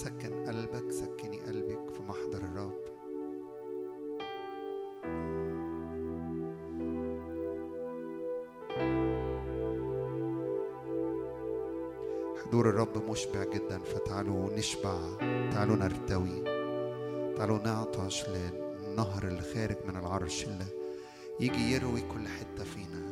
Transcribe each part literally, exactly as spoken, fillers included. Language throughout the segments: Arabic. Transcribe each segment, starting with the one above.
سكن قلبك، سكني قلبك في محضر الرب. حضور الرب مشبع جدا، فتعالوا نشبع، تعالوا نرتوي، تعالوا نعطش للنهر اللي خارج من العرش اللي يجي يروي كل حتة فينا.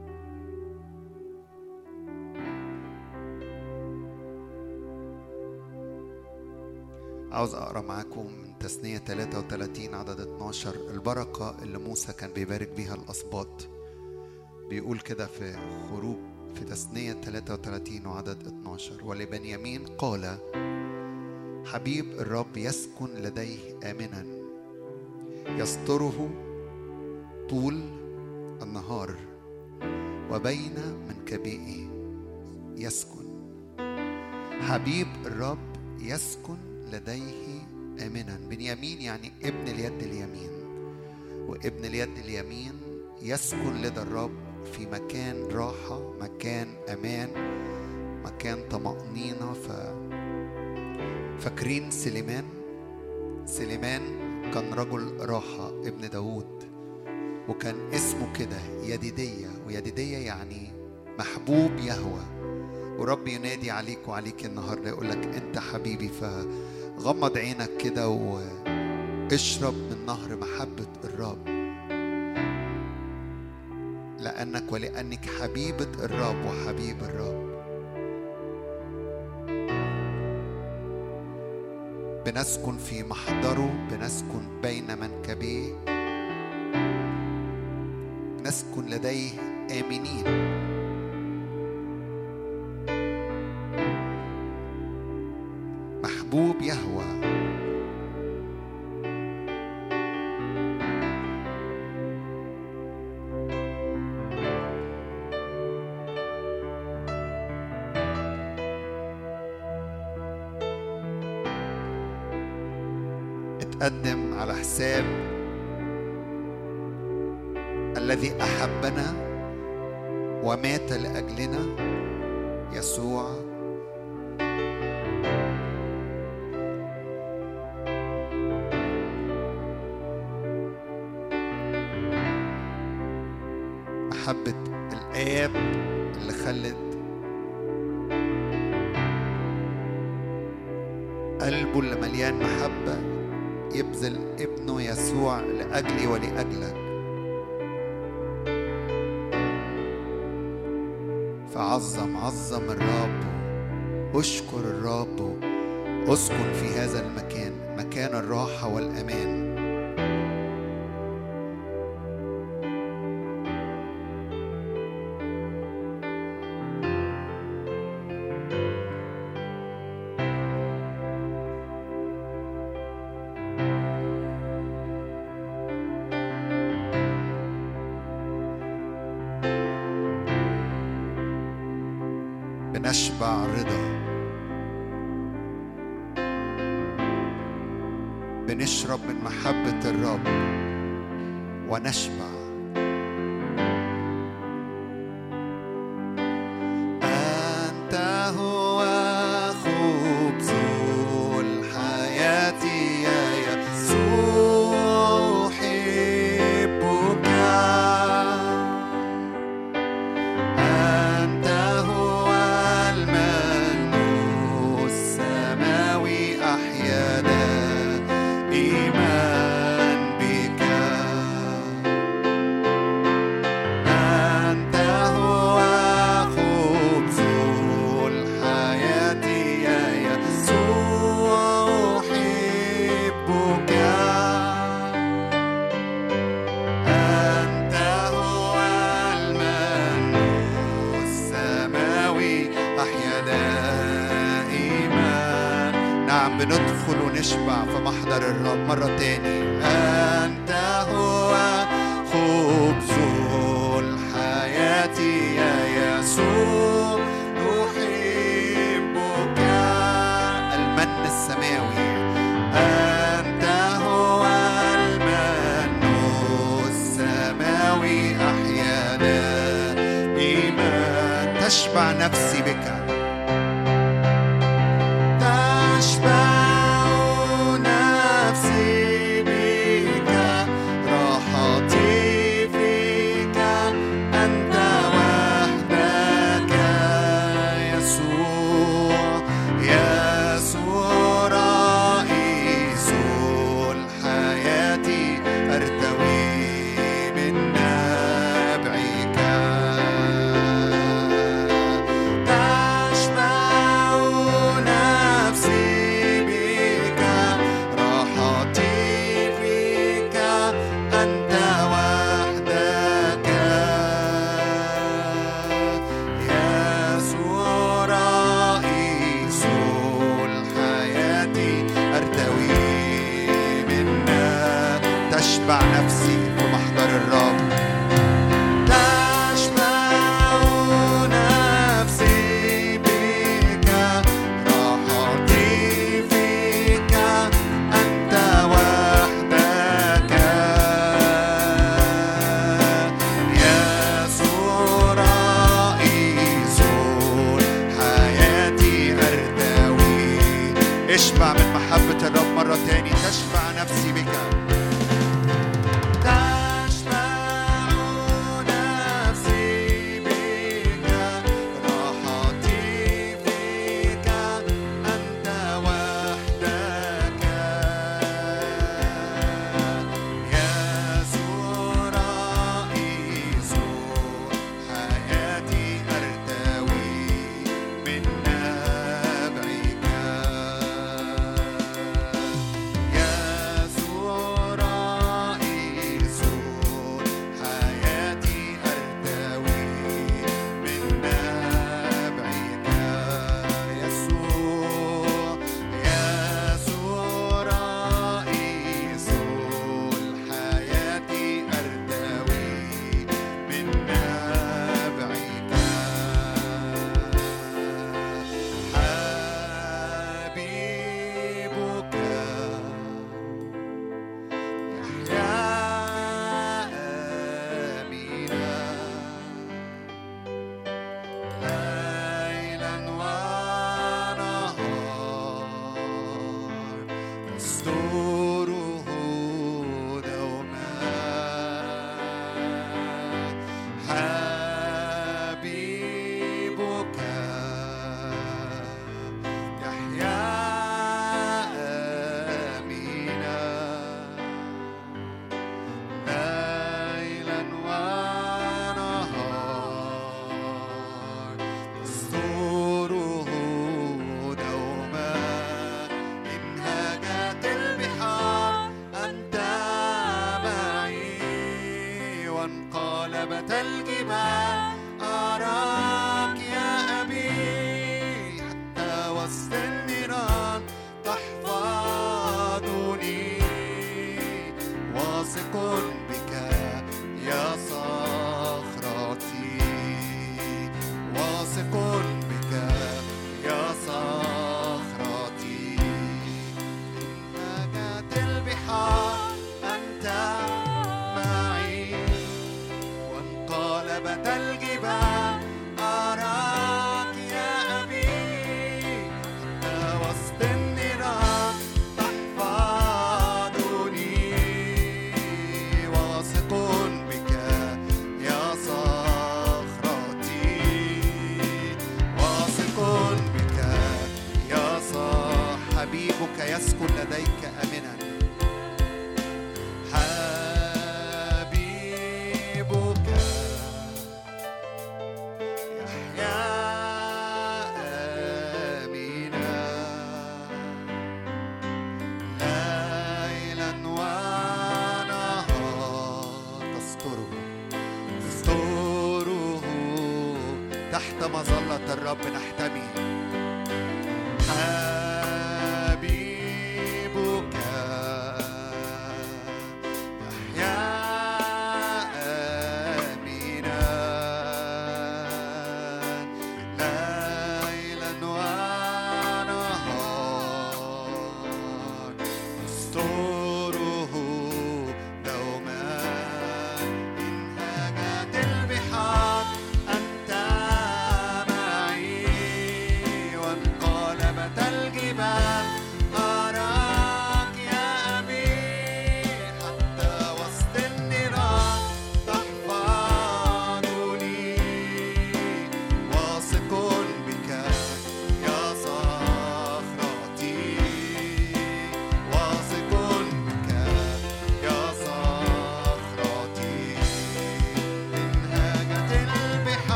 عاوز أقرأ معاكم من تثنية ثلاثة وثلاثين عدد اتناشر، البركة اللي موسى كان بيبارك بيها الأسباط. بيقول كده في خروج في تثنية ثلاثة وثلاثين وعدد اتناشر: ولبنيامين قال: حبيب الرب يسكن لديه آمنا، يستره طول النهار، وبين منكبيه يسكن. حبيب الرب يسكن لديه آمنا. بنيامين يعني ابن اليد اليمين، وابن اليد اليمين يسكن لدى الرب في مكان راحة، مكان أمان، مكان طمأنينة. ف... فاكرين سليمان؟ سليمان كان رجل راحة، ابن داود، وكان اسمه كده يديدية، ويديدية يعني محبوب يهوى. ورب ينادي عليك وعليك النهاردة يقولك أنت حبيبي، فغمض عينك كده واشرب من نهر محبة الرب، لأنك ولأنك حبيبة الرب وحبيب الرب. بنسكن في محضره، بنسكن بين منكبيه، نسكن لديه آمنين. محبوب يهوى. اتقدم على حساب الذي أحبنا ومات لأجلنا، يسوع. محبة الآب اللي خلت قلبه اللي مليان محبة يبذل ابنه يسوع لأجلي ولأجلك. فعظم عظم الرب، اشكر الرب، اسكن في هذا المكان، مكان الراحة والأمان. بنشبع رضا، بنشرب من محبة الرب ونشبع. أنت هو خبز الحياة يا يسوع، أحبك. أنت هو المن السماوي، أحيانا إيمان بك. أنت هو خبز الحياة يا يسوع، أحبك. أنت هو المن السماوي، أحيانا إيمان. نعم، بندخل ونشبع في محضر الرب مرة تاني. أنت هو خبز الحياة يا يسوع، نحبك. المن السماوي. أنت هو المن السماوي، أحيانا إيمان. تشبع نفسي بك، تشبع نفسي في محضر الرب. اشبع من محبة الرب مرة تاني. تشبع نفسي بك، تشبع نفسي بك، راحتي فيك، أنت وحدك يسوع رئيس حياتي، أرتوي من نبعك. يسكن لديك آمنا. حبيبك يحيا آمنا ليلا ونهار. تستره تستره تحت مظلة الرب نحتمي.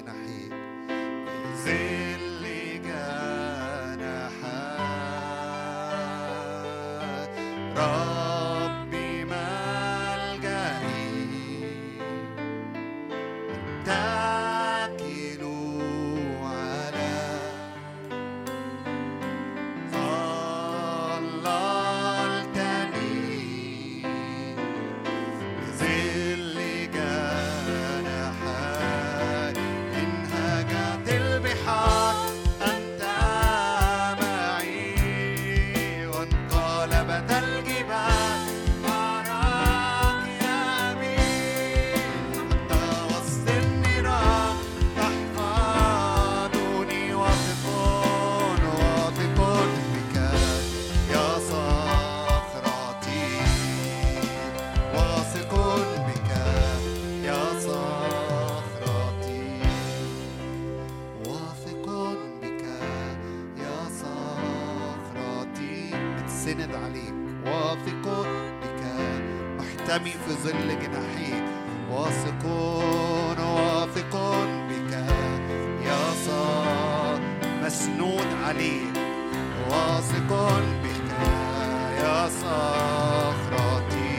جناحيك في ظل جناحات ربي ملجئي اتكل على ظللتني بظل جناحات إن هاجت البحار أنت معي وانقلبت الجبال معك يا أبي حتى وسط النيران تحفظني واثق واثق بك يا صخرتي واثق بك يا صخرتي واثق بك يا صخرتي متسند عليك واثق بك محتمي في ظل جناحيك واثق واثق بك يا صخرتي مسنود عليك واثق بك يا صخرتي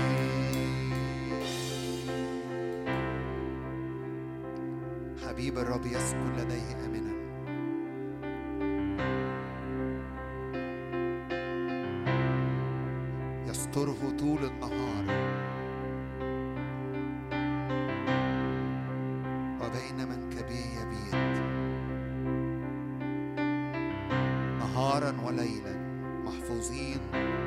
حبيب الرب يسكن لديه آمنا يستره طول النهار وبين منكبيه يبيت نهارا وليلا محفوظين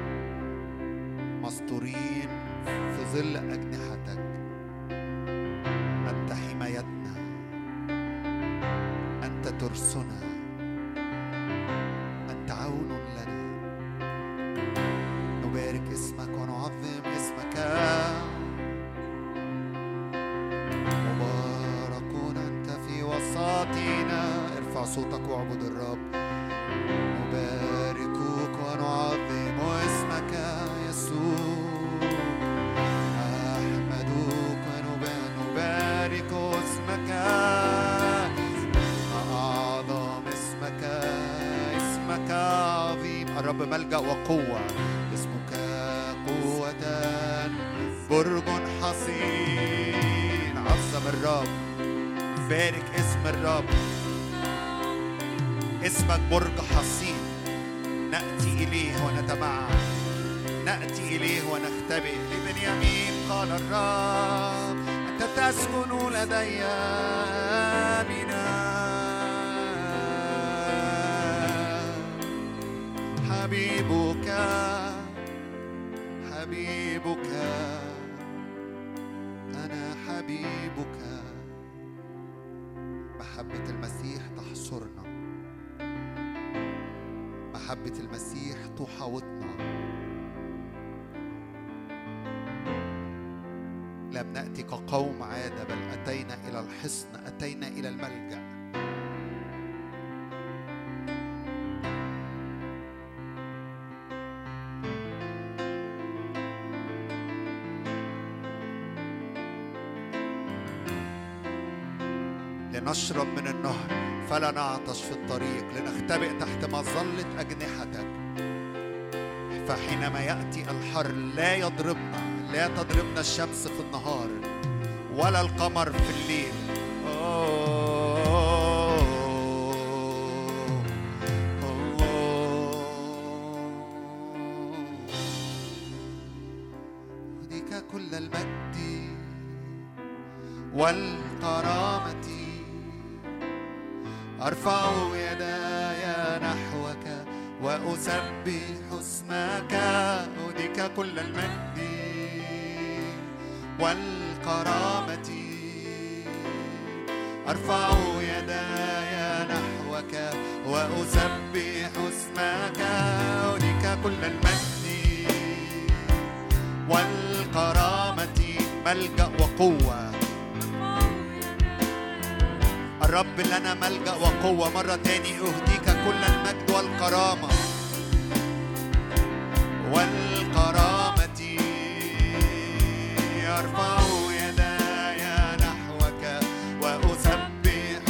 مستورين في ظل أجنحتك أنت حمايتنا أنت ترسنا أنت عون لنا نبارك اسمك ونعظم اسمك مباركون أنت في وسطنا ارفع صوتك واعبد الرب نباركك ونعظم اسمك يسوع أحمدك ونبارك اسمك أعظم اسمك اسمك عظيم الرب ملجأ وقوة اسمك قوة برج حصين عظم الرب بارك اسم الرب اسمك برج حصين نأتي إليه ونتمعن نأتي إليه ونختبئ لبنيامين قال الرب أنت تسكن لدي آمنا حبيبك حبيبك أنا حبيبك محبة المسيح تحصرنا محبة المسيح تحاوطنا لم نأتي كقوم عادة بل أتينا إلى الحصن أتينا إلى الملجأ لنشرب من النهر فلا نعطش في الطريق لنختبئ تحت مظلة أجنحتك فحينما يأتي الحر لا يضربنا لا تضربنا الشمس في النهار ولا القمر في الليل أهديك كل المجد والكرامة أرفع يداي نحوك وأسبح اسمك أهديك كل المجد والكرامة أرفع يداي نحوك وأسبح اسمك أهديك كل المجد والكرامة ملجأ وقوة الرب لنا ملجأ وقوة مرة تاني أهديك كل المجد والكرامة والكرامة أرفع يداي نحوك وأسبح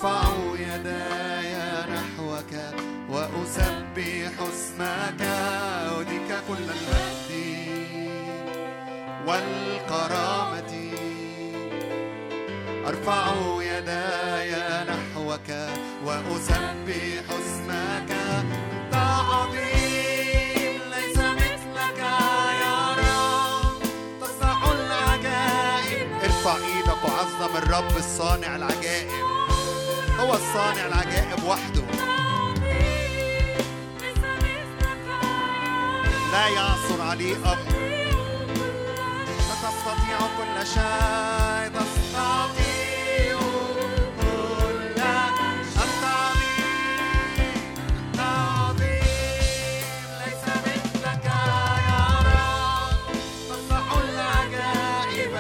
أرفع يداي نحوك وأسبح اسمك، أهديك كل المجد والكرامة. أرفع يداي نحوك وأسبح اسمك، أنت عظيم ليس مثلك يا رب، تصنع العجائب. ارفع ايدك وعظم الرب الصانع العجائب، هو الصانع العجائب وحده، لا يعثر عليه أمر. تستطيع كل شيء، تستطيع كل أنت عظيم، أنت عظيم ليس مثلك يا رب، تصنع العجائب،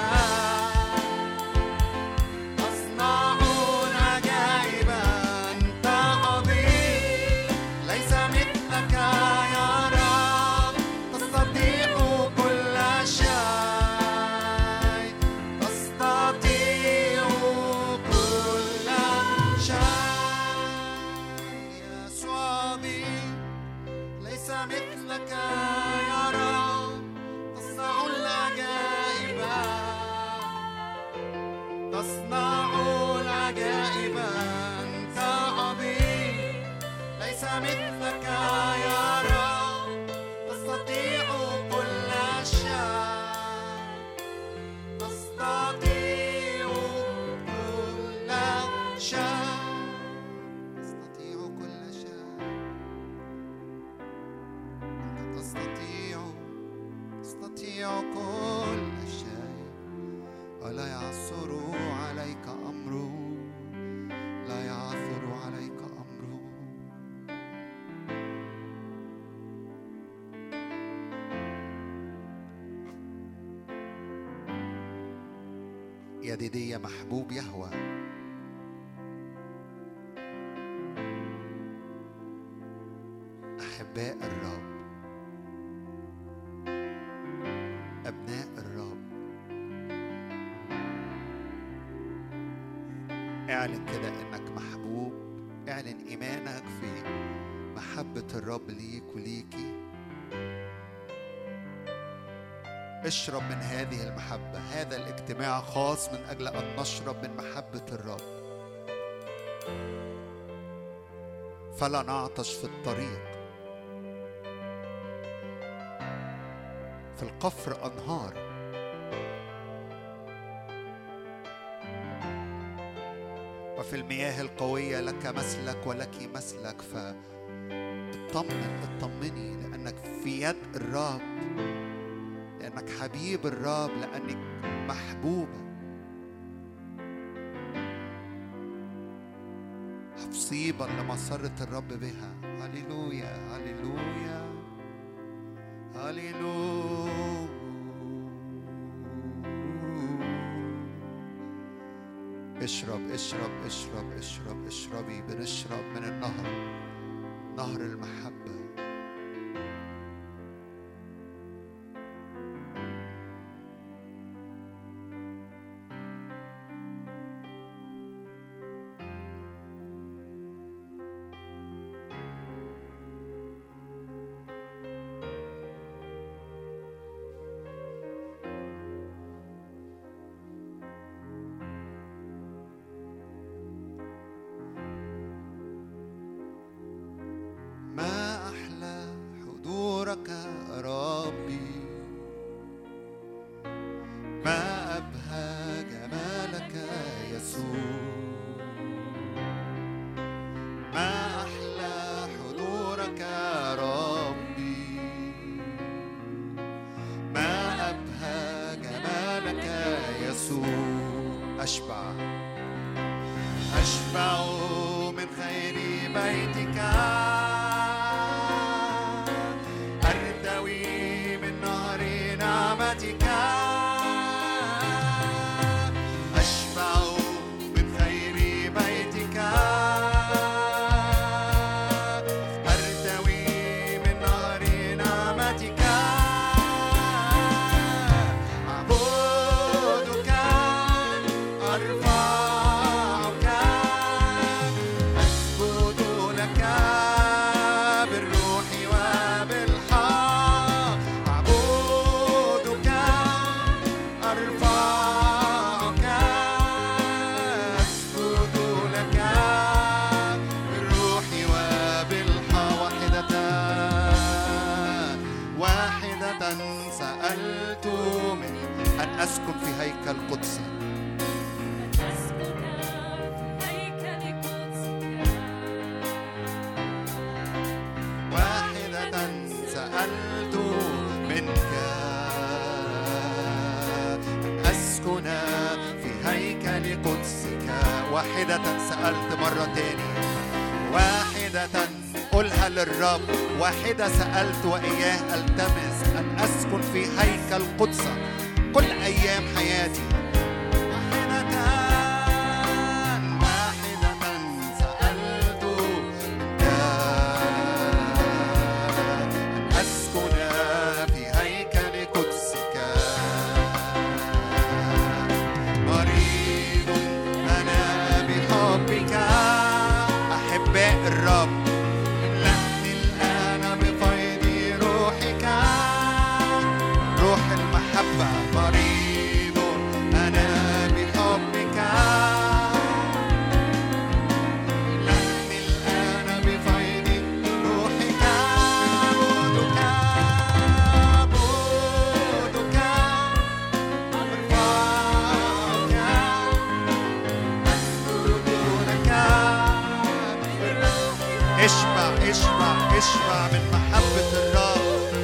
تصنع العجائب. أنت عظيم ليس مثلك يا رب، تستطيع كل شيء، تستطيع كل شيء. يسوع عظيم ليس مثلك يا رب، تصنع العجائب، تصنع العجائب. أنت عظيم ليس مثلك يا رب، تستطيع كل شيء، تستطيع كل شيء، تستطيع كل شيء. أنت تستطيع، تستطيع كل شيء، ولا يعثر عليك أمره، لا يعثر عليك أمره. يديدية محبوب يهوى، أحباء الرب، أبناء الرب. اعلن كده إنك محبوب، اعلن إيمانك في محبة الرب ليك وليكي. اشرب من هذه المحبة. هذا الاجتماع خاص من أجل أن نشرب من محبة الرب، فلا نعطش في الطريق. في القفر أنهار، وفي المياه القوية لك مسلك ولك مسلك. فاطمن، اطمني لأنك في يد الرب، لأنك حبيب الرب، لأنك محبوبة. حفصيبا لمسرة الرب بها. هللويا هللويا هللويا. اشرب اشرب اشرب اشرب اشربي. بنشرب من النهر، نهر المحبة. سألت من أن أسكن في هيكل قدسك. واحدة سألت منك أن أسكن في هيكل قدسك. واحدة سألت مرة تاني، واحدة قلها للرب. واحدة سألت وإياه ألتمس أن أسكن في هيكل قدسك كل أيام حياتي. واحدة واحدة سألت منك أن أسكن في هيكل قدسك. مريض أنا بحبك. أحباء الرب مريض أنا بحبك. لأني الآن بفيض روحك. أعبدك أعبدك أرفعك أسجد لك. اشبع اشبع اشبع من محبة الرب.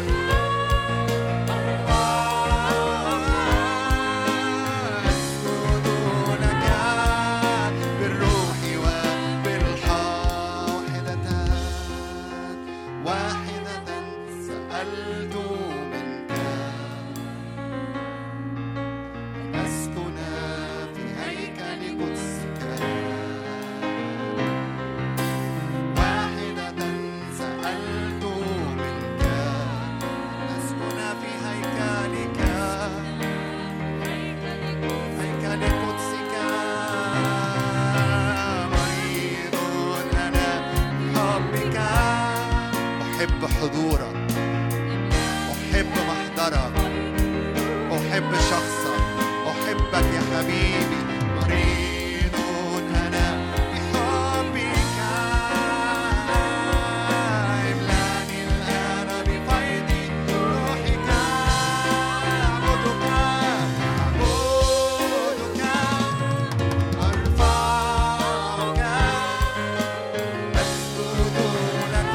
حضورك، أحب محضرك، أحب شخصك، أحبك يا حبيبي. مريض أنا بحبك. املأني الآن بفيض روحك. أعبدك أعبدك أرفعك أسجد لك.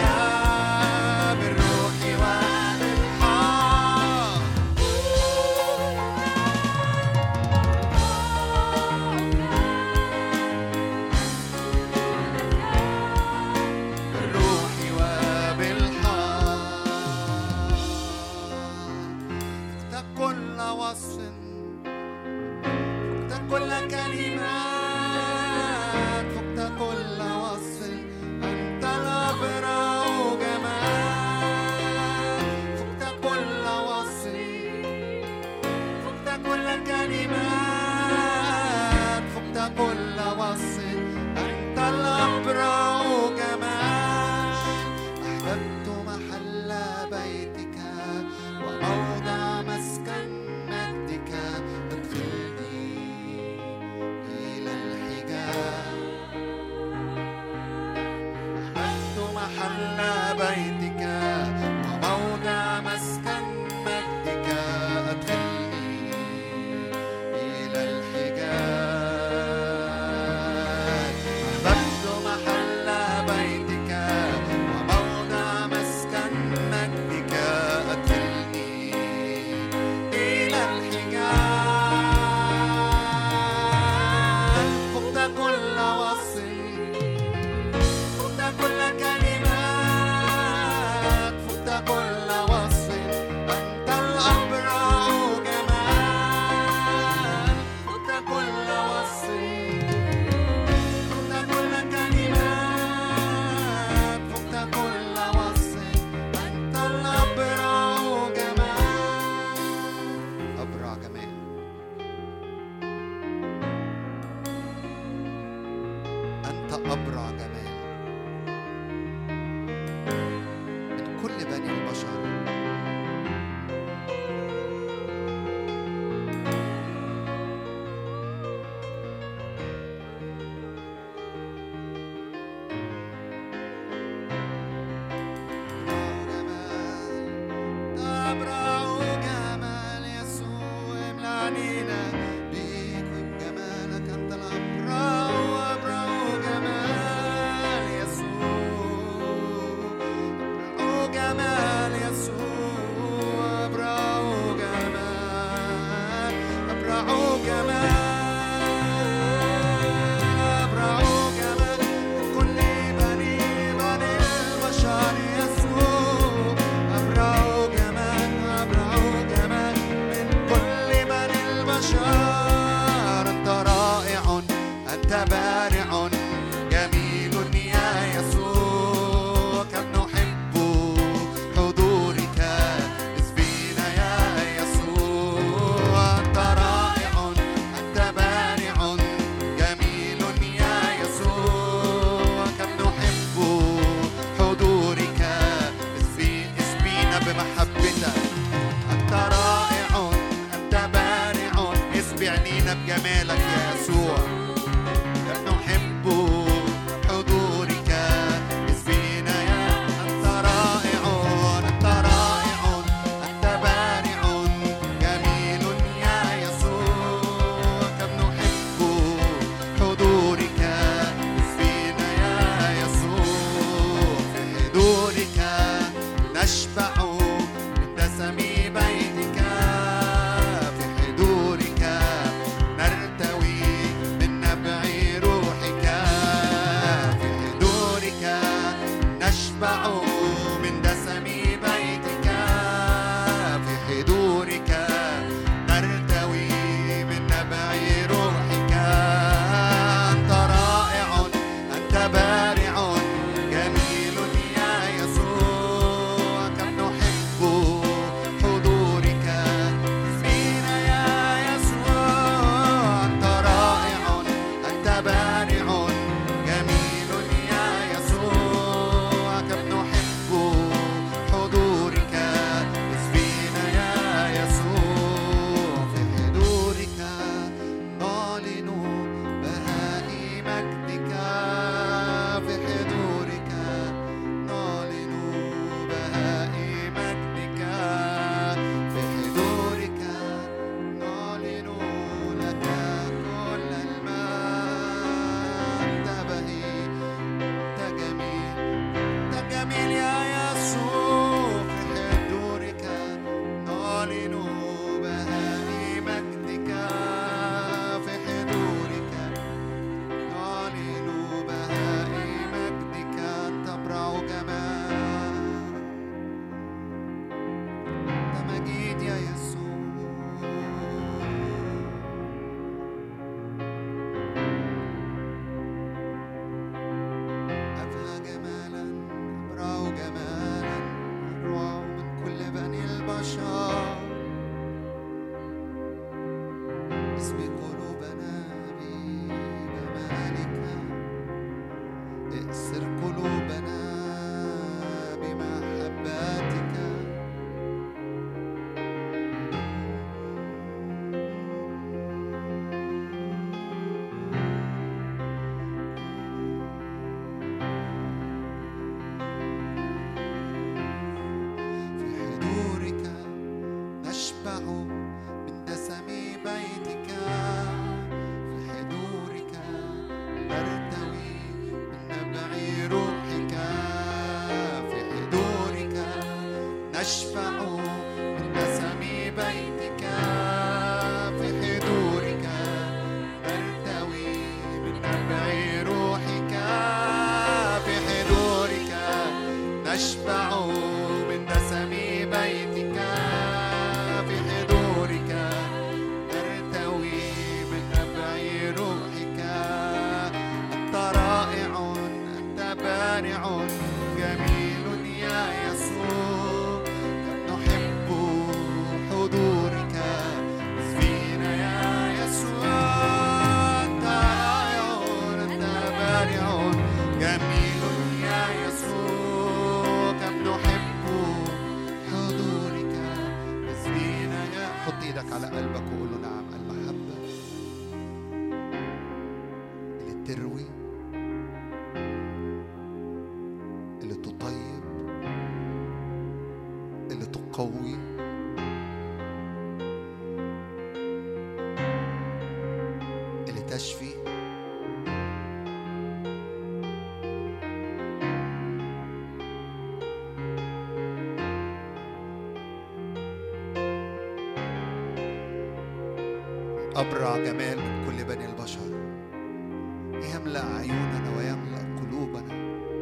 أبرع جمال من كل بني البشر، يملأ عيوننا ويملأ قلوبنا،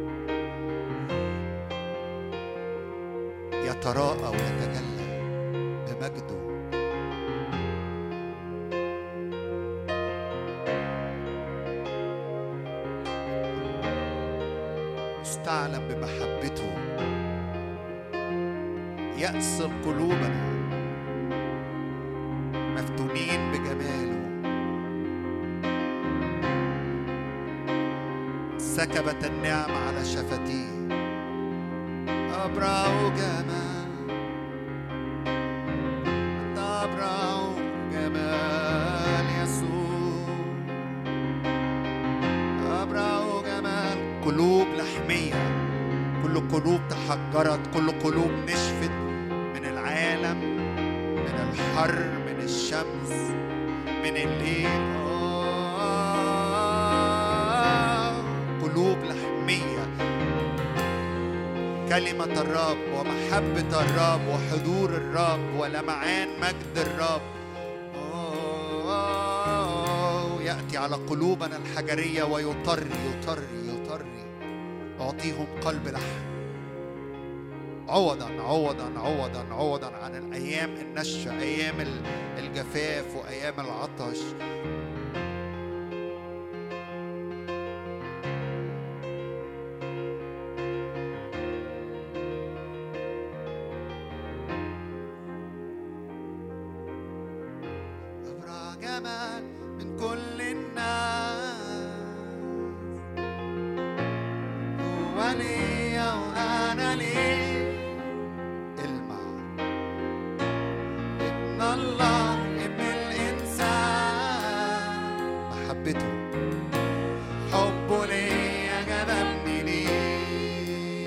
يتراءى ويتجلى بمجده. استعلم بمحبته، يأسر قلوبنا، مفتونين بجماله. سكبت النعم على شفتيه، أبرع جمال، أنت أبرع جمال يسوع، أبرع جمال. قلوب لحمية، كل قلوب تحجرت، كل قلوب نشفت من العالم، من الحر، من الشمس، من الليل. آه، قلوب لحمية. كلمة الرب ومحبة الرب وحضور الرب ولمعان مجد الرب آه، يأتي على قلوبنا الحجرية ويطري يطري يطري. أعطيهم قلب لحم، عوضا عوضا عوضا عوضا عن الأيام النشة، أيام الجفاف وأيام العطش. أبرع جمال من كل الناس، هو لي وأنا لي. الله ابن الإنسان، محبته حبه ليا جذبني ليه.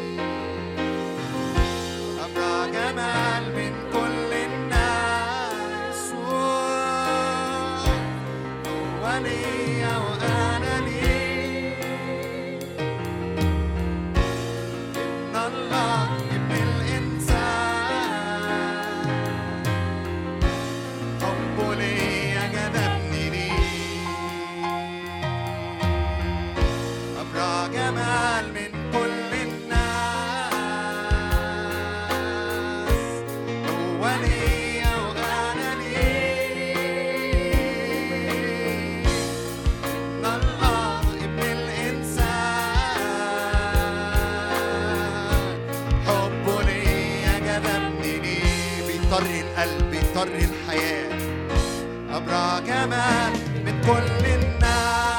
أبرع جمال من كل الناس، هو ليا وأنا ليه. ابن الله ابن الإنسان، جمال من كل الناس، هو لي وأنا لي. إن الله ابن الإنسان، حبه لي جذبني ليه. بيطري القلب، بيطري الحياة. أبرع جمال من كل الناس،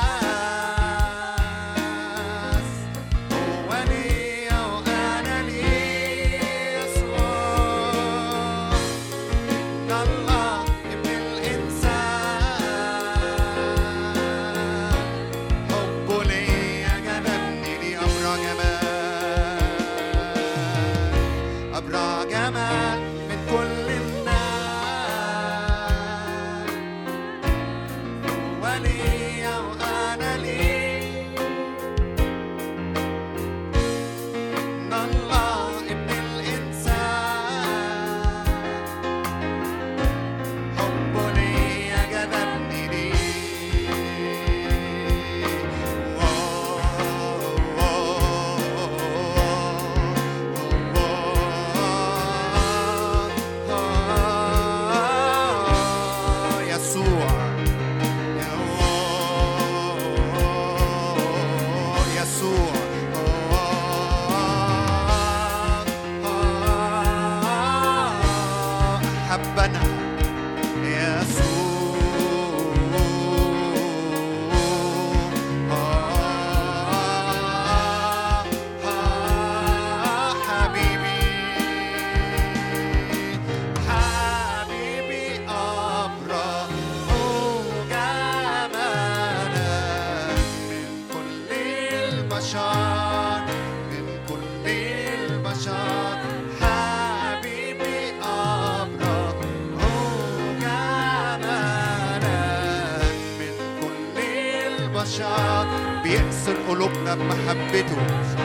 بيكسر قلوبنا بمحبته.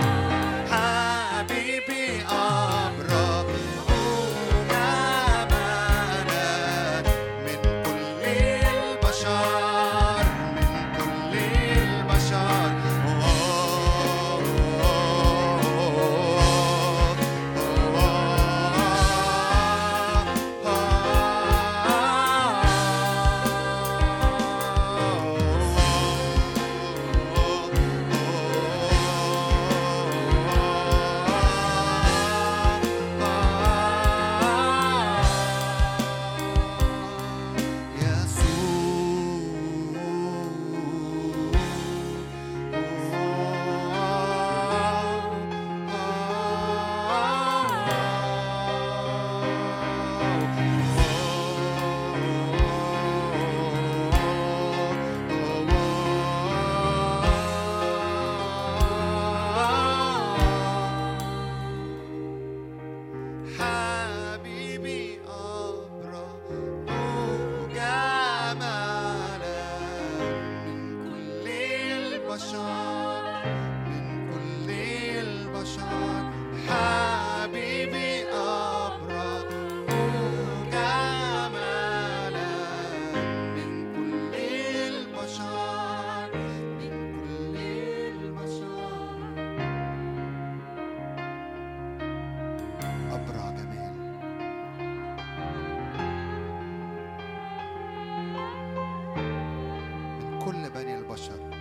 حبيبي أبرأ جمالا من كل كل بني البشر.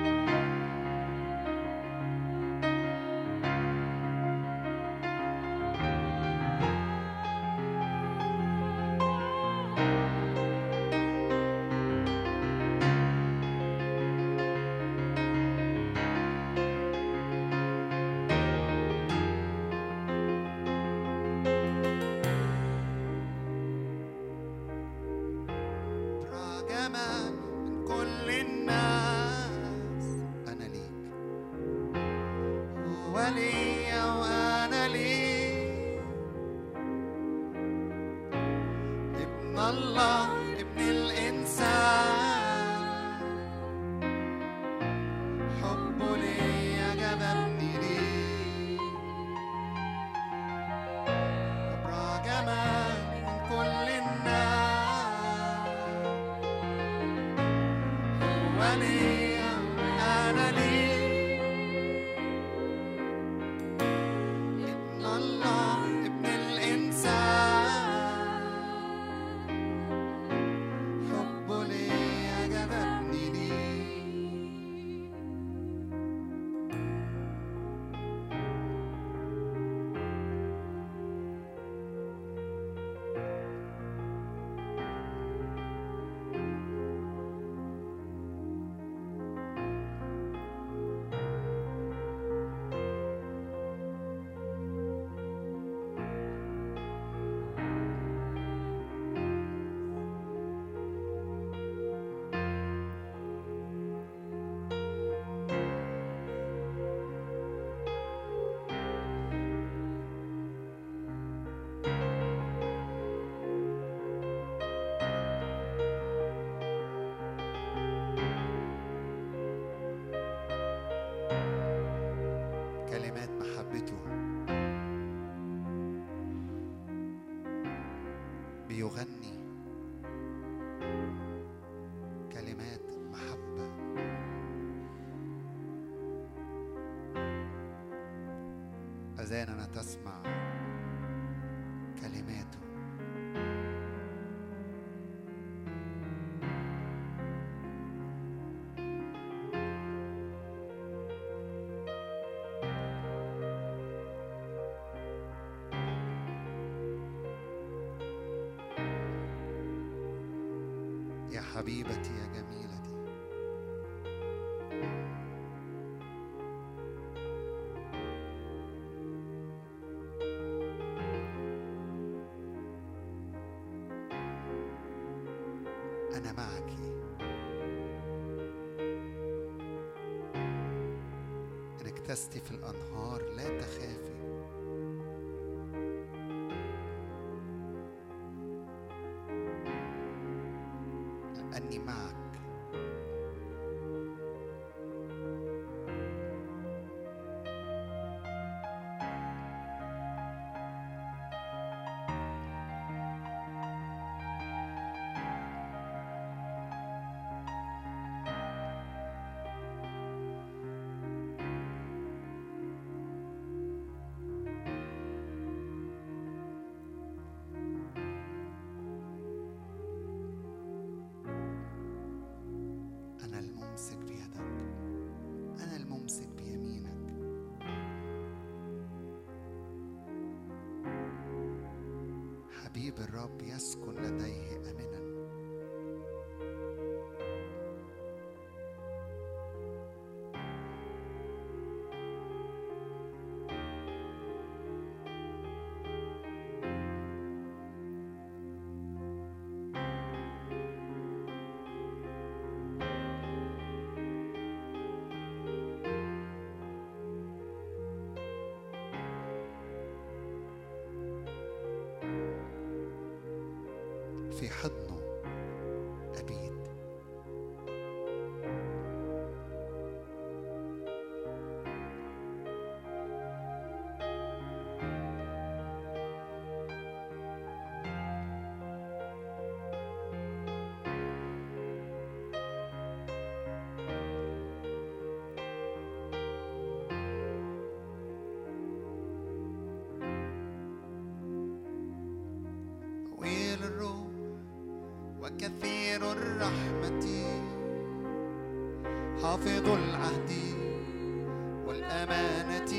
بيغني كلمات محبة. أذاننا تسمع كلماته. يا حبيبتي يا جميلتي، أنا معك، إن اكتستي في الأنهار لا تخافي، أني معك. أنا الممسك بيدك، أنا الممسك بيمينك. حبيب الرب يسكن لديه أمنا. في حضنه أبيد. طويل الروح وكثير الرحمة، حافظ العهد والأمانة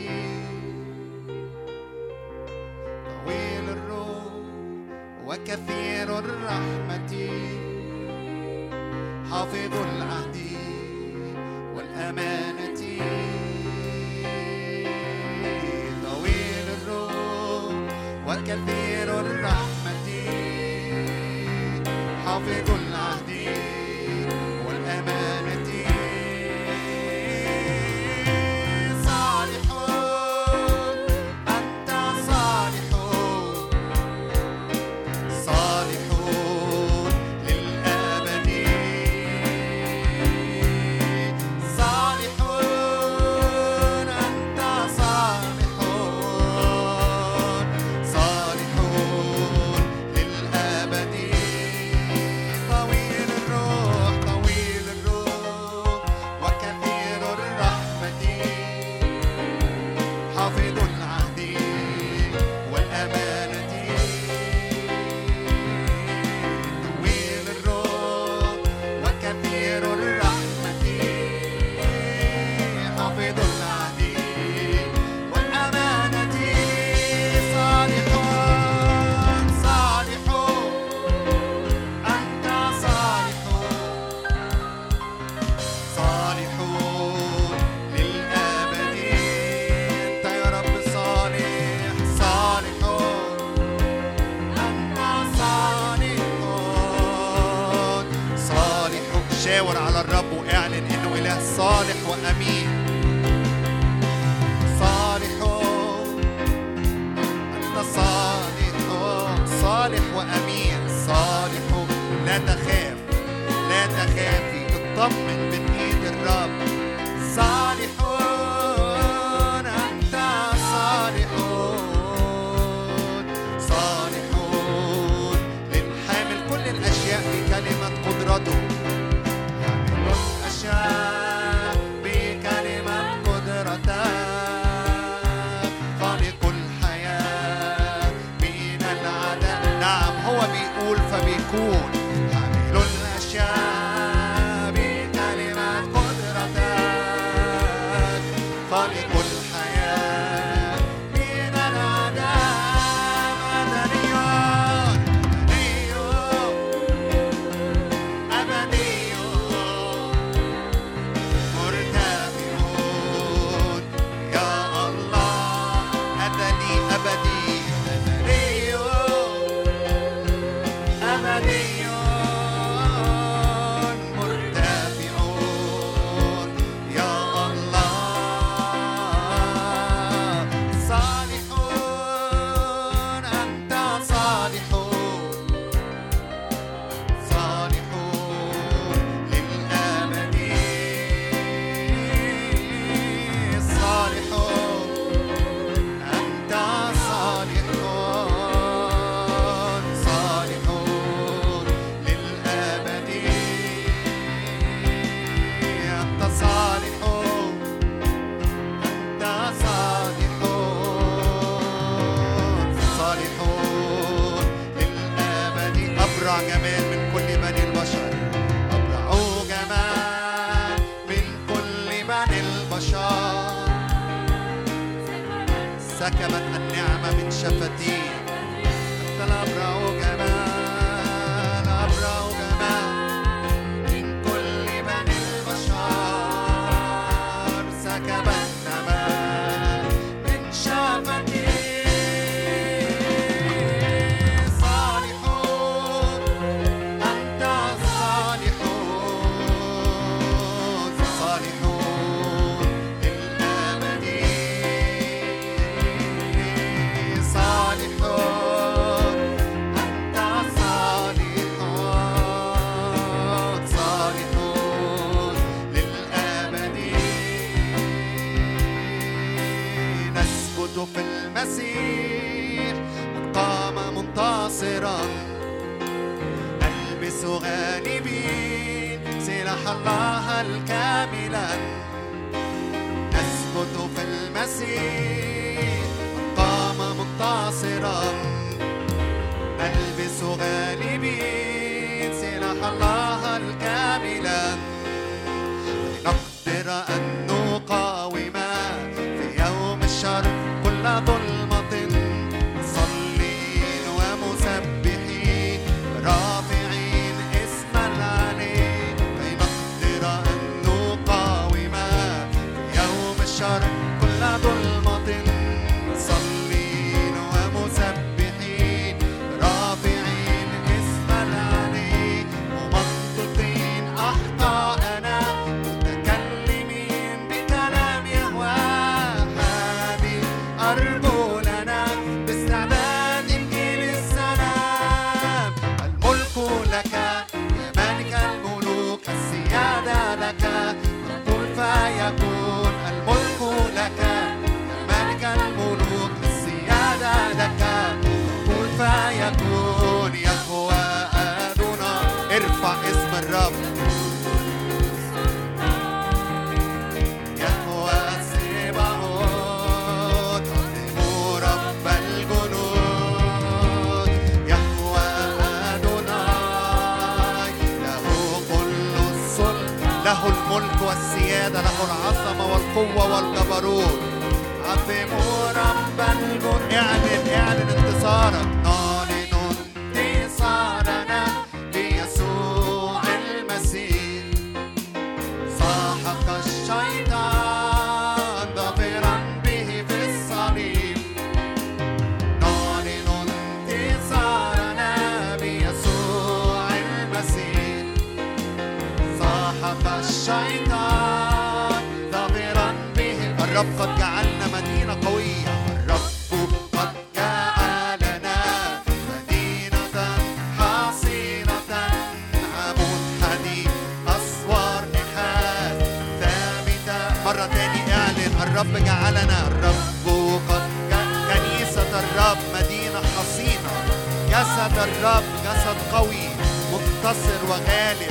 طويل الروح وكثير الرحمة حافظ العهد والأمانة طويل الروح وكثير الرحمة حافظ العهد والأمانة صالح أنت صالح صالح للأبد صالح أنت صالح صالح للأبد طويل الروح طويل الروح وكثير الرحمة حافظ العهد والأمانة طويل الروح وكثير الرحمة حافظ العهد والأمانة صالح صالح أنت صالح صالح للأبد أنت يا رب صالح صالح أنت صالح صالح شاور على الرب واعلن إنه إله صالح وأمين صالح أنت صالح صالح وأمين صالح لا تخاف لا تخافي اطمن من ايد الرب صالح أنت صالح صالح للحامل كل الأشياء بكلمة قدرته حامل الأشياء بكلمة قدرتك خالق الحياة من العدم نعم هو بيقول فبيكون حامل الأشياء بكلمة قدرتك خالق الحياة من العدم أبدي أبدي مرتفعون يا الله أبدي أبدي أبدي أبدي مرتفعون يا الله صالحون أنت صالحون صالحون للأبد صالحون أنت صالحون صالحون للأبد أنت صالحون أنت صالحون صالحون للأبد أبرع جمال من كل بني البشر أبرع جمال من كل بني البشر سكبت النعمة من شفتي أنت الأبرع جمال أبرع جمال من كل بني البشر سكبت نعمة من شفتي صالحون أنت صالحون صالحون للأبد صالحون أنت صالحون صالحون للأبد نثبت في المسيح من قام منتصرا ألبس غالبين سلاح الله الكاملا نثبت في المسيح من قام منتصرا ألبس غالبين سلاح الله الكاملا لنقطع ارفع اسم الرب. يهوى سباوت عظموا رب الجنود. يهوى أدوناي له كل السلطة، له الملك والسيادة، له العظمة والقوة والجبروت. عظموا رب الجنود. اعلن اعلن انتصارك. نعلن انتصارنا بيسوع المسيح. سحق الشيطان ظافرا به في الصليب. نعلن انتصارنا بيسوع المسيح. سحق الشيطان ظافرا به. الرب قد جعلنا مدينة قوية. الرب قد جعلنا مدينة حصينة، عمود حديد، أسوار نحاس ثابتة. مرة تاني اعلن الرب جعلنا. الرب قد جعل كنيسة الرب مدينة حصينة. جسد الرب جسد قوي منتصر وغالب،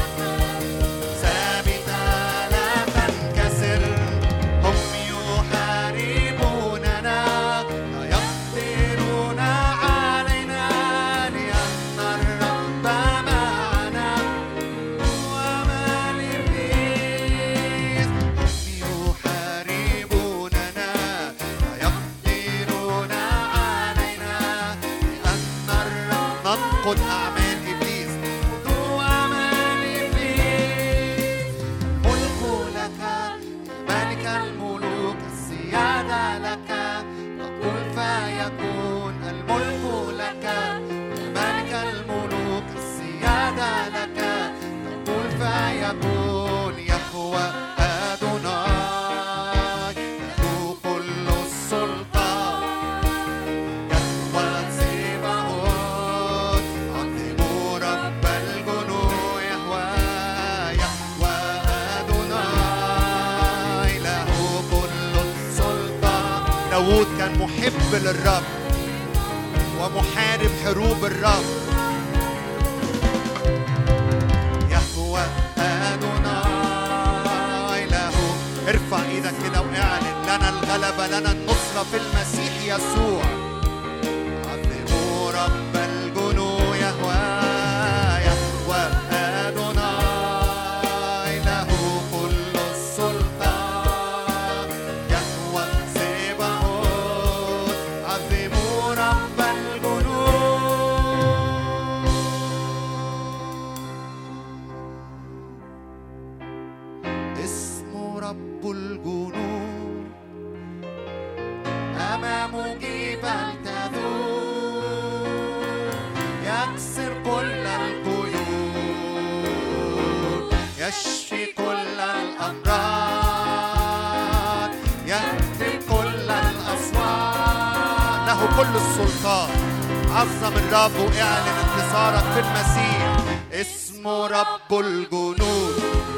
ثابتة لا تنكسر. هم يحاربوننا لا يقدرون علينا، لأن الرب معنا وما لإبليس. هم يحاربوننا لا يقدرون علينا، لأن الرب ننقض أعمال إبليس وما لإبليس. ملك لك ملك الملوك، السيادة لك، فكن فيكون. الملك لك ملك الملوك، السيادة لك، فكن فيكون. يهوى أدوناي له كل السلطان. يهوى سباوت عظموا رب الجنود. يهوى يهوى أدوناي له كل السلطان. داود كان محب للرب ومحارب حروب الرب. يهوى أدوناي له. ارفع ايدك كده واعلن لنا الغلبة، لنا النصرة في المسيح يسوع. عظموا رب الجنود. يهوى يهوى أدوناي له كل السلطان. يهوى سباوت عظموا رب الجنود. اسم رب الجنود أمام جبال تذوب، يكسر كل القيود، يشفي كل الأمراض، يهدم كل الأصوات. له كل السلطان. عظم الرب واعلن انتصارك في المسيح. اسم رب الجنود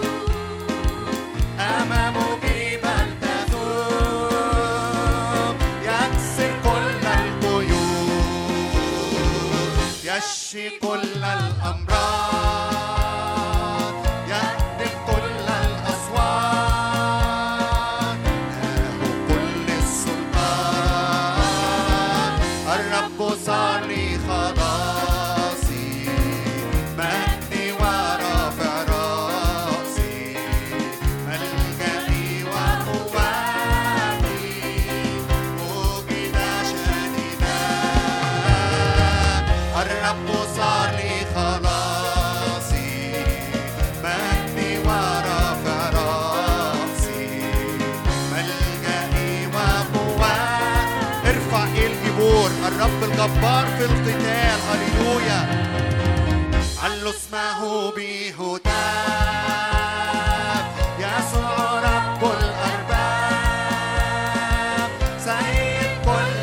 أمام جبال تذوب، يكسر كل القيود، يشفي كل الأمراض، يهدم كل الأصوات. له كل السلطان. الرب صار لي خلاصي، مجدي ورافع راسي، ملجئي وقوتي، وجد شديدا. الرب صار لي خلاصي، مجدي ورافع راسي، ملجئي وقوتي. ارفع الجبور. الرب الجبار في القتال. هللويا. علوا اسمه بهتاف. يسوع رب الأرباب، سيد كل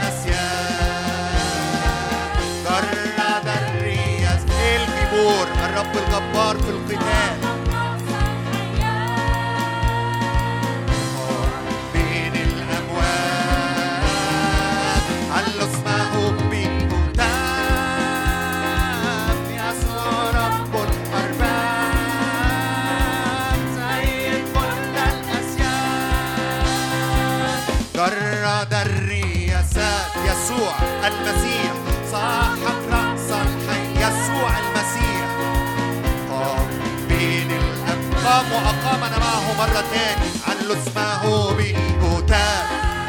الأسياد، جرد الرياح. الجبور الرب الجبار في القتال. بين الأموات. علوا اسمه بهتاف. يسوع رب أقام وأقامنا معه مرة تاني. علوا اسمه بهتاف،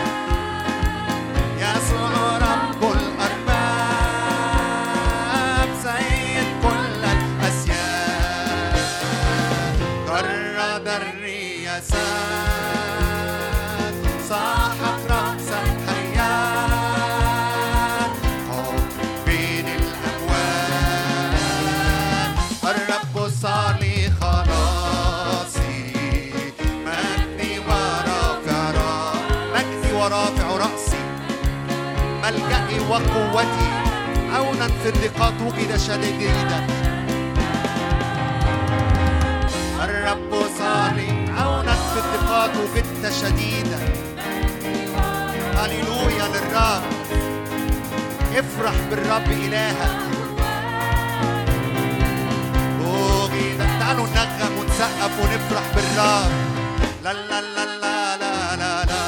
يسوع رب الأرباب، سيد كل الأسياد، جرد الرياسات، سحق رأس الحياة، قام بين الأموات. الرب صار لي خلاصي، مجدي ورافع رأسي، مجدي ورافع رأسي، ملجئي وقوتي، عونا في الضيقات وجد شديدا. الرب صار لي عونا في الضيقات وجدت شديدا. هللويا للرب. افرح بالرب إلهك. تعالوا نغم ونسقف ونفرح بالرب. لا لا لا لا لا لا لا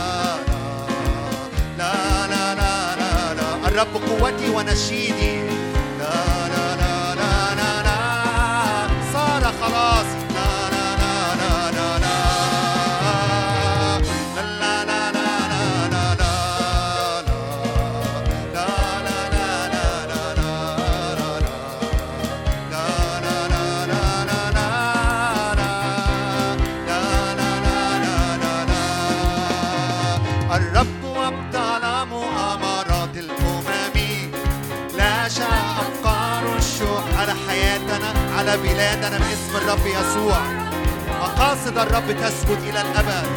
لا لا لا لا. الرب قوتي ونشيدي. لا لا لا لا لا لا. صار خلاصي. لا لا لا لا لا لا. لا لا لا لا لا لا. لا لا لا لا لا لا. الرب أبطل مؤامرات الأمم، لاشى أفكار الشوح على حياتنا، على بلادنا باسم الرب يسوع. مقاصد الرب تثبت إلى الأبد.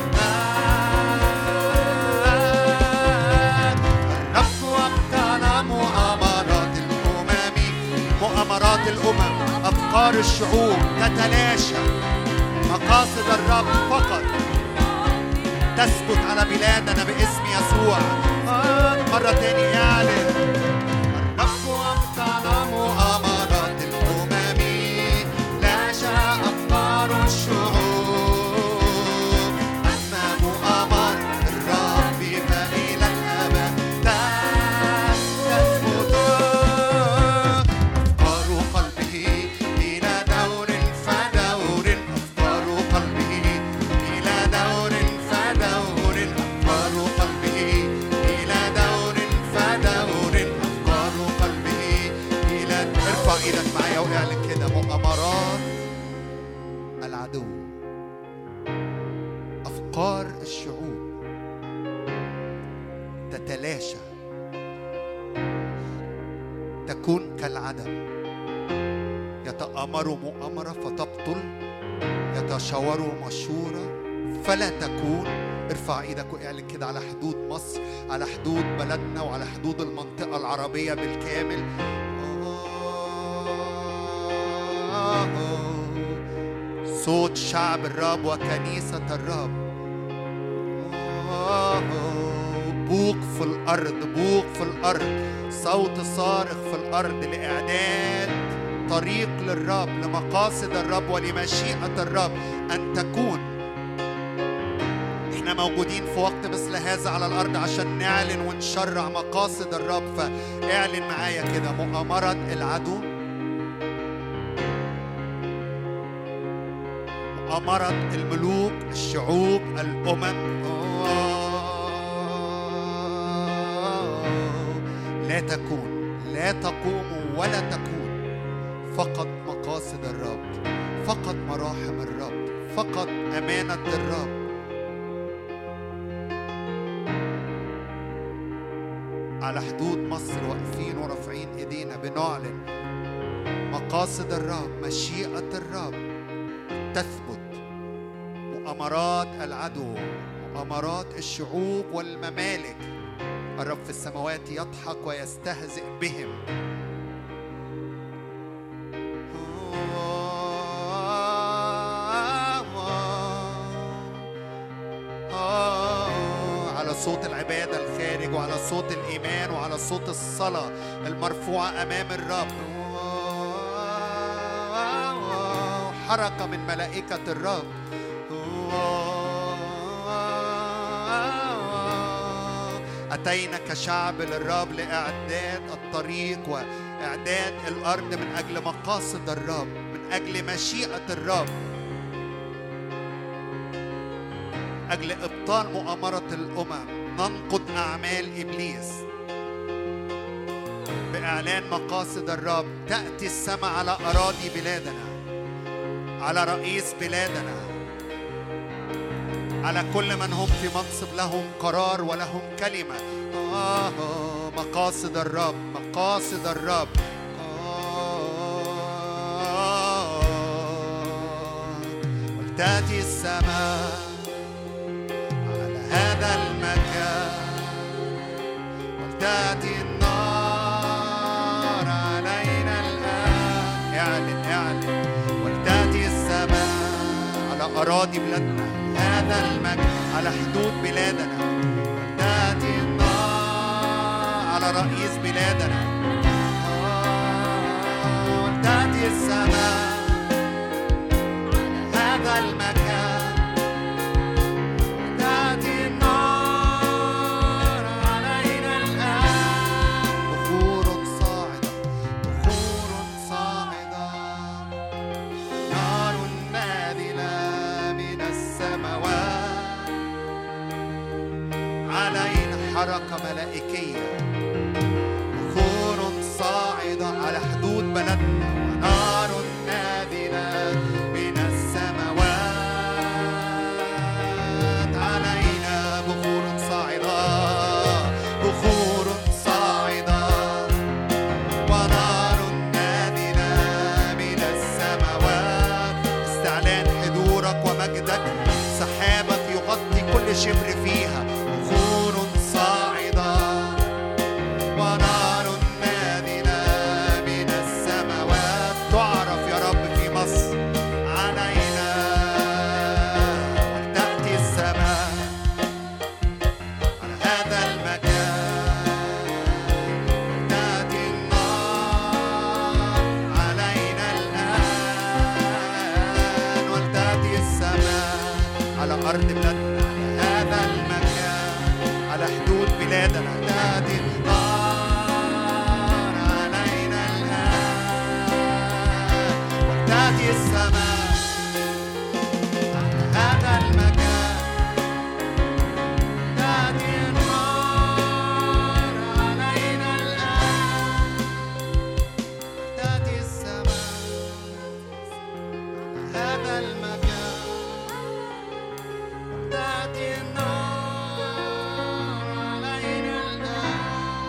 الرب أبطل مؤامرات الأمم، مؤامرات الأمم، أفكار الشعوب تتلاشى. مقاصد الرب فقط تثبت على بلادنا باسم يسوع. مرة تاني يعلن. الرب أبطل مؤامرات الأمم، لاشى أفكار الشعوب. أما مؤامر الرب فإلى الأبد تثبت. أفكار قلبه إلى دور فدور، أفكار قلبه إلى دور فدور، أفكار قلبه إلى دور فدور، أفكار قلبه إلى. ارفع إيدك معايا واعلن كده. مؤامرات العدو، أفكار الشعوب تتلاشى، تكون كالعدم. يتآمروا مؤامرة فتبطل، يتشاوروا مشورة فلا تكون. ارفع ايدك واعلن كده على حدود مصر، على حدود بلدنا، وعلى حدود المنطقة العربية بالكامل. صوت شعب الرب وكنيسة الرب. بوق في الأرض، بوق في الأرض، صوت صارخ في الأرض لإعداد طريق للرب، لمقاصد الرب ولمشيئة الرب أن تكون. احنا موجودين في وقت مثل هذا على الأرض عشان نعلن ونشرع مقاصد الرب. فاعلن معايا كده. مؤامرة العدو، مؤامرة الملوك، الشعوب، الأمم، لا تكون، لا تقوم ولا تكون. فقط مقاصد الرب، فقط مراحم الرب، فقط أمانة الرب. على حدود مصر واقفين ورافعين ايدينا بنعلن مقاصد الرب، مشيئة الرب تثبت. مؤامرات العدو، مؤامرات الشعوب والممالك، الرب في السماوات يضحك ويستهزئ بهم. على صوت العبادة الخارج، وعلى صوت الإيمان، وعلى صوت الصلاة المرفوعة أمام الرب. حركة من ملائكة الرب. أتينا كشعب للرب لإعداد الطريق وإعداد الأرض من أجل مقاصد الرب، من أجل مشيئة الرب. أجل إبطال مؤامرة الأمم ننقض أعمال إبليس بإعلان مقاصد الرب. تأتي السماء على أراضي بلادنا، على رئيس بلادنا، على كل من هم في منصب لهم قرار ولهم كلمة. آه مقاصد الرب، مقاصد الرب. آه ولتأتي السماء على هذا المكان، ولتأتي النار علينا الآن. اعلن اعلن. ولتأتي السماء على أراضي بلادنا، هذا المكان، على حدود بلادنا. ولتأتي النار على رئيس بلادنا. ولتأتي السماء على هذا المكان، ولتأتي النار علينا الآن. بخور صاعدة، بخور صاعدة، نار نازلة من السماوات علينا، حركة ملائكية. بخور صاعدة على حدود بلدنا، ونار نازلة من السماوات علينا. بخور صاعدة، بخور صاعدة، ونار نازلة من السماوات. استعلان حضورك ومجدك، سحابة يغطي كل شبر فيها. بخور صاعدة، ونار نازلة من السماوات. تعرف يا رب في مصر علينا. ولتأتي السماء على هذا المكان، ولتأتي النار علينا الآن. ولتأتي السماء على أرض بلادنا، على هذا المكان، على حدود بلادنا. تأتي النار علينا الآن. ولتأتي السماء على هذا المكان، تأتي النار علينا الآن. تأتي السماء على هذا المكان، تأتي النار علينا الآن.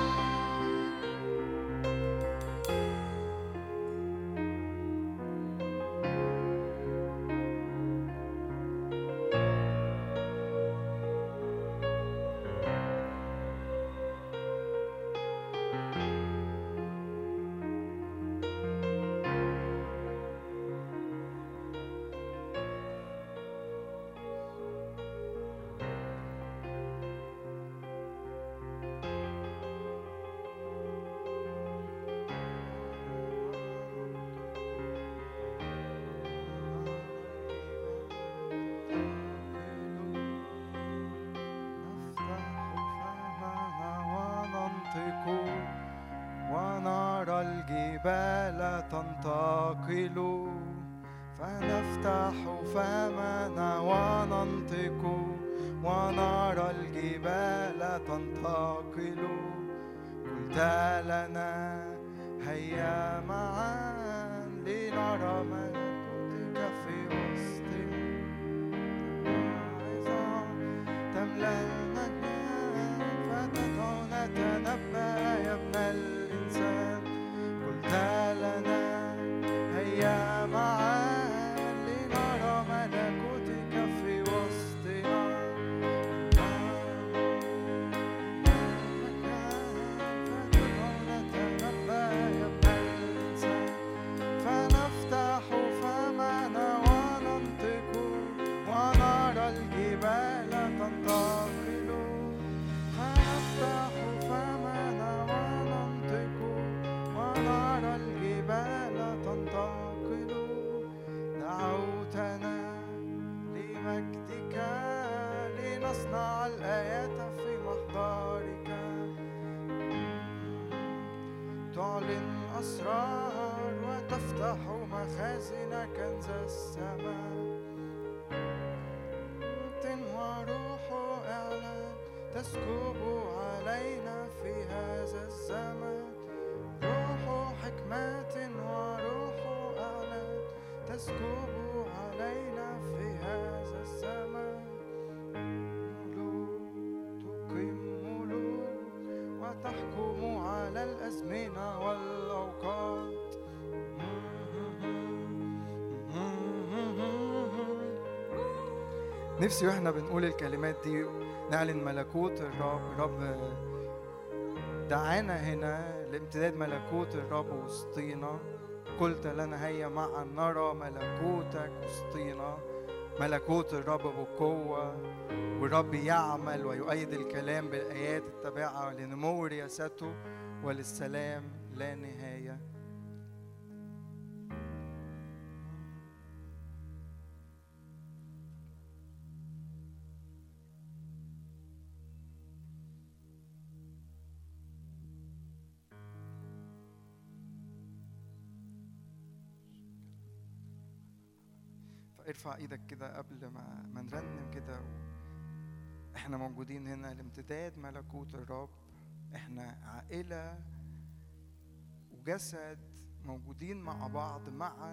ونرى الجبال تنتقل، فنفتح فمنا وننطق، ونرى الجبال تنتقل. قلت لنا هيا معا لنرى ملكوتك في وسطنا، عظام تملأ المكان، فتدعونا نتنبأ يا ابن الإنسان. قلت لنا هيا معا لنرى ملكوتك في وسطنا، فتدعونا نتنبأ يا ابن الإنسان. فنفتح فمنا وننطق، ونرى الجبال تنتقل. فنفتح فمنا وننطق، ونرى الجبال تنتقل. دعوتنا لمجدك لنصنع الآيات في محضرك، تعلن أسرار وتفتح مخازن كنز السماء. وروحه إعلان تسكب علينا في هذا الزمن. روح حكمة وروح إعلان تسكب علينا في هذا الزمن. ملوك تقيم ملوك وتحكم على الأزمنة والأوقات. نفسي واحنا بنقول الكلمات دي نعلن ملكوت الرب. الرب دعانا هنا لامتداد ملكوت الرب وسطينا. قلت لنا هيا معا نرى ملكوتك وسطينا. ملكوت الرب بقوة، والرب يعمل ويؤيد الكلام بالآيات التابعة لنمو رياسته وللسلام لا نهاية. ارفع ايدك كده قبل ما ما نرنم كده. احنا موجودين هنا لامتداد ملكوت الرب. احنا عائلة وجسد موجودين مع بعض معا،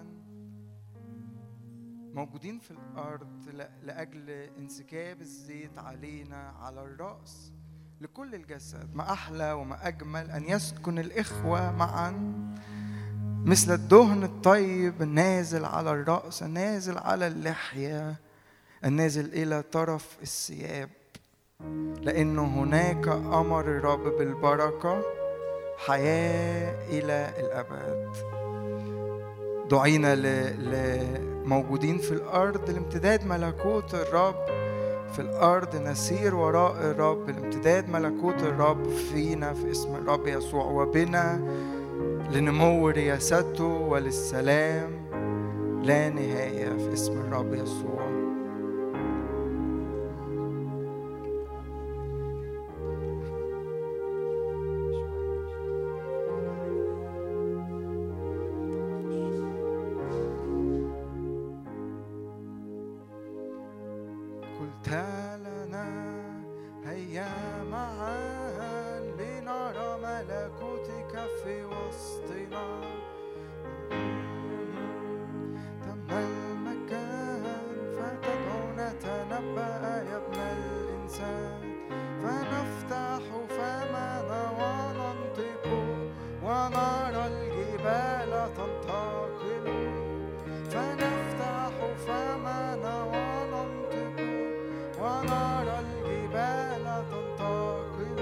موجودين في الارض لاجل انسكاب الزيت علينا على الرأس لكل الجسد. ما احلى وما اجمل ان يسكن الاخوة معا مثل الدهن الطيب النازل على الرأس، النازل على اللحية، النازل إلى طرف الثياب. لأنه هناك أمر الرب بالبركة، حياة إلى الأبد. دعينا لموجودين في الأرض لامتداد ملكوت الرب في الأرض، نسير وراء الرب لامتداد ملكوت الرب فينا في اسم الرب يسوع وبنا، لنمو رياسته وللسلام لا نهاية في اسم الرب يسوع. قلت لنا هيا معا لنرى ملكوتك في وسطنا. تم المكان فتدعونا نتنبأ يا ابن الإنسان، فنفتح فمنا وننطق ونرى الجبال تنتقل. فنفتح فمنا وننطق ونرى الجبال تنتقل.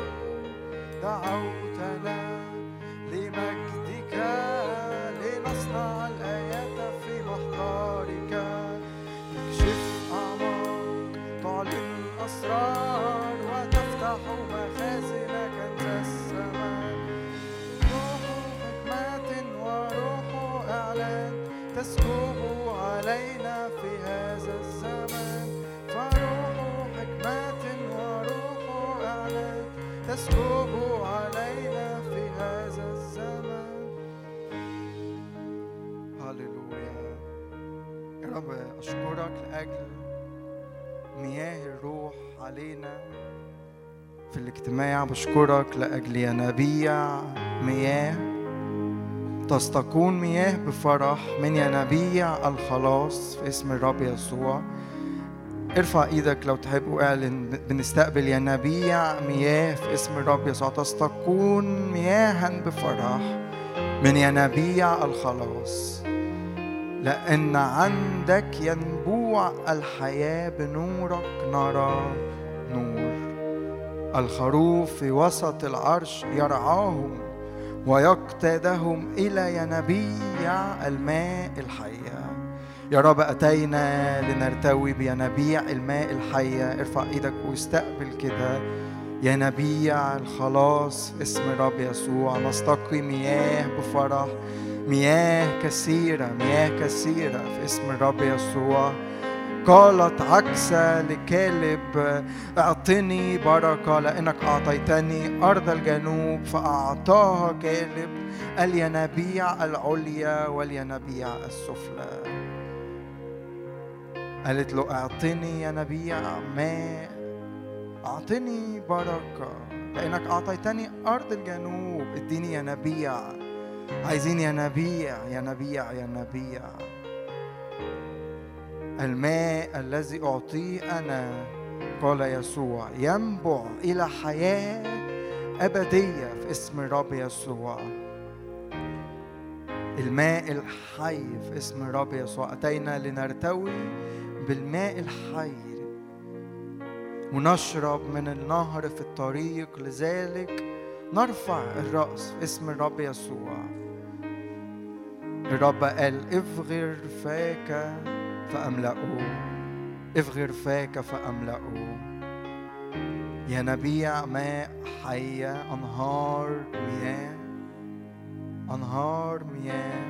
دعوتنا لمجدك لنصنع الآيات في محضرك. تكشف أعماق تعلن أسرار وتفتح مخازن كنز السماء. روح حكمة وروح إعلان تسكب علينا في هذا الزمان. فروح حكمة وروح إعلان تسكب علينا في هذا الزمان. هاليلويا يا رب، أشكرك لأجل مياه الروح علينا في الاجتماع. بشكرك لأجل ينابيع مياه تستقون مياه بفرح من ينابيع الخلاص في اسم الرب يسوع. ارفع ايدك لو تحب واعلن بنستقبل ينابيع مياه في اسم الرب يسوع. تستقون مياها بفرح من ينابيع الخلاص، لأن عندك ينبوع الحياة بنورك نرى نور. الخروف في وسط العرش يرعاهم ويقتادهم إلى ينابيع الماء الحية. يا رب أتينا لنرتوي بينابيع الماء الحية. ارفع ايدك واستقبل كده ينابيع الخلاص في اسم الرب يسوع. نستقي مياه بفرح، مياه كثيرة، مياه كثيرة في اسم الرب يسوع. قالت عكسة لكالب اعطني بركة لأنك أعطيتني أرض الجنوب، فأعطاها كالب الينابيع العليا والينابيع السفلى. قالت له اعطني ينابيع ماء أعطني بركة لأنك أعطيتني أرض الجنوب. اديني ينابيع، عايزين ينابيع ينابيع ينابيع. الماء الذي أعطيه أنا، قال يسوع، ينبع إلى حياة أبدية في اسم الرب يسوع. الماء الحي في اسم الرب يسوع. أتينا لنرتوي بالماء الحي ونشرب من النهر في الطريق، لذلك نرفع الرأس في اسم الرب يسوع. الرب قال افغر فاك فأملأه، افغر فاك فأملأه. ينابيع ماء حية، أنهار مياه، أنهار مياه،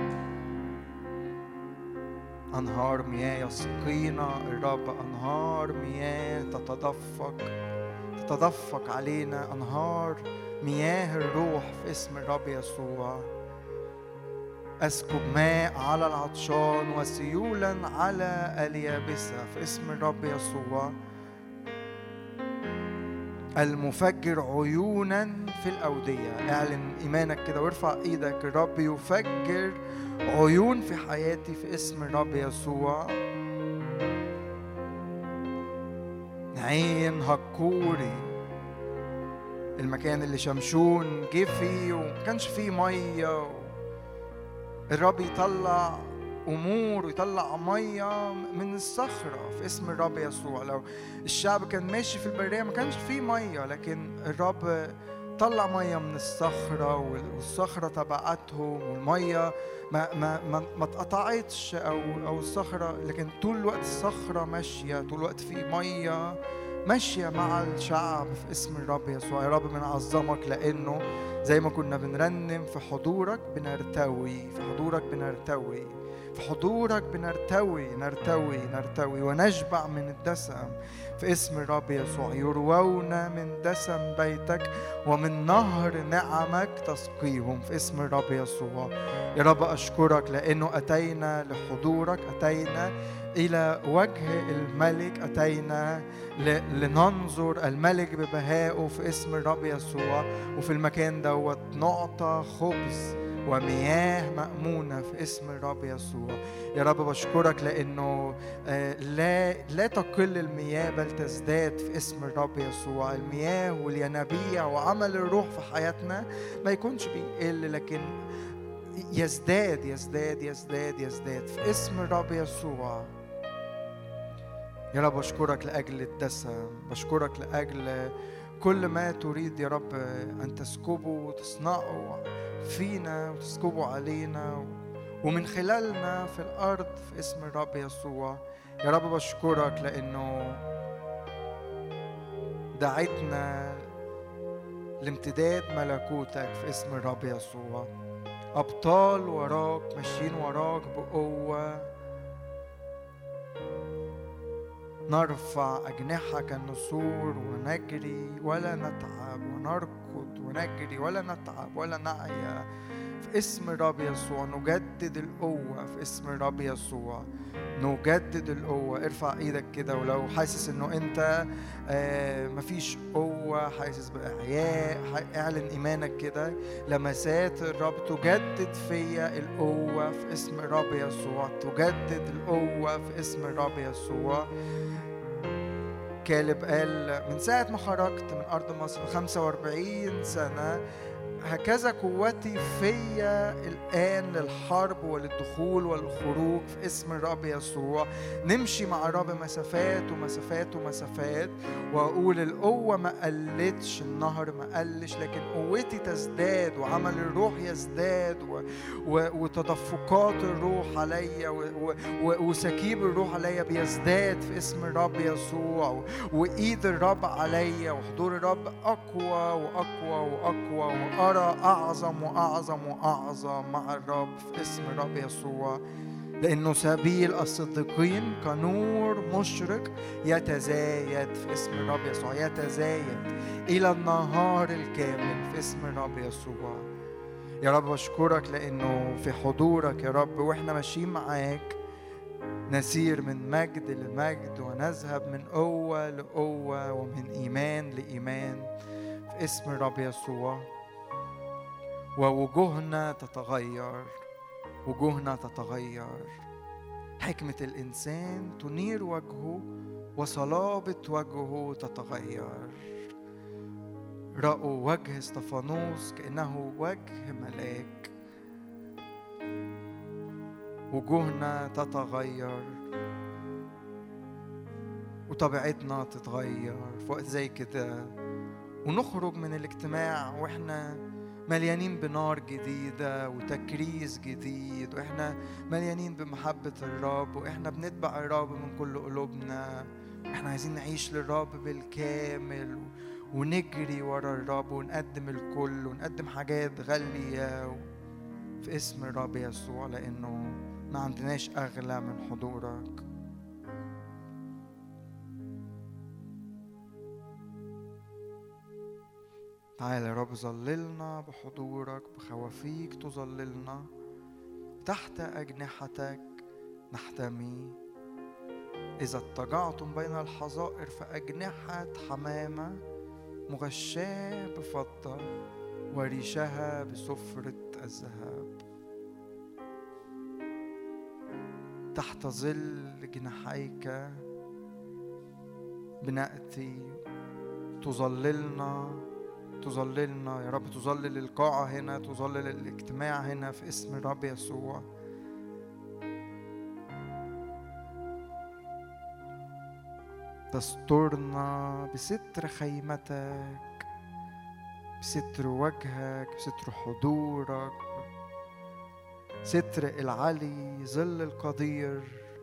أنهار مياه يسقينا الرب. أنهار مياه تتدفق تتدفق علينا، أنهار مياه الروح في اسم الرب يسوع. أسكب ماء على العطشان وسيولا على اليابسة في اسم الرب يسوع. المفجر عيونا في الأودية. اعلن إيمانك كده وارفع إيدك. الرب يفجر عيون في حياتي في اسم الرب يسوع. عين هكوري، المكان اللي شمشون جه فيه ومكانش فيه مية، الرب يطلع أمور ويطلع مية من الصخرة في اسم الرب يسوع. لو الشعب كان ماشي في البرية ما كانش فيه مية، لكن الرب طلع مية من الصخرة والصخرة تبعتهم، والمية ما ما ما ما اتقطعتش أو أو الصخرة، لكن طول الوقت الصخرة ماشية، طول الوقت في مية ماشية مع الشعب في اسم الرب يسوع. يا رب بنعظمك لأنه زي ما كنا بنرنم، في حضورك بنرتوي، في حضورك بنرتوي، في حضورك بنرتوي نرتوي نرتوي ونشبع من الدسم في اسم الرب يسوع. يروون من دسم بيتك ومن نهر نعمك تسقيهم في اسم الرب يسوع. يا رب أشكرك لأنه أتينا لحضورك، أتينا إلى وجه الملك، أتينا لننظر الملك ببهائه في اسم الرب يسوع. وفي المكان دوت نعطى خبز ومياه مأمونة في اسم الرب يسوع. يا رب بشكرك لأنه لا لا تقل المياه بل تزداد في اسم الرب يسوع. المياه والينابيع وعمل الروح في حياتنا ما يكونش بيقل، لكن يزداد يزداد يزداد يزداد في اسم الرب يسوع. يا رب بشكرك لأجل الدسم، بشكرك لأجل كل ما تريد يا رب أن تسكبه وتصنعه فينا وتسكبه علينا ومن خلالنا في الأرض في اسم الرب يسوع. يا رب بشكرك لأنه دعيتنا لامتداد ملكوتك في اسم الرب يسوع. أبطال وراك ماشيين وراك بقوة، نرفع أجنحة كالنسور ونجري ولا نتعب، ونركض ونجري ولا نتعب ولا نعيا في اسم الرب يسوع. نجدد القوة في اسم الرب يسوع، نجدد القوة. ارفع ايدك كده ولو حاسس انه انت آه مفيش قوة، حاسس بإعياء، اعلن ايمانك كده. لمسات الرب تجدد فيا القوة في اسم الرب يسوع، تجدد القوة في اسم الرب يسوع. كالب قال من ساعة ما خرجت من أرض مصر خمسة وأربعين سنة هكذا قوتي فيا الآن للحرب وللدخول والخروج في اسم الرب يسوع. نمشي مع الرب مسافات ومسافات ومسافات وأقول القوة ما قلتش، النهر ما قلش، لكن قوتي تزداد وعمل الروح يزداد و... و... وتدفقات الروح عليا و... و... وسكيب الروح عليا بيزداد في اسم الرب يسوع و... وإيد الرب عليا وحضور الرب أقوى وأقوى وأقوى وأرى أعظم وأعظم وأعظم مع الرب في اسم الرب يسوع. لأنه سبيل الصديقين كنور مشرق يتزايد في اسم الرب يسوع، يتزايد إلى النهار الكامل في اسم الرب يسوع. يا رب أشكرك لأنه في حضورك يا رب وإحنا ماشيين معاك نسير من مجد لمجد ونذهب من قوة لقوة ومن إيمان لإيمان في اسم الرب يسوع. ووجوهنا تتغير، وجوهنا تتغير. حكمة الإنسان تنير وجهه وصلابة وجهه تتغير. رأوا وجه استفانوس كأنه وجه ملاك. وجوهنا تتغير وطبيعتنا تتغير في وقت زي كده، ونخرج من الاجتماع واحنا مليانين بنار جديدة وتكريس جديد، واحنا مليانين بمحبة الرب، واحنا بنتبع الرب من كل قلوبنا. احنا عايزين نعيش للرب بالكامل ونجري ورا الرب ونقدم الكل ونقدم حاجات غالية في اسم الرب يسوع، لأنه ما عندناش أغلى من حضورك. تعالى يا رب، ظللنا بحضورك، بخوافيك تظللنا، تحت أجنحتك نحتمي. إذا اضطجعتم بين الحظائر فأجنحة حمامة مغشاة بفضة وريشها بسفرة الذهب. تحت ظل جناحيك بنأتي، تظللنا تظللنا يا رب، تظلل القاعة هنا، تظلل الاجتماع هنا في اسم الرب يسوع. تسترنا بستر خيمتك، بستر وجهك، بستر حضورك، ستر العلي، ظل القدير.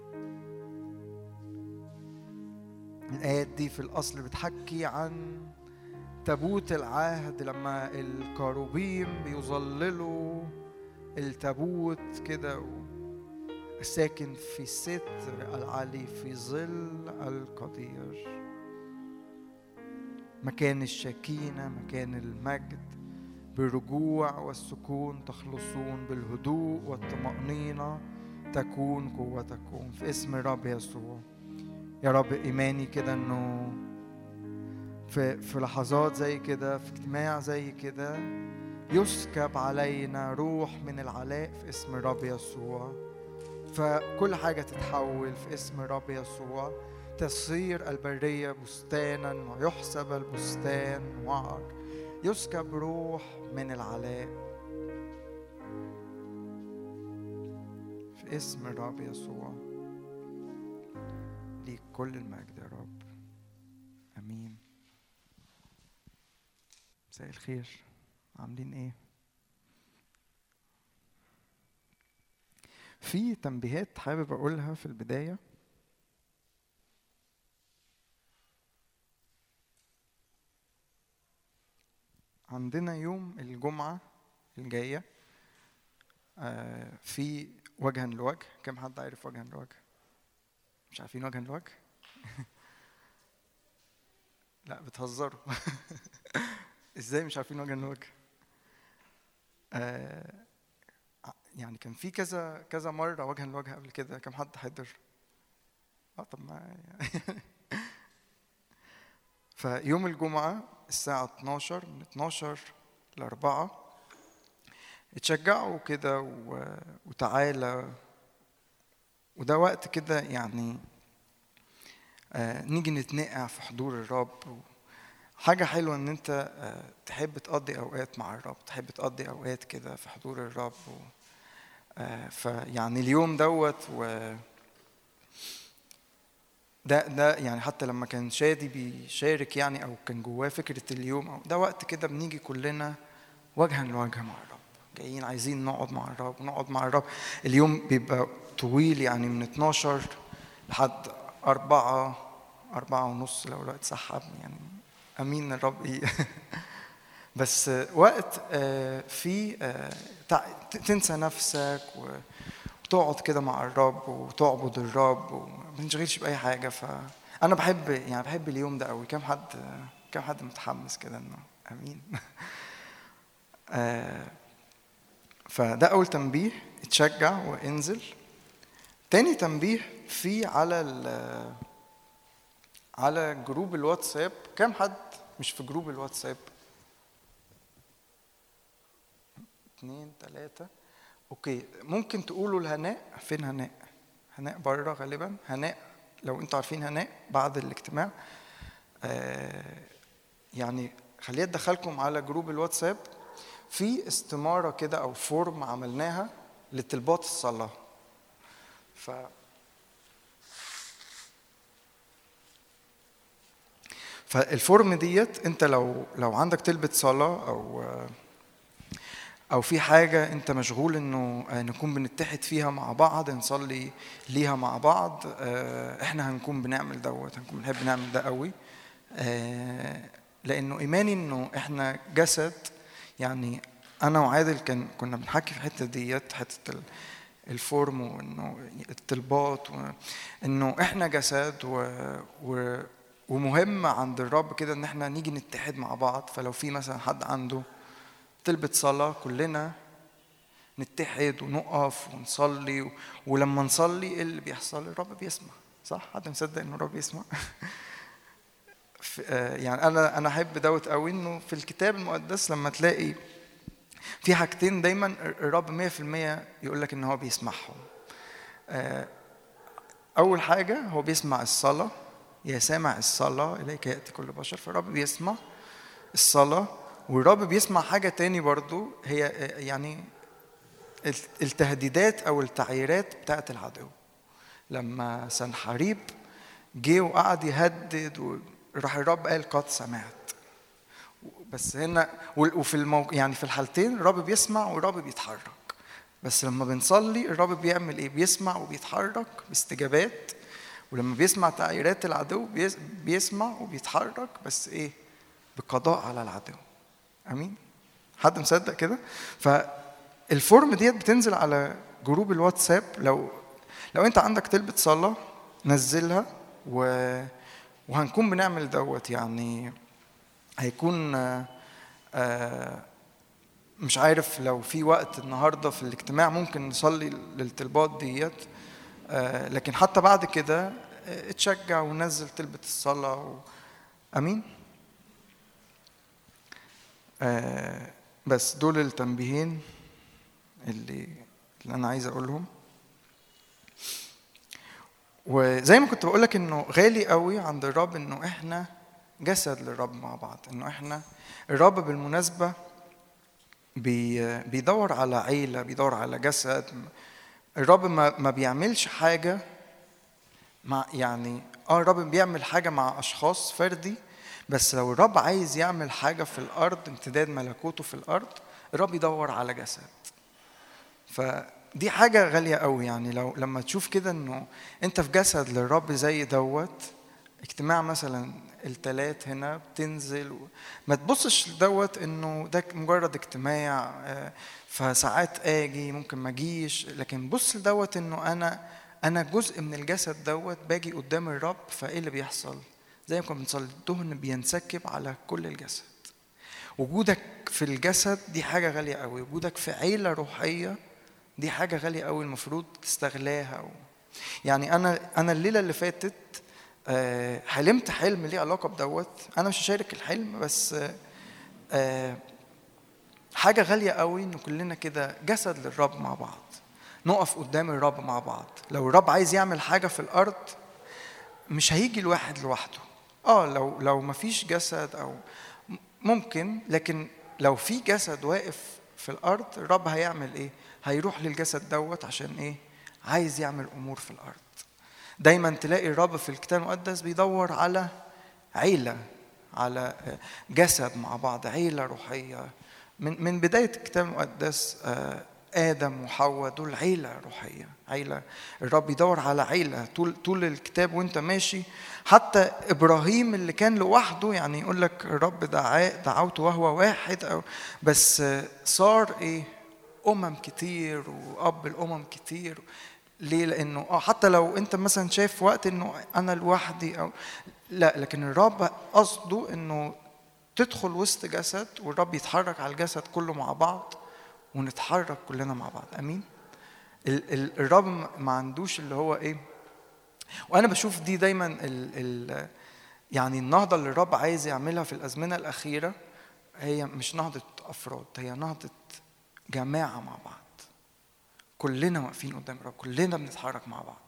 الآيات دي في الأصل بتحكي عن تابوت العهد، لما الكاروبيم بيظللوا التابوت كده، الساكن في ستر العلي في ظل القدير. مكان الشكينة، مكان المجد، بالرجوع والسكون تخلصون، بالهدوء والطمأنينة تكون قوتكم في اسم الرب يسوع. يا رب إيماني كده إنه في في لحظات زي كده، في اجتماع زي كده، يسكب علينا روح من العلاء في اسم الرب يسوع، فكل حاجة تتحول في اسم الرب يسوع. تصير البرية بستانا ويحسب البستان وعر. يسكب روح من العلاء في اسم الرب يسوع. ليك كل المجد يا رب، امين. مساء الخير، عاملين ايه؟ في تنبيهات حابب اقولها في البداية. عندنا يوم الجمعة الجاية آه في وجها لوجه. كم حد عارف وجها لوجه؟ مش عارفين وجها لوجه؟ لا بتهزروا. ازاي مش عارفين وجها لوجه؟ آه يعني كان في كذا كذا مرة وجها لوجه قبل كده. كم حد حضر؟ اه طب ما فيوم الجمعة الساعة اتناشر، من اتناشر ل أربعة، اتشجعوا كده وتعالى. وده وقت كده يعني آه نيجي نتنقع في حضور الرب. حاجة حلوة ان انت آه تحب تقضي اوقات مع الرب، تحب تقضي اوقات كده في حضور الرب. آه فيعني اليوم دوت و ده ده يعني حتى لما كان شادي بيشارك يعني او كان جواه فكرة اليوم، أو ده وقت كده بنيجي كلنا وجها لوجه مع الرب، جايين عايزين نقعد مع الرب ونقعد مع الرب. اليوم بيبقى طويل يعني من اتناشر لحد أربعة أربعة ونص لو الوقت سحبني يعني. أمين الرب إيه. بس وقت في تنسى نفسك وتقعد كده مع الرب وتعبد الرب وما تنشغلش بأي حاجة. فأنا بحب يعني بحب اليوم ده قوي. كم حد كم حد متحمس كده إنه أمين. فده أول تنبيه، اتشجع وانزل. تاني تنبيه في على على جروب الواتساب. كم حد مش في جروب الواتساب؟ اتنين تلاتة. اوكي، ممكن تقولوا لهناء. فين هناء؟ هناء بره غالبا. هناء لو انتوا عارفين هناء بعد الاجتماع آه يعني خليها تدخلكم على جروب الواتساب. في استمارة كده او فورم عملناها لطلبات الصلاة. ف فالفورم ديت انت لو لو عندك طلبة صلاة او او في حاجة انت مشغول انه نكون بنتحد فيها مع بعض، نصلي ليها مع بعض، احنا هنكون بنعمل دوت، هنكون بنحب نعمل ده قوي. لانه ايماني انه احنا جسد. يعني انا وعادل كان كنا بنحكي في الحته ديت، حته الفورم وانه الطلبات، انه احنا جسد و, و ومهم عند الرب كده ان احنا نيجي نتحد مع بعض. فلو في مثلا حد عنده طلبة صلاة كلنا نتحد ونقف ونصلي، ولما نصلي ايه اللي بيحصل؟ الرب بيسمع. صح؟ حد مصدق انه الرب يسمع؟ يعني انا انا احب دوت قوي انه في الكتاب المقدس لما تلاقي في حاجتين دايما الرب مية في المية يقول لك ان هو بيسمعهم. اول حاجة هو بيسمع الصلاة. يا سامع الصلاة إليك يأتي كل بشر. فالرب بيسمع الصلاة. والرب بيسمع حاجة تاني برضو، هي يعني التهديدات أو التعييرات بتاعت العدو. لما سنحريب جه وقعد يهدد وراح الرب قال قد سمعت. بس هنا وفي الموقع يعني في الحالتين الرب بيسمع والرب بيتحرك. بس لما بنصلي الرب بيعمل ايه؟ بيسمع وبيتحرك باستجابات. ولما بيسمع تعييرات العدو بيسمع وبيتحرك بس ايه؟ بقضاء على العدو. امين؟ حد مصدق كده؟ فالفورم ديت بتنزل على جروب الواتساب. لو لو انت عندك طلبة صلاة نزلها و... وهنكون بنعمل دوت. يعني هيكون آه مش عارف لو في وقت النهارده في الاجتماع ممكن نصلي للطلبات ديت. آه لكن حتى بعد كده آه اتشجع ونزل طلبة الصلاة و... امين. آه بس دول التنبيهين اللي اللي انا عايز اقولهم. وزي ما كنت بقولك انه غالي قوي عند الرب انه احنا جسد للرب مع بعض. انه احنا الرب بالمناسبة بيدور على عيلة، بيدور على جسد. الرب ما بيعملش حاجة مع يعني اه الرب بيعمل حاجة مع اشخاص فردي. بس لو الرب عايز يعمل حاجة في الارض، امتداد ملكوته في الارض، الرب يدور على جسد. فدي حاجة غالية قوي. يعني لو لما تشوف كده انه انت في جسد للرب زي دوت، اجتماع مثلا التلات هنا بتنزل و... ما تبصش دوت انه ده مجرد اجتماع فساعات اجي ممكن ما اجيش. لكن بص دوت انه انا انا جزء من الجسد دوت، باجي قدام الرب. فايه اللي بيحصل؟ زي ما كنا بنصلي الدهن بينسكب على كل الجسد. وجودك في الجسد دي حاجة غالية قوي. وجودك في عيلة روحية دي حاجة غالية قوي، المفروض تستغلاها. يعني انا انا الليلة اللي فاتت حلمت حلم ليه علاقة بدوت. أنا مش هشارك الحلم، بس حاجة غالية قوي إنه كلنا كده جسد للرب مع بعض، نقف قدام الرب مع بعض. لو الرب عايز يعمل حاجة في الأرض مش هيجي الواحد لوحده. آه لو لو مفيش جسد أو ممكن، لكن لو في جسد واقف في الأرض الرب هيعمل إيه؟ هيروح للجسد دوت عشان إيه؟ عايز يعمل أمور في الأرض. دايما تلاقي الرب في الكتاب المقدس بيدور على عيلة، على جسد مع بعض، عيلة روحية. من من بداية الكتاب المقدس آدم وحواء دول عيلة روحية، عيلة. الرب يدور على عيلة طول طول الكتاب وانت ماشي. حتى إبراهيم اللي كان لوحده، يعني يقول لك الرب دعاه دعوته وهو واحد، أو بس صار إيه؟ أمم كتير وأب الأمم كتير. ليه؟ لأنه آه حتى لو أنت مثلا شايف وقت إنه أنا لوحدي أو لا، لكن الرب قصده إنه تدخل وسط جسد والرب يتحرك على الجسد كله مع بعض ونتحرك كلنا مع بعض. أمين. الرب ما عندوش اللي هو ايه. وانا بشوف دي دايما ال ال يعني النهضه اللي الرب عايز يعملها في الازمنه الاخيره هي مش نهضه افراد، هي نهضه جماعه مع بعض، كلنا واقفين قدام الرب، كلنا بنتحرك مع بعض.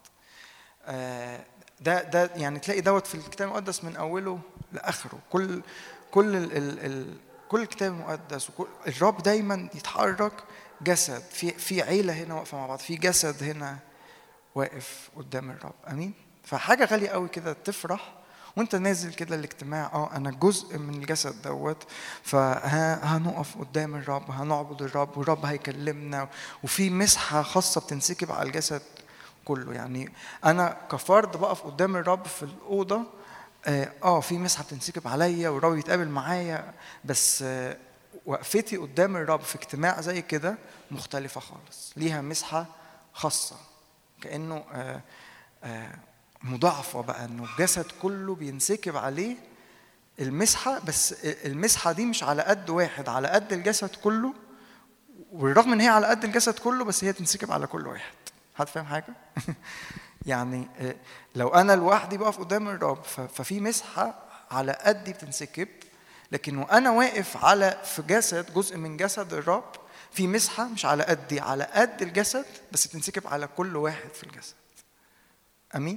ده ده يعني تلاقي دوت في الكتاب المقدس من اوله لاخره. كل كل ال ال ال كل الكتاب المقدس وكل الرب دايما يتحرك جسد، في في عيله هنا واقفه مع بعض، في جسد هنا واقف قدام الرب. امين. فحاجه غاليه قوي كده تفرح وانت نازل كده الاجتماع، اه انا جزء من الجسد دوت، فهنقف قدام الرب، هنعبد الرب والرب هيكلمنا، وفي مسحه خاصه بتنسكب على الجسد كله. يعني انا كفرد بقف قدام الرب في الاوضه، اه في مسحه بتنسكب عليا والرب يتقابل معايا، بس آه وقفتي قدام الرب في اجتماع زي كده مختلفه خالص، ليها مسحه خاصه، كانه آه آه مضاعفه بقى، انه الجسد كله بينسكب عليه المسحه، بس المسحه دي مش على قد واحد، على قد الجسد كله، والرغم ان هي على قد الجسد كله بس هي تنسكب على كل واحد. حد فاهم حاجه؟ يعني لو انا لوحدي بقف قدام الرب ففي مسحه على قدي بتنسكب، لكن وانا واقف على في جسد جزء من جسد الرب في مسحه مش على قدي، على قد الجسد بس تنسكب على كل واحد في الجسد. امين.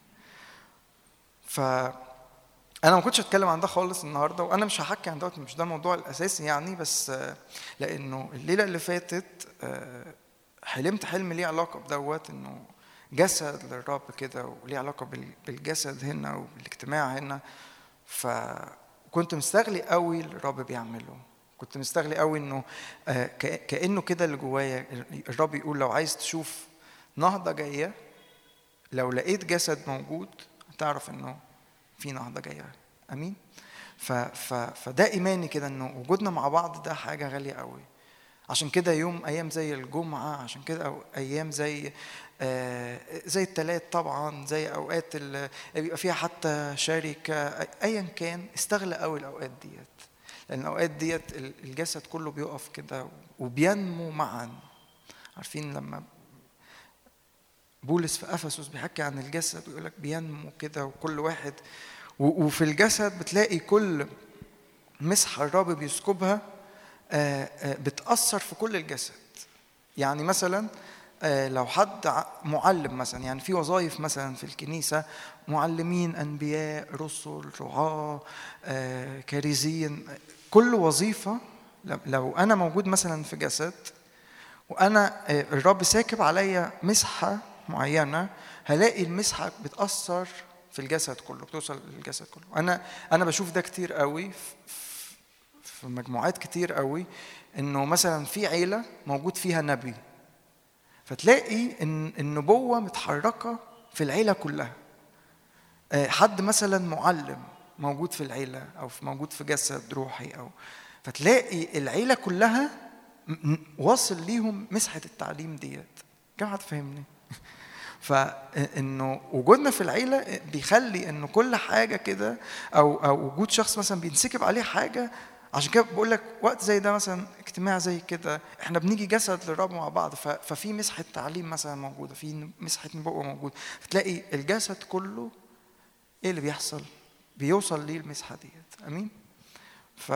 ف انا ما كنتش اتكلم عن ده خالص النهارده، وانا مش هحكي عن دوت، مش ده الموضوع الاساسي يعني، بس لانه الليله اللي فاتت حلمت حلم ليه علاقه بدوت، انه جسد للرب كده وليه علاقه بالجسد هنا وبالاجتماع هنا. فكنت مستغلي قوي اللي الرب بيعمله، كنت مستغلي قوي انه كانه كده اللي جوايا الرب يقول لو عايز تشوف نهضه جايه، لو لقيت جسد موجود هتعرف انه في نهضه جايه. امين. ف ف فده ايماني كده، انه وجودنا مع بعض ده حاجه غاليه قوي. عشان كده يوم ايام زي الجمعه، عشان كده أو ايام زي آه زي الثلاث طبعا، زي اوقات اللي بيبقى فيها حتى شركه، ايا كان استغلى قوي الاوقات ديت، لان الاوقات ديت الجسد كله بيقف كده وبينمو معا. عارفين لما بولس في افسس بيحكي عن الجسد بيقول لك بينمو كده، وكل واحد وفي الجسد بتلاقي كل مسحه الرب بيسكبها بتأثر في كل الجسد. يعني مثلا لو حد معلم مثلا، يعني في وظائف مثلا في الكنيسة، معلمين، أنبياء، رسل، رعاة، كارزين، كل وظيفة لو أنا موجود مثلا في جسد وأنا الرب ساكب عليا مسحة معينة، هلاقي المسحة بتأثر في الجسد كله، بتوصل للجسد كله. أنا أنا بشوف ده كتير قوي في مجموعات كتير قوي، انه مثلا في عيله موجود فيها نبي، فتلاقي ان النبوه متحركه في العيله كلها. حد مثلا معلم موجود في العيله او موجود في جسد روحي، او فتلاقي العيله كلها واصل ليهم مسحه التعليم ديت. كم حد فهمني؟ فانه وجودنا في العيله بيخلي انه كل حاجه كده، او او وجود شخص مثلا بينسكب عليه حاجه. عشان كده بقول لك وقت زي ده مثلا، اجتماع زي كده، احنا بنيجي جسد للرب مع بعض، ففي مسحه تعليم مثلا موجوده، في مسحه نبوه موجوده، فتلاقي الجسد كله ايه اللي بيحصل؟ بيوصل ليه المسحه ديت. امين. ف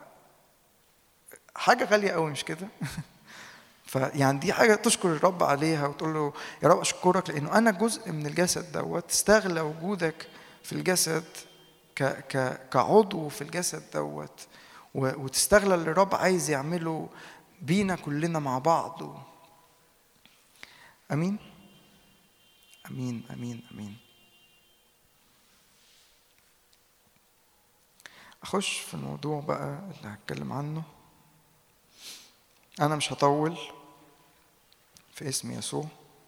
حاجه غاليه قوي، مش كده؟ فيعني دي حاجه تشكر الرب عليها وتقول له يا رب اشكرك لانه انا جزء من الجسد دوت. استغلى وجودك في الجسد ك ك كعضو في الجسد دوت، وتستغلى اللي الرب عايز يعمله بينا كلنا مع بعض. امين امين امين امين. اخش في الموضوع بقى اللي هتكلم عنه. انا مش هطول في اسم يسوع.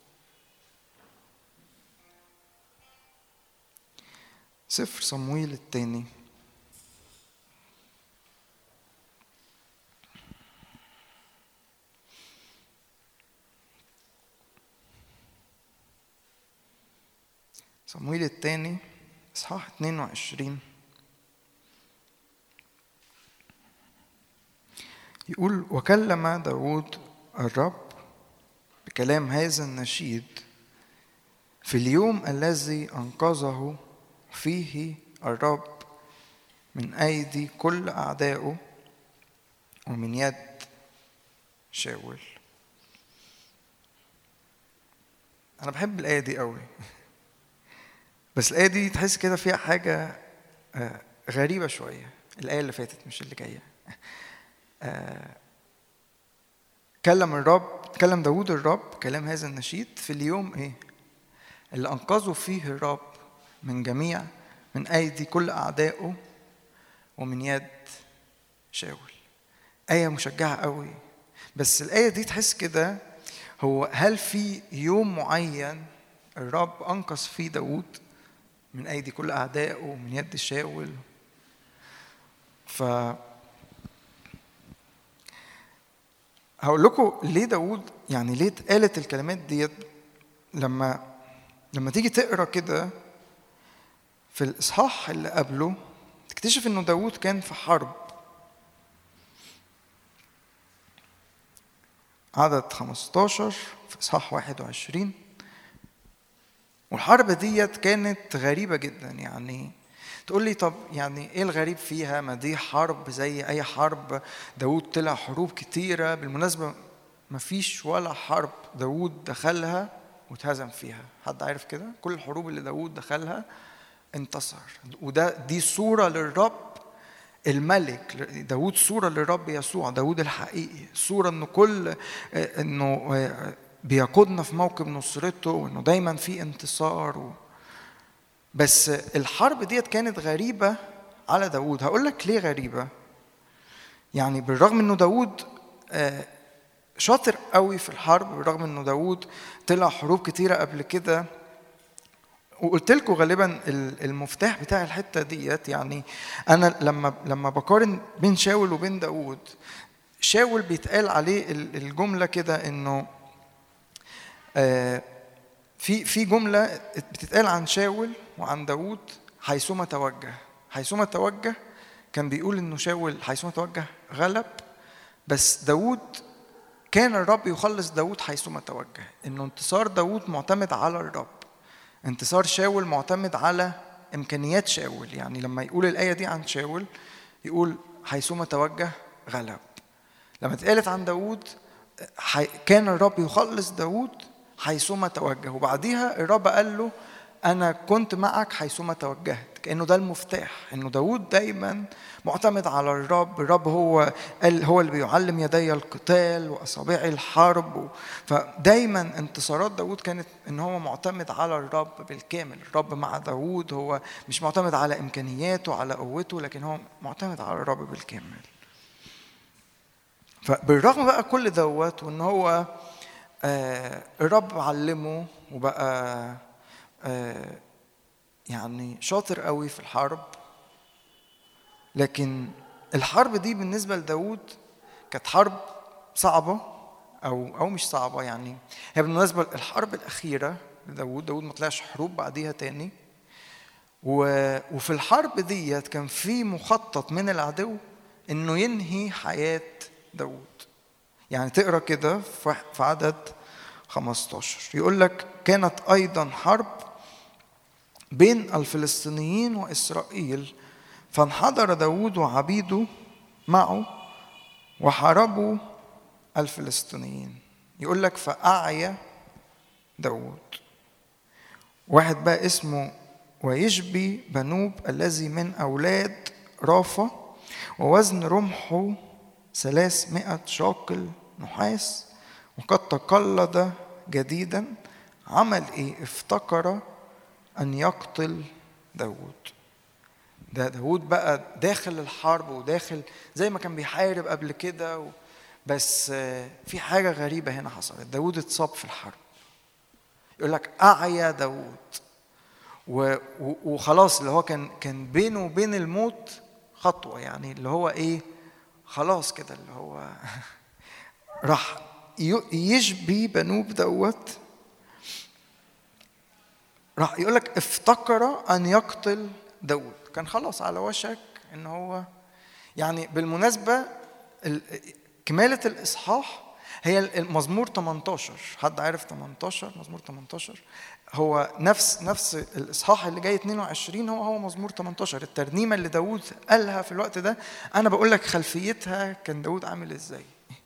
سفر صمويل الثاني صمويل الثاني اصحاح اثنين وعشرين يقول: وكلم داود الرب بكلام هذا النشيد: في اليوم الذي أنقذه فيه الرب من أيدي كل أعدائه ومن يد شاول. أنا بحب الآية دي قوي، بس الآية دي تحس كده فيها حاجة غريبة شوية. الآية اللي فاتت مش اللي جاية. كلم الرب كلم داود الرب كلام هذا النشيد في اليوم إيه اللي أنقذه فيه الرب من جميع من أيدي كل أعدائه ومن يد شاول. آية مشجعة قوي. بس الآية دي تحس كده، هو هل في يوم معين الرب أنقذ فيه داود من أيدي كل أعدائه ومن يد شاول؟ ف هقول لكم ليه داود، يعني ليه اتقالت الكلمات ديت. لما لما تيجي تقرا كده في الإصحاح اللي قبله تكتشف إنه داود كان في حرب. عدد خمستاشر في إصحاح واحد وعشرين. والحرب ديت كانت غريبة جدا. يعني تقول لي طب يعني ايه الغريب فيها؟ ما دي حرب زي اي حرب. داود طلع حروب كتيرة. بالمناسبة ما فيش ولا حرب داود دخلها واتهزم فيها. حد عارف كده؟ كل الحروب اللي داود دخلها انتصر. وده دي صورة للرب الملك. داود صورة للرب يسوع، داود الحقيقي، صورة انه كل انه بيقودنا في موكب نصرته وانه دايما في انتصار و... بس الحرب ديت كانت غريبة على داود. هقول لك ليه غريبة. يعني بالرغم انه داود شاطر قوي في الحرب، بالرغم انه داود طلع حروب كتيرة قبل كده، وقلت لكم غالبا المفتاح بتاع الحتة ديت. يعني انا لما لما بقارن بين شاول وبين داود، شاول بيتقال عليه الجملة كده انه في في جملة بتتقال عن شاول وعن داود: حيثما توجه. حيثما توجه كان بيقول انه شاول حيثما توجه غلب، بس داود كان الرب يخلص داود حيثما توجه. انه انتصار داود معتمد على الرب، انتصار شاول معتمد على امكانيات شاول. يعني لما يقول الآية دي عن شاول يقول حيثما توجه غلب. لما اتقالت عن داود كان الرب يخلص داود حيثما توجه، وبعديها الرب قال له أنا كنت معك حيثما توجهت. كأنه ده المفتاح، إنه داود دايما معتمد على الرب. الرب هو هو اللي بيعلم يدي القتال وأصابع الحرب. فدايما انتصارات داود كانت إن هو معتمد على الرب بالكامل. الرب مع داود، هو مش معتمد على إمكانياته على قوته، لكن هو معتمد على الرب بالكامل. فبالرغم بقى كل دوت وإن هو آه الرب علمه وبقى آه يعني شاطر قوي في الحرب، لكن الحرب دي بالنسبة لداود كانت حرب صعبة أو أو مش صعبة. يعني هي بالمناسبة الحرب الأخيرة لداود، داود ما طلعش حروب بعديها تاني. وفي الحرب دي كان في مخطط من العدو إنه ينهي حياة داود. يعني تقرأ كده في عدد خمستاشر يقول لك: كانت أيضا حرب بين الفلسطينيين وإسرائيل، فانحدر داود وعبيده معه وحاربوا الفلسطينيين. يقول لك فأعيا داود. واحد بقى اسمه ويشبي بنوب الذي من أولاد رافة، ووزن رمحه ثلاثمائة شاقل نحاس، وقد تقلد جديدا. عمل ايه؟ افتكر ان يقتل داود. ده داود بقى داخل الحرب وداخل زي ما كان بيحارب قبل كده، بس في حاجة غريبة هنا حصلت. داود اتصاب في الحرب. يقول لك أعيا داود، وخلاص اللي هو كان كان بينه وبين الموت خطوة. يعني اللي هو ايه، خلاص كده اللي هو راح يشبي بنوب دوت. راح يقول لك افتكر ان يقتل داود. كان خلاص على وشك ان هو، يعني بالمناسبة كمالة الإصحاح هي المزمور ثمانية عشر، حد عارف ثمانية عشر؟ مزمور ثمانية عشر هو نفس نفس الاصحاح اللي جاي اثنين وعشرين، هو هو مزمور ثمانية عشر. الترنيمه اللي داود قالها في الوقت ده، انا بقول لك خلفيتها كان داود عامل ازاي.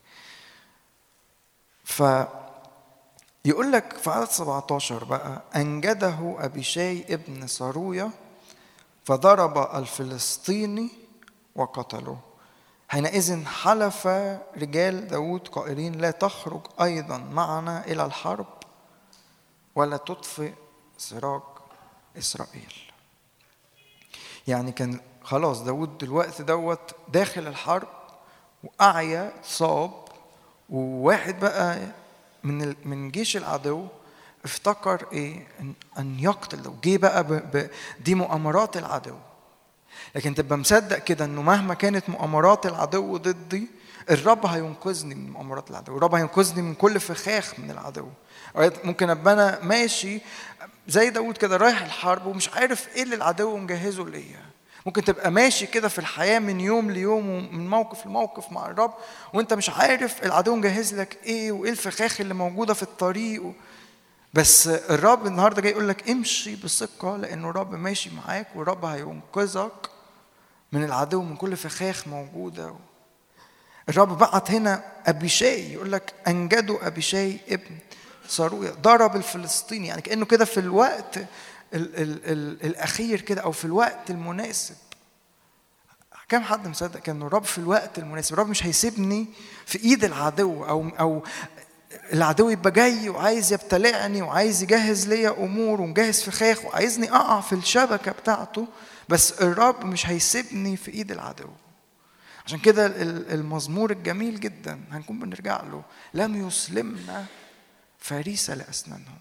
ف يقول لك في عدد سبعة عشر بقى: انجده ابيشاي ابن صارويا فضرب الفلسطيني وقتله. حينئذ حلف رجال داود قائلين: لا تخرج أيضا معنا إلى الحرب ولا تطفئ سراج إسرائيل. يعني كان خلاص داود دلوقتي دوت داخل الحرب وأعيا صاب، وواحد بقى من من جيش العدو افتكر ايه ان يقتل ده، وجي بقى ب... ب... دي مؤامرات العدو. لكن تبقى مصدق كده انه مهما كانت مؤامرات العدو ضدي، الرب هينقذني من مؤامرات العدو، الرب هينقذني من كل فخاخ من العدو. ممكن ابقى انا ماشي زي داود كده رايح الحرب ومش عارف ايه اللي العدو مجهزه ليا. ممكن تبقى ماشي كده في الحياة من يوم ليوم ومن موقف لموقف مع الرب، وانت مش عارف العدو مجهز لك ايه وايه الفخاخ اللي موجودة في الطريق و... بس الرب النهاردة جاي يقول لك امشي بثقة، لانه الرب ماشي معاك، والرب هينقذك من العدو من كل فخاخ موجودة. الرب بعت هنا أبيشاي، يقول لك أنجدوا أبيشاي ابن صارويا ضرب الفلسطيني، يعني كأنه كده في الوقت ال ال ال الأخير كده، أو في الوقت المناسب. كم حد مصدق كأن الرب في الوقت المناسب؟ الرب مش هيسيبني في إيد العدو، أو أو العدو يبقى جاي وعايز يبتلعني وعايز يجهز لي أمور ومجهز فخاخ وعايزني أقع في الشبكة بتاعته، بس الرب مش هيسيبني في إيد العدو. عشان كده المزمور الجميل جدا هنكون بنرجع له: لم يسلمنا فريسة لأسنانهم.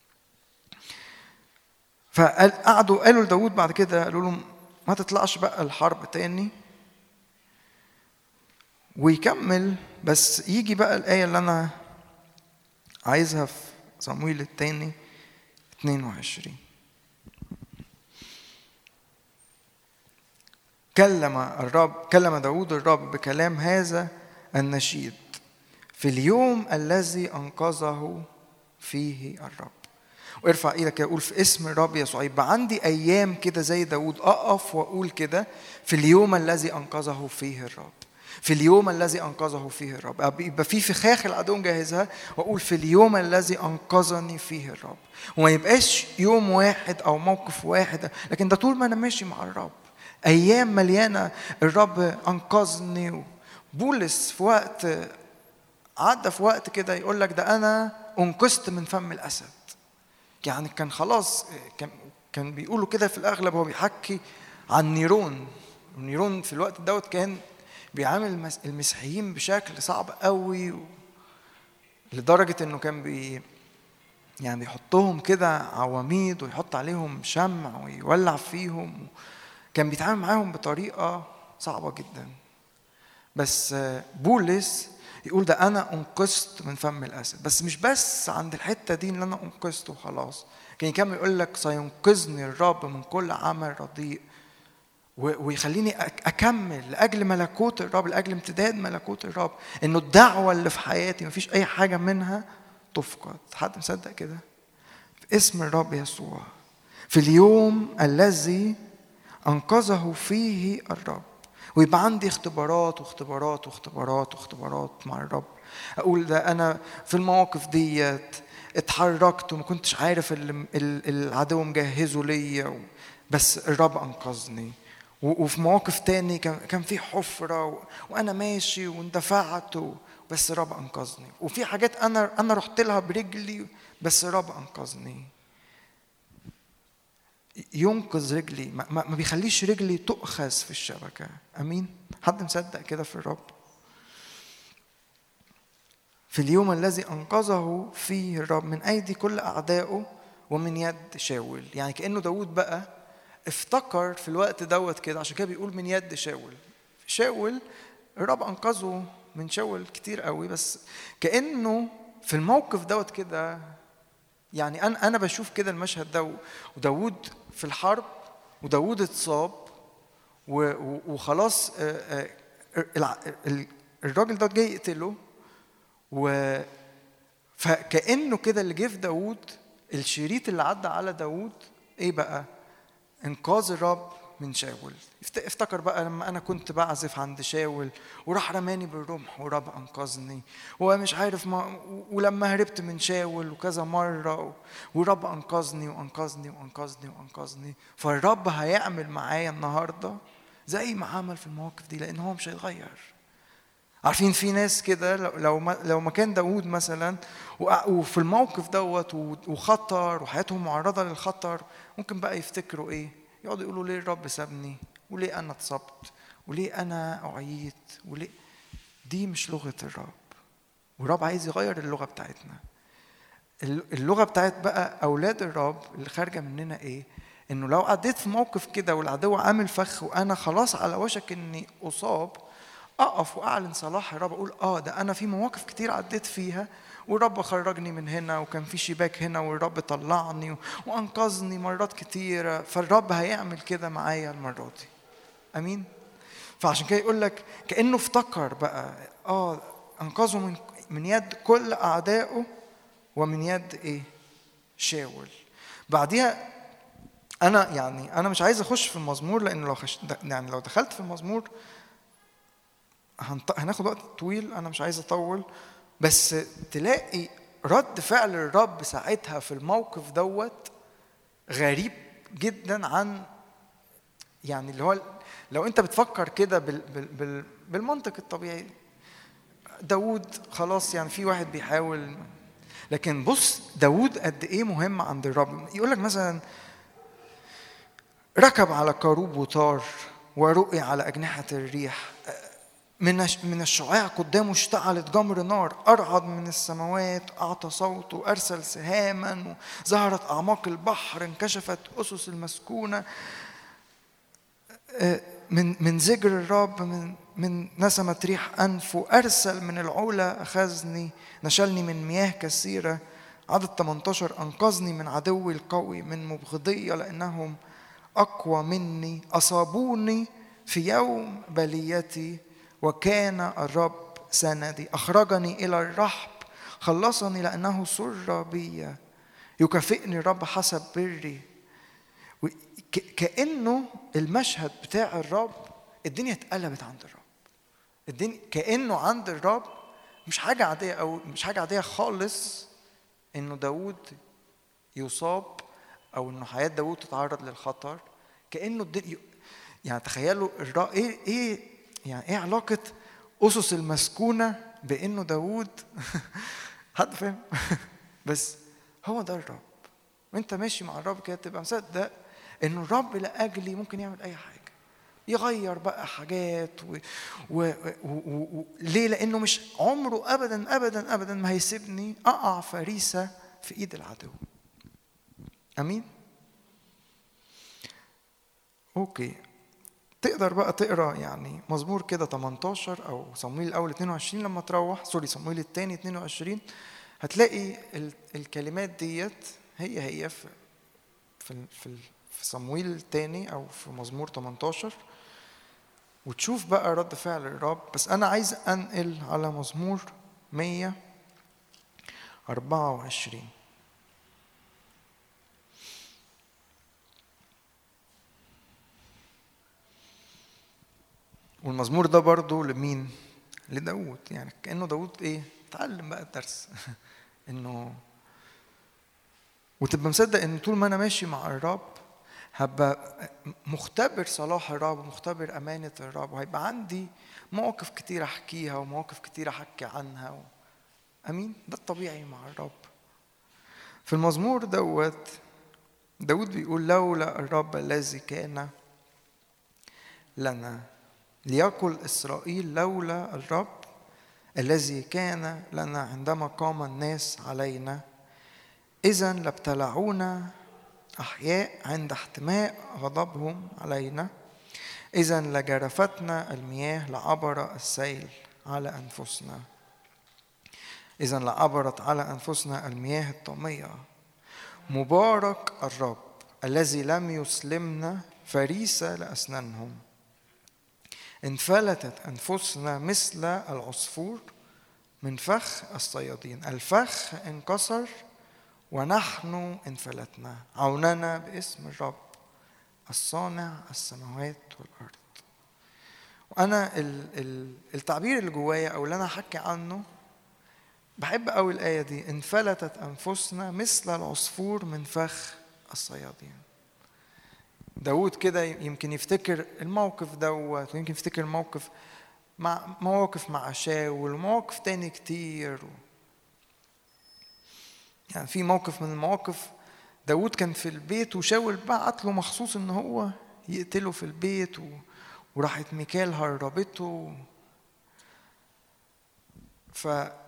فقعدوا قالوا لداود بعد كده، قالوا له ما تطلعش بقى الحرب تاني. ويكمل، بس يجي بقى الآية اللي أنا عايزها في صمويل الثاني اثنين وعشرين. كلم الرب كلم داود الرب بكلام هذا النشيد في اليوم الذي أنقذه فيه الرب. وارفع ايدك يقول في اسم الرب يسوع. يبقى عندي ايام كده زي داود اقف واقول كده: في اليوم الذي انقذه فيه الرب، في اليوم الذي انقذه فيه الرب. يبقى في فخاخ العدو مجهزها، واقول في اليوم الذي انقذني فيه الرب. وما يبقاش يوم واحد او موقف واحد، لكن ده طول ما انا ماشي مع الرب ايام مليانه الرب انقذني. بولس في وقت عدى في وقت كده يقول لك: ده انا انقذت من فم الاسد. يعني كان خلاص، كان كان بيقولوا كده في الاغلب هو بيحكي عن نيرون. نيرون في الوقت دوت كان بيعامل المسيحيين بشكل صعب قوي، لدرجه انه كان بي يعني بيحطهم كده عواميد ويحط عليهم شمع ويولع فيهم. كان بيتعامل معاهم بطريقه صعبه جدا. بس بولس يقول: ده أنا أنقذت من فم الأسد. بس مش بس عند الحتة دي اللي أنا أنقذته وخلاص، كان يكمل يقول لك: سينقذني الرب من كل عمل رديء، ويخليني أكمل لأجل ملكوت الرب، لأجل امتداد ملكوت الرب. إنه الدعوة اللي في حياتي مفيش أي حاجة منها تفقد. حد مصدق كده؟ في اسم الرب يسوع، في اليوم الذي أنقذه فيه الرب. ويبقى عندي اختبارات واختبارات واختبارات واختبارات مع الرب. أقول: ده أنا في المواقف ديت اتحركت وما كنتش عارف العدو مجهزه ليا، بس الرب أنقذني. وفي مواقف تاني كان في حفرة وأنا ماشي واندفعت، بس الرب أنقذني. وفي حاجات أنا أنا رحت لها برجلي، بس الرب أنقذني. ينقذ رجلي، ما, ما بيخليش رجلي تؤخذ في الشبكة. أمين؟ حد مصدق كده في الرب؟ في اليوم الذي أنقذه فيه الرب من أيدي كل أعدائه ومن يد شاول. يعني كأنه داود بقى افتكر في الوقت دوت كده، عشان كده بيقول من يد شاول. شاول الرب أنقذه من شاول كتير قوي، بس كأنه في الموقف دوت كده. يعني أنا أنا بشوف كده المشهد ده، وداود في الحرب، وداود اتصاب وخلاص الراجل ده جاي يقتله، و فكأنه كده اللي جه في داود، الشريط اللي عدى على داود ايه بقى؟ انقاذ الرب من شاول. افتكر بقى لما انا كنت بعزف عند شاول وراح رماني بالرمح ورب انقذني، ومش عارف ما، ولما هربت من شاول وكذا مره ورب انقذني وانقذني وانقذني وانقذني. فالرب هيعمل معايا النهارده زي ما عمل في المواقف دي، لان هو مش هيتغير. عارفين في ناس كده لو ما لو ما كان داود مثلا وفي الموقف دوت وخطر وحياتهم معرضه للخطر، ممكن بقى يفتكروا ايه؟ يقعدوا يقولوا ليه الرب سابني، وليه انا اتصبت، وليه انا اعيت، وليه. دي مش لغه الرب، والرب عايز يغير اللغه بتاعتنا. اللغه بتاعت بقى اولاد الرب اللي خارجه مننا ايه؟ انه لو عديت في موقف كده والعدو عامل فخ وانا خلاص على وشك اني اصاب، اقف واعلن صلاح الرب، اقول اه ده انا في مواقف كتير عديت فيها والرب خرجني من هنا، وكان في شباك هنا والرب طلعني وانقذني مرات كتيره. فالرب هيعمل كده معايا المره دي. امين. فعشان كده يقول لك كانه افتكر بقى اه انقذه من من يد كل اعدائه ومن يد ايه؟ شاول. بعديها انا يعني انا مش عايز اخش في المزمور، لانه لو خش يعني لو دخلت في المزمور هناخد وقت طويل، انا مش عايز اطول. بس تلاقي رد فعل الرب ساعتها في الموقف دوت غريب جدا عن يعني اللي هو لو انت بتفكر كده بال بال بالمنطق الطبيعي. داود خلاص يعني في واحد بيحاول، لكن بص داود قد ايه مهم عند الرب. يقولك مثلا ركب على كروب وطار ورقي على أجنحة الريح، من من الشعاع قدامه اشتعلت جمر نار، أرعد من السماوات أعطى صوته، أرسل سهاما، ظهرت أعماق البحر، انكشفت أسس المسكونة. من من زجر الرب، من من نسمة ريح أنفه، أرسل من العلا أخذني، نشلني من مياه كثيرة. عدد ثمانية عشر أنقذني من عدوي القوي، من مبغضية لأنهم أقوى مني، أصابوني في يوم بليتي وكان الرب سندي. أخرجني إلى الرحب، خلصني لأنه سر بي، يكافئني الرب حسب بري. كأنه المشهد بتاع الرب الدنيا اتقلبت عند الرب. الدنيا كأنه عند الرب مش حاجة عادية، أو مش حاجة عادية خالص إنه داود يصاب أو إنه حياة داود تتعرض للخطر. كأنه الدنيا يعني تخيلوا الرب إيه إيه يعني إيه علاقة أسس المسكونة بإنه داود حد فاهم؟ بس هو ده الرب، وإنت ماشي مع الرب كده تبقى مصدق إنه الرب لأجلي ممكن يعمل أي حاجة، يغير بقى حاجات و... و... و... و... ليه؟ لأنه مش عمره أبدا أبدا أبدا ما هيسيبني أقع فريسة في إيد العدو. أمين؟ أوكي، تقدر بقى تقرأ يعني مزمور كده ثمانية عشر أو صمويل الأول اثنين وعشرين لما تروح، سوري صمويل الثاني اثنين وعشرين، هتلاقي ال... الكلمات ديت هي هي في في في في صمويل الثاني أو في مزمور ثمانية عشر، وتشوف بقى رد فعل الرب. بس أنا عايز أنقل على مزمور مية وأربعة وعشرين. والمزمور ده برضو لمين؟ لداود. يعني كأنه داود إيه؟ تعلم بقى الدرس إنه وتبقى مصدق إن طول ما أنا ماشي مع الرب هبقى مختبر صلاح الرب، مختبر أمانة الرب، وهيبقى عندي مواقف كتير أحكيها ومواقف كتير أحكي عنها و... أمين؟ ده الطبيعي مع الرب. في المزمور دوت داود بيقول لولا الرب الذي كان لنا، ليقل إسرائيل لولا الرب الذي كان لنا عندما قام الناس علينا، إذن لابتلعونا أحياء عند احتماء غضبهم علينا، إذن لجرفتنا المياه لعبر السيل على أنفسنا، إذن لعبرت على أنفسنا المياه الطامية. مبارك الرب الذي لم يسلمنا فريسة لأسنانهم، انفلتت أنفسنا مثل العصفور من فخ الصيادين. الفخ انكسر ونحن انفلتنا، عوننا باسم الرب الصانع السماوات والأرض. وأنا التعبير اللي جوايا أو اللي أنا حكي عنه بحب قوي الآية دي، انفلتت أنفسنا مثل العصفور من فخ الصيادين. داود كده يمكن يفتكر الموقف دوت، ويمكن يفتكر موقف مع مواقف مع شاول ومواقف تاني كتير. يعني في موقف من المواقف داود كان في البيت وشاول بعت له مخصوص ان هو يقتله في البيت، وراحت ميكال هربته. ف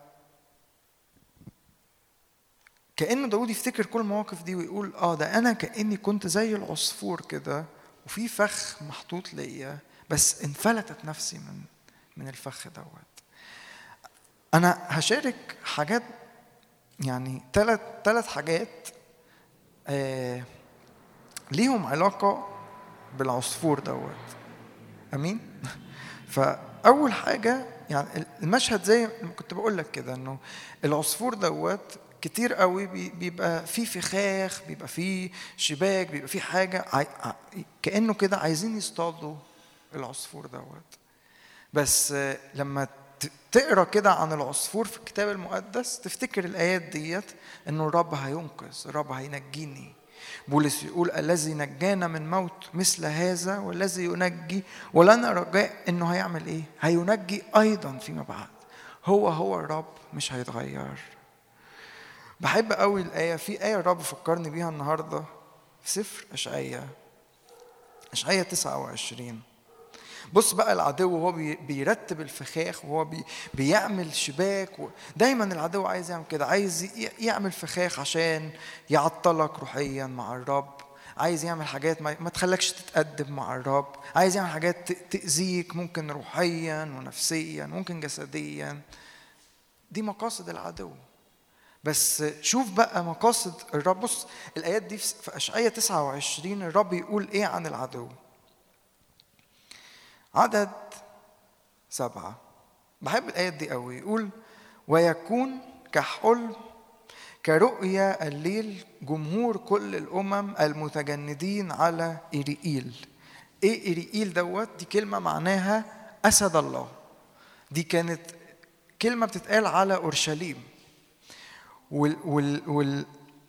كأنه داود يفتكر كل المواقف دي ويقول اه ده انا كأني كنت زي العصفور كده وفي فخ محطوط ليا، بس انفلتت نفسي من من الفخ دوت. انا هشارك حاجات، يعني ثلاث ثلاث حاجات آه ليهم علاقة بالعصفور دوت. امين. فاول حاجة يعني المشهد زي ما كنت بقول لك كده، انه العصفور دوت كتير قوي بيبقى فيه فخاخ، بيبقى فيه شباك، بيبقى فيه حاجة كأنه كده عايزين يصطادوا العصفور دوت. بس لما تقرأ كده عن العصفور في الكتاب المقدس تفتكر الآيات ديت، إنه الرب هينقذ، الرب هينجيني. بولس يقول الذي نجانا من موت مثل هذا والذي ينجي، ولنا رجاء إنه هيعمل إيه؟ هينجي أيضا فيما بعد. هو هو الرب مش هيتغير. بحب قوي الآية، في آية الرب فكرني بيها النهاردة في سفر أشعياء، أشعياء تسعة وعشرين. بص بقى العدو وهو بيرتب الفخاخ وهو بيعمل شباك، دايما العدو عايز يعمل كده، عايز يعمل فخاخ عشان يعطلك روحيا مع الرب، عايز يعمل حاجات ما تخلكش تتقدم مع الرب، عايز يعمل حاجات تأذيك ممكن روحيا ونفسيا ممكن جسديا. دي مقاصد العدو. بس شوف بقى مقاصد الرب. بص الآيات دي في أشعياء تسعة وعشرين الرب يقول إيه عن العدو. عدد سبعة، بحب الآيات دي قوي. يقول ويكون كحلم كرؤيا الليل جمهور كل الأمم المتجندين على إيريئيل. إيه إيريئيل دوت؟ دي كلمة معناها أسد الله. دي كانت كلمة بتتقال على أورشليم. وال وال وال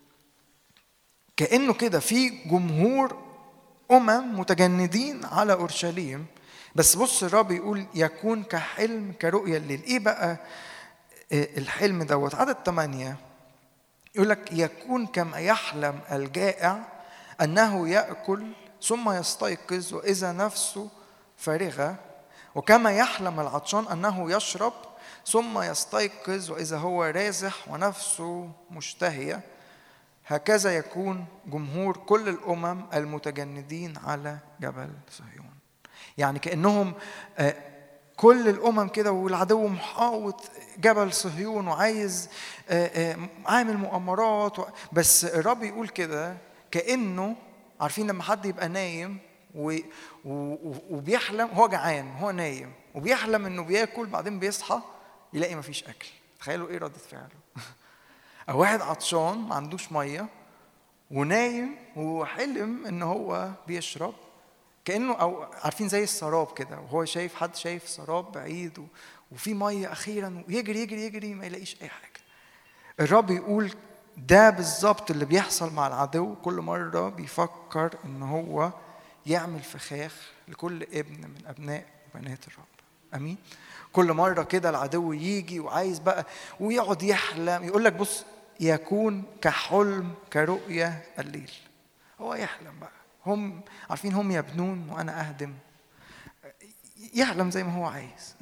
كأنه كده في جمهور أمم متجندين على أورشليم. بس بص الرب يقول يكون كحلم كرؤيا الليل. إيه بقى الحلم دوت؟ عدد ثمانية يقول لك يكون كما يحلم الجائع أنه يأكل ثم يستيقظ وإذا نفسه فارغة، وكما يحلم العطشان أنه يشرب ثم يستيقظ وإذا هو رازح ونفسه مشتهية، هكذا يكون جمهور كل الأمم المتجندين على جبل صهيون. يعني كأنهم كل الأمم كده والعدو محاوط جبل صهيون وعايز عامل مؤامرات، بس الرب يقول كده كأنه عارفين لما حد يبقى نايم وبيحلم، هو جعان هو نايم وبيحلم انه بياكل، بعدين بيصحى يلاقي مفيش اكل. تخيلوا ايه ردة فعله. او واحد عطشان ما عندوش ميه ونايم وحلم ان هو بيشرب، كأنه او عارفين زي السراب كده، وهو شايف حد شايف سراب بعيد وفي ميه اخيرا ويجري يجري يجري ما يلاقيش اي حاجه. الرب يقول ده بالظبط اللي بيحصل مع العدو. كل مره بيفكر ان هو يعمل فخاخ لكل ابن من ابناء وبنات الرب. امين. كل مره كده العدو يجي وعايز بقى ويقعد يحلم، يقول لك بص يكون كحلم كرؤيا الليل. هو يحلم بقى، هم عارفين هم يبنون وانا اهدم، يحلم زي ما هو عايز.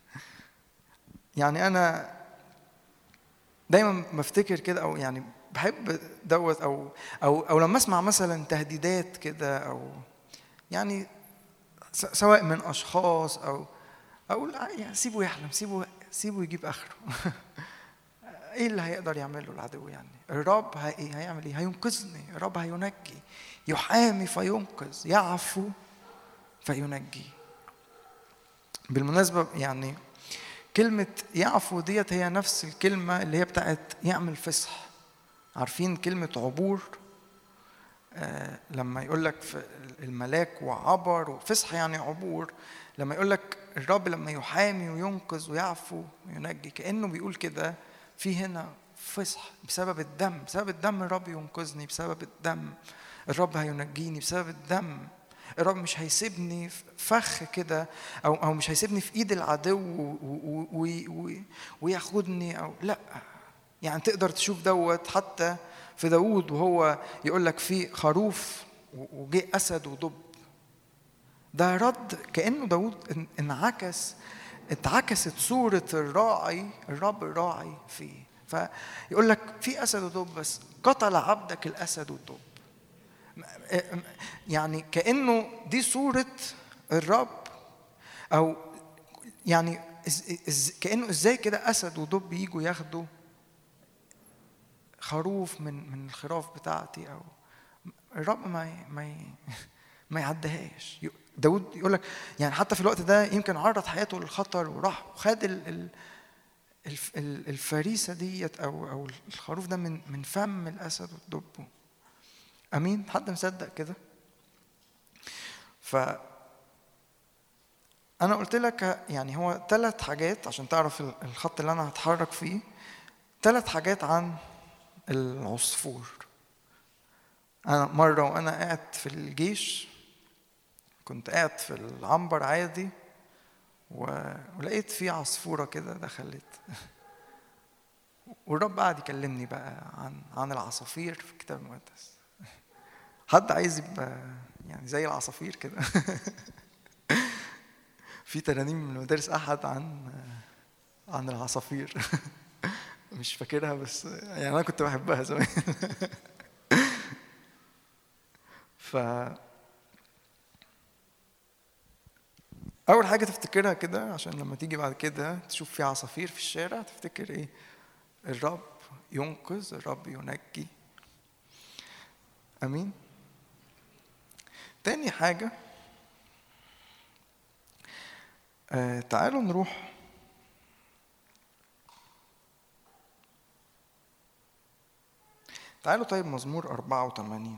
يعني انا دايما بفتكر كده، او يعني بحب دوت، او او او لما اسمع مثلا تهديدات كده، او يعني سواء من اشخاص او اقول يعني سيبه يحلم، سيبه سيبه يجيب اخره. ايه اللي هيقدر يعمله العدو؟ يعني الرب هي هيعمل ايه؟ هينقذني. الرب هينجي، يحامي فينقذ، يعفو فينجي. بالمناسبه يعني كلمة يعفو ديت هي نفس الكلمة اللي هي بتاعت يعمل فصح. عارفين كلمة عبور؟ آه لما يقول لك الملاك وعبر، وفصح يعني عبور. لما يقول لك الرب لما يحامي وينقذ ويعفو وينجي، كأنه بيقول كده في هنا فصح بسبب الدم. بسبب الدم الرب ينقذني، بسبب الدم الرب هينجيني، بسبب الدم الرب مش هيسيبني فخ كده، او او مش هيسيبني في ايد العدو وياخدني، او لا. يعني تقدر تشوف دوت حتى في داود، وهو يقول لك في خروف وجه اسد ودب. ده رد كأنه داود انعكس اتعكست صورة الراعي، الرب الراعي فيه. فيقول لك في اسد ودب، بس قتل عبدك الاسد والدب. يعني كأنه دي صورة الرب، أو يعني كأنه إزاي كده أسد ودب ييجوا ياخدوا خروف من من الخراف بتاعتي، أو الرب ما ما ما يعدهاش. داود يقول لك يعني حتى في الوقت ده يمكن عرض حياته للخطر، وراح وخد ال الفريسة ديت أو أو الخروف ده من من فم الأسد والدب. أمين؟ حد مصدق كده؟ ف أنا قلت لك يعني هو ثلاث حاجات عشان تعرف الخط اللي أنا هتحرك فيه. ثلاث حاجات عن العصفور. أنا مرة وأنا قاعد في الجيش، كنت قاعد في العنبر عادي، ولقيت في عصفورة كده دخلت، والرب قاعد يكلمني بقى عن عن العصافير في الكتاب المقدس. حد عايز يبقى يعني زي العصافير كده؟ في ترانيم من مدارس أحد عن عن العصافير. مش فاكرها، بس يعني أنا كنت بحبها زمان. ف أول حاجة تفتكرها كده عشان لما تيجي بعد كده تشوف في عصافير في الشارع، تفتكر إيه؟ الرب ينقذ، الرب ينجي. أمين. تاني حاجة، آه تعالوا نروح تعالوا طيب مزمور أربعة وثمانين.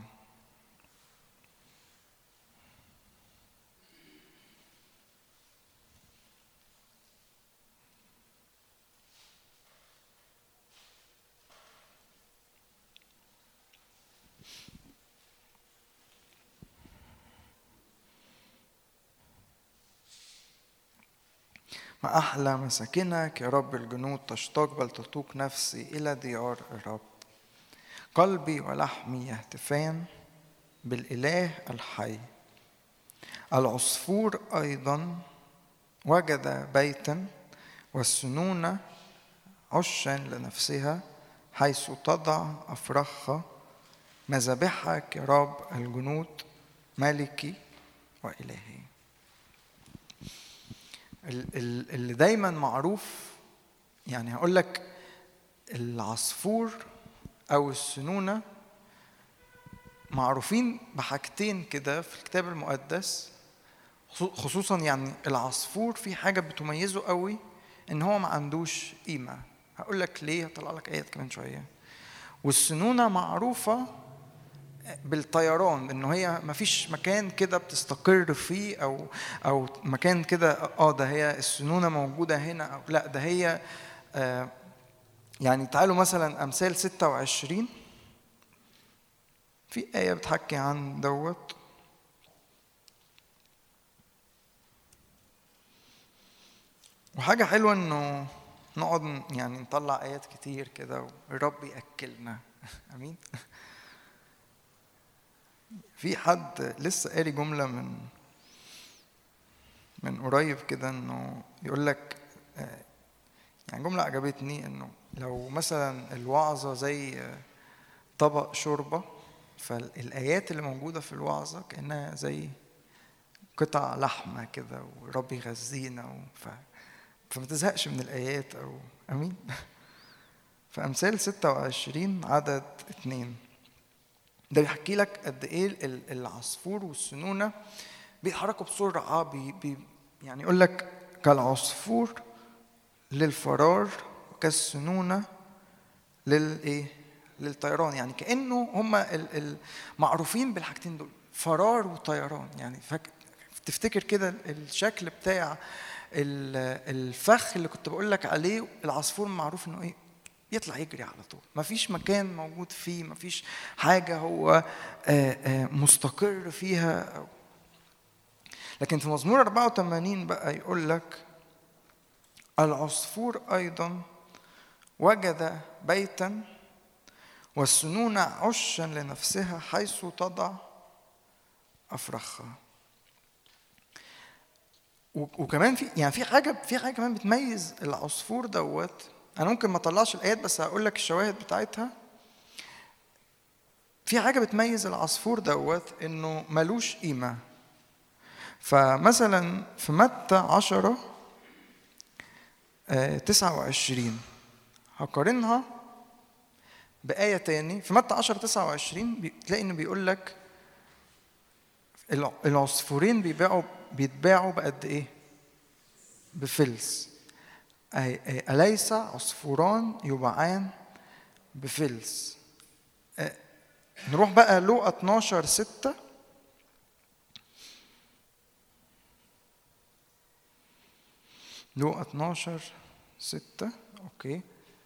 ما أحلى مساكنك يا رب الجنود، تشتاق بل تطوق نفسي إلى ديار الرب. قلبي ولحمي يهتفان بالإله الحي. العصفور أيضا وجد بيتا، والسنونة عشا لنفسها، حيث تضع أفرخها. مذابحك يا رب الجنود، ملكي وإلهي. اللي دايما معروف، يعني هقول لك العصفور أو السنونة معروفين بحاجتين كده في الكتاب المقدس، خصوصا يعني العصفور في حاجة بتميزه قوي، إن هو ما عندوش قيمة. هقول لك ليه، هطلع لك آيات كمان شوية. والسنونة معروفة بالطيران، انه هي ما فيش مكان كده بتستقر فيه، او او مكان كده اه ده هي السنونة موجودة هنا، او لا ده هي آه يعني تعالوا مثلا امثال ستة وعشرين، في آية بتحكي عن دوت. وحاجة حلوة انه نقعد يعني نطلع آيات كتير كده والرب يأكلنا. امين. في حد لسه قاري جملة من من قريب كده، انه يقول لك يعني جملة عجبتني، انه لو مثلا الوعظة زي طبق شوربة، فالآيات اللي موجودة في الوعظة كأنها زي قطع لحمة كده، ورب يغذينا، فما تزهقش من الآيات. أو أمين. فأمثال ستة وعشرين عدد اتنين ده بيحكي لك قد ايه العصفور والسنونة بيتحركوا بسرعة. بي بي يعني يقول لك كالعصفور للفرار وكالسنونة للايه للطيران. يعني كأنه هما المعروفين بالحاجتين دول، فرار وطيران. يعني فك... تفتكر كده الشكل بتاع الفخ اللي كنت بقول لك عليه، العصفور معروف انه ايه؟ يطلع يجري على طول، مفيش مكان موجود فيه، مفيش حاجة هو مستقر فيها. لكن في مزمور أربعة وثمانين بقى يقول لك العصفور أيضا وجد بيتا والسنون عشا لنفسها حيث تضع أفرخها. وكمان في يعني في حاجة في حاجة كمان بتميز العصفور دوت. أنا ممكن ما أطلعش الآيات بس هقول لك الشواهد بتاعتها. في حاجة بتميز العصفور دوت إنه ملوش قيمة. فمثلا في متى عشرة تسعة وعشرين هقارنها بآية تاني. في متى عشرة تسعة وعشرين تلاقي إنه بيقول لك العصفورين بيبيعوا بيتباعوا بقد إيه؟ بفلس. أليس عصفوران يباعان بفلس؟ نروح بقى لوقا اتناشر ستة. لوقا اتناشر ستة. أوكي.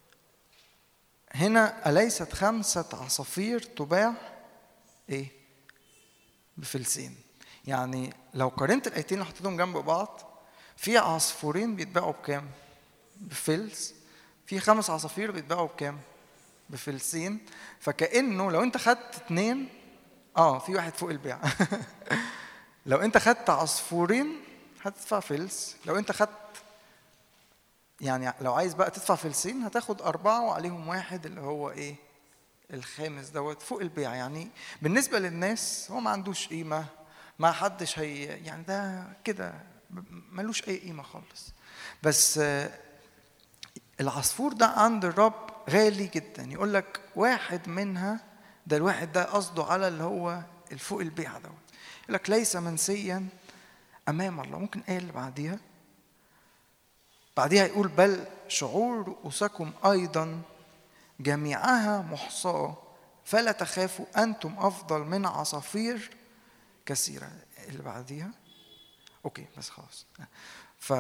هنا أليست خمسة عصافير تباع إيه؟ بفلسين. يعني لو قارنت الآيتين اللي حطيتهم جنب بعض، في عصفورين بيتباعوا بكام؟ بفلس. في خمس عصافير بيتباعوا بكام؟ بفلسين. فكأنه لو أنت خدت اتنين، آه في واحد فوق البيع. لو أنت خدت عصفورين هتدفع فلس. لو أنت خدت يعني لو عايز بقى تدفع فلسين هتاخد أربعة وعليهم واحد اللي هو إيه؟ الخامس دوت فوق البيع. يعني بالنسبة للناس هو ما عندوش قيمة، ما حدش هي يعني ده كده ملوش أي قيمة خالص. بس العصفور ده عند الرب غالي جدا. يقول لك واحد منها، ده الواحد ده قصده على اللي هو الفوق البيع دوت. يقول لك ليس منسيا أمام الله. ممكن الآية اللي بعديها بعديها يقول بل شعور رؤوسكم أيضا جميعها محصاة فلا تخافوا أنتم أفضل من عصافير كثيرة. اللي بعديها أوكي بس خلاص. ف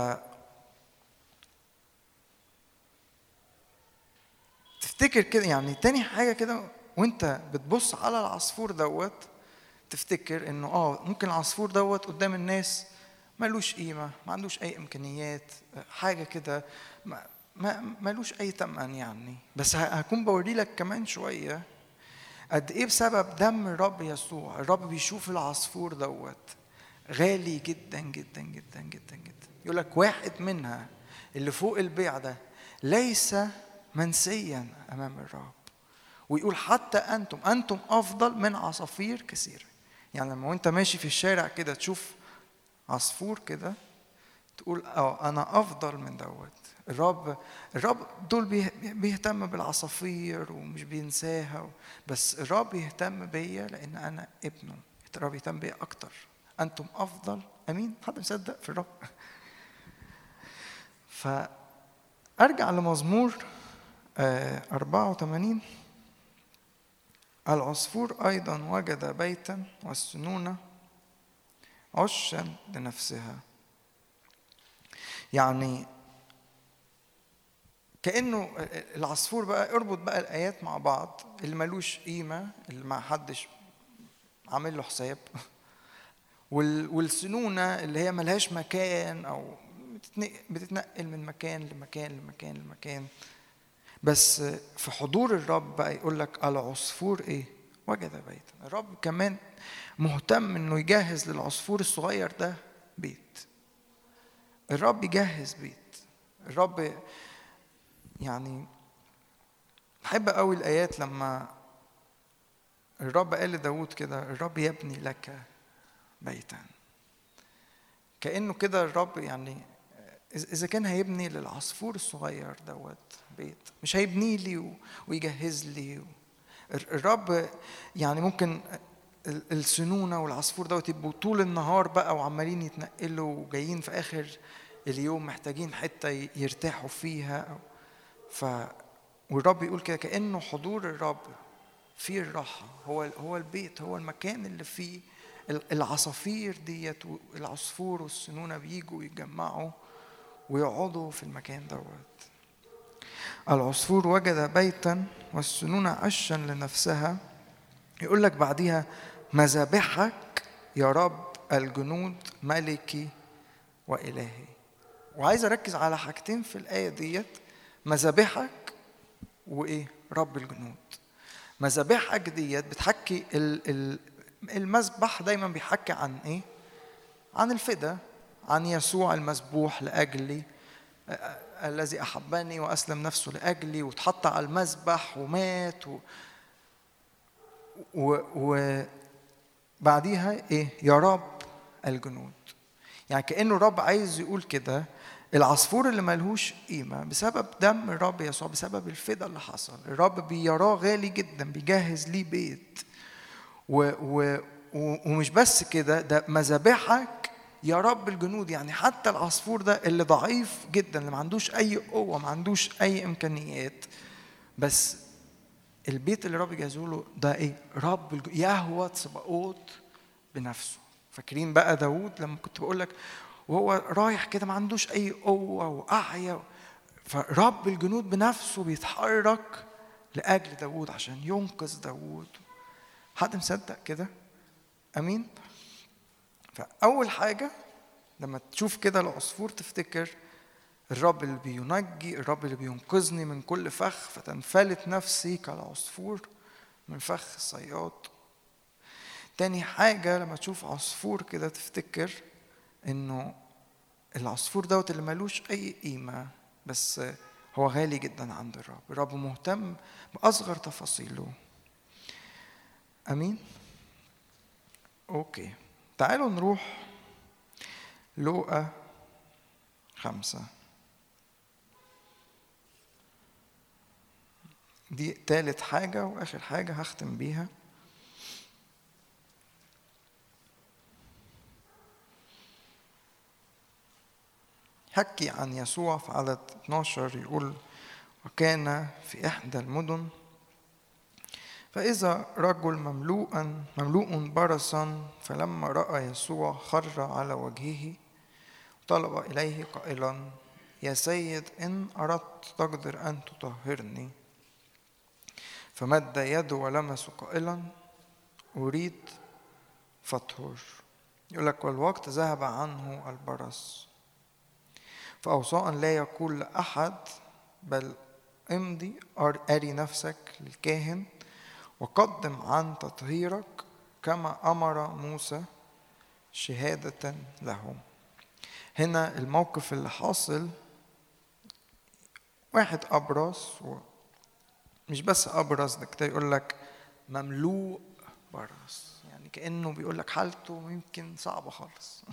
تفتكر كده يعني تاني حاجة كده وانت بتبص على العصفور دوت، تفتكر انه اه ممكن العصفور دوت قدام الناس ملوش قيمة، ما عندوش اي امكانيات، حاجة كده ما ما ملوش اي تمن يعني. بس هكون بوري لك كمان شوية قد ايه بسبب دم الرب يسوع الرب بيشوف العصفور دوت غالي جدا جدا جدا جدا جدا. يقول لك واحد منها اللي فوق البيع ده ليس منسيا امام الرب. ويقول حتى انتم انتم افضل من عصافير كثيره. يعني لما انت ماشي في الشارع كده تشوف عصفور كده تقول اه انا افضل من دوت. الرب الرب دول بيهتم بالعصافير ومش بينساها، بس الرب يهتم بيا لان انا ابنه. الرب يهتم بيا اكتر. انتم افضل. امين. حد مصدق في الرب؟ فارجع لمزمور أربعة وثمانين. العصفور أيضا وجد بيتا والسنونة عشا لنفسها. يعني كأنه العصفور بقى اربط بقى الآيات مع بعض، اللي ملوش قيمة اللي ما حدش عامل له حساب، والسنونة اللي هي ملهاش مكان أو بتتنقل من مكان لمكان لمكان لمكان. بس في حضور الرب بقى يقول لك العصفور ايه؟ وجد بيتا. الرب كمان مهتم انه يجهز للعصفور الصغير ده بيت. الرب يجهز بيت. الرب يعني بحب قوي الايات لما الرب قال لداود كده الرب يبني لك بيتا. كأنه كده الرب يعني إذا كان هيبني للعصفور الصغير دوت بيت، مش هيبني لي ويجهز لي. الرب يعني ممكن السنونة والعصفور دوت يبقوا طول النهار بقى وعمالين يتنقلوا وجايين في آخر اليوم محتاجين حتة يرتاحوا فيها. ف والرب يقول كده كأنه حضور الرب فيه الراحة، هو هو البيت، هو المكان اللي فيه العصافير ديت والعصفور والسنونة بيجوا يتجمعوا ويقعدوا في المكان دوت. العصفور وجد بيتا والسنونة عشا لنفسها. يقول لك بعديها مذابحك يا رب الجنود ملكي وإلهي. وعايز أركز على حاجتين في الآية ديت، مذابحك وإيه؟ رب الجنود. مذابحك ديت بتحكي المذبح دايما بيحكي عن إيه؟ عن الفدا، عن يسوع المذبوح لأجلي، الذي أحبني وأسلم نفسه لأجلي وتحط على المذبح ومات و... و... وبعديها إيه؟ يا رب الجنود. يعني كأنه الرب عايز يقول كده العصفور اللي ملهوش قيمة بسبب دم الرب يسوع، بسبب الفدا اللي حصل، الرب بيراه غالي جدا، بيجهز ليه بيت و... و... ومش بس كده، ده مذابحك يا رب الجنود. يعني حتى العصفور ده اللي ضعيف جدا، اللي ما عندوش أي قوة، ما عندوش أي إمكانيات، بس البيت اللي رب جهزه له ده إيه؟ رب الج... يهوى تصبؤوت بنفسه. فاكرين بقى داود لما كنت بقول لك وهو رايح كده ما عندوش أي قوة وأعيا، فرب الجنود بنفسه بيتحرك لأجل داود عشان ينقذ داود. حد مصدق كده؟ أمين؟ فأول حاجة لما تشوف كده العصفور تفتكر الرب اللي بينجي، الرب اللي بينقذني من كل فخ، فتنفلت نفسي كالعصفور من فخ الصياد. تاني حاجة لما تشوف عصفور كده تفتكر إنه العصفور دوت اللي ملوش أي قيمة بس هو غالي جدا عند الرب، الرب مهتم بأصغر تفاصيله. أمين؟ أوكي، تعالوا نروح لوقا خمسة. دي تالت حاجة وآخر حاجة هختم بيها. حكي عن يسوع في عدد اثناشر، يقول وكان في إحدى المدن فإذا رجل مملوءا مملوء برصا، فلما رأى يسوع خر على وجهه طلب إليه قائلا يا سيد إن أردت تقدر أن تطهرني، فمد يده ولمسه قائلا أريد فاطهر. يقول لك والوقت ذهب عنه البرص، فأوصى أن لا يقول لأحد بل امضي أري نفسك للكاهن وقدم عن تطهيرك كما أمر موسى شهادة له. هنا الموقف اللي حاصل واحد أبرص، مش بس أبرص، ده كده يقول لك مملوء برص، يعني كأنه بيقول لك حالته يمكن صعبة خالص.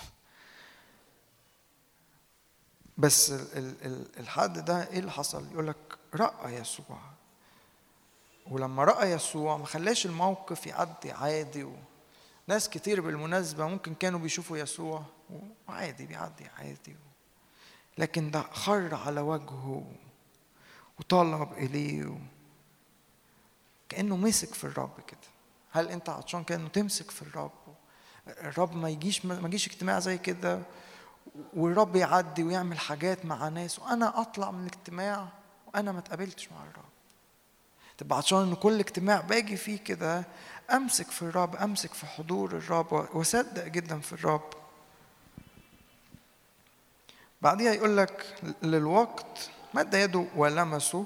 بس الحد ده ايه اللي حصل؟ يقول لك رأى يسوع، ولما رأى يسوع ما خلاش الموقف يعدي عادي. وناس كتير بالمناسبة ممكن كانوا بيشوفوا يسوع وعادي بيعدي عادي، لكن ده خر على وجهه وطلب إليه كأنه مسك في الرب كده. هل أنت عطشان كأنه تمسك في الرب؟ الرب ما يجيش ما يجيش اجتماع زي كده والرب يعدي ويعمل حاجات مع ناس وأنا أطلع من الاجتماع وأنا ما تقابلتش مع الرب. تبقى عطشان إن كل اجتماع باجي فيه كده أمسك في الرب، أمسك في حضور الرب وأصدق جدا في الرب. بعديها يقول لك للوقت مد يده ولمسه،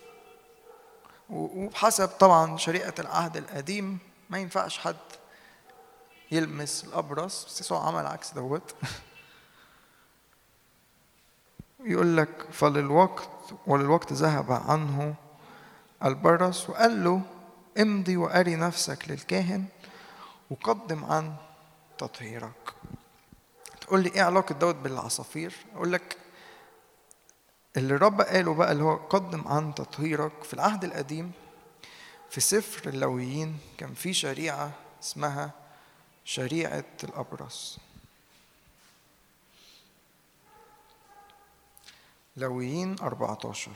وبحسب طبعا شريعة العهد القديم ما ينفعش حد يلمس الأبرص، بس يسوع عمل عكس دوت. يقول لك فللوقت وللوقت ذهب عنه البرص، وقال له امضي وأري نفسك للكاهن وقدم عن تطهيرك. تقول لي ايه علاقة دوت بالعصافير؟ اقول لك اللي الرب قاله بقى اللي هو قدم عن تطهيرك. في العهد القديم في سفر اللاويين كان في شريعة اسمها شريعة الأبرص. لاويين أربعة عشر.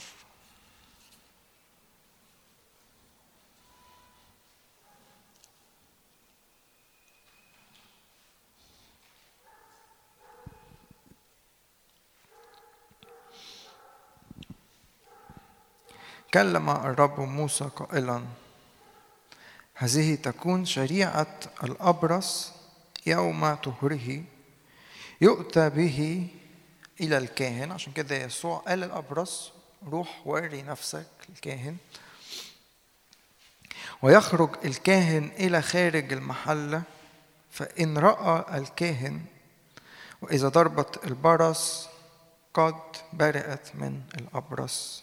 كلم الرب موسى قائلا: هذه تكون شريعة الأبرص يوم طهره، يؤتى به إلى الكاهن. عشان كده يسوع قال الأبرص: روح وري نفسك الكاهن. ويخرج الكاهن إلى خارج المحلة، فإن رأى الكاهن وإذا ضربت البرص قد برئت من الأبرص.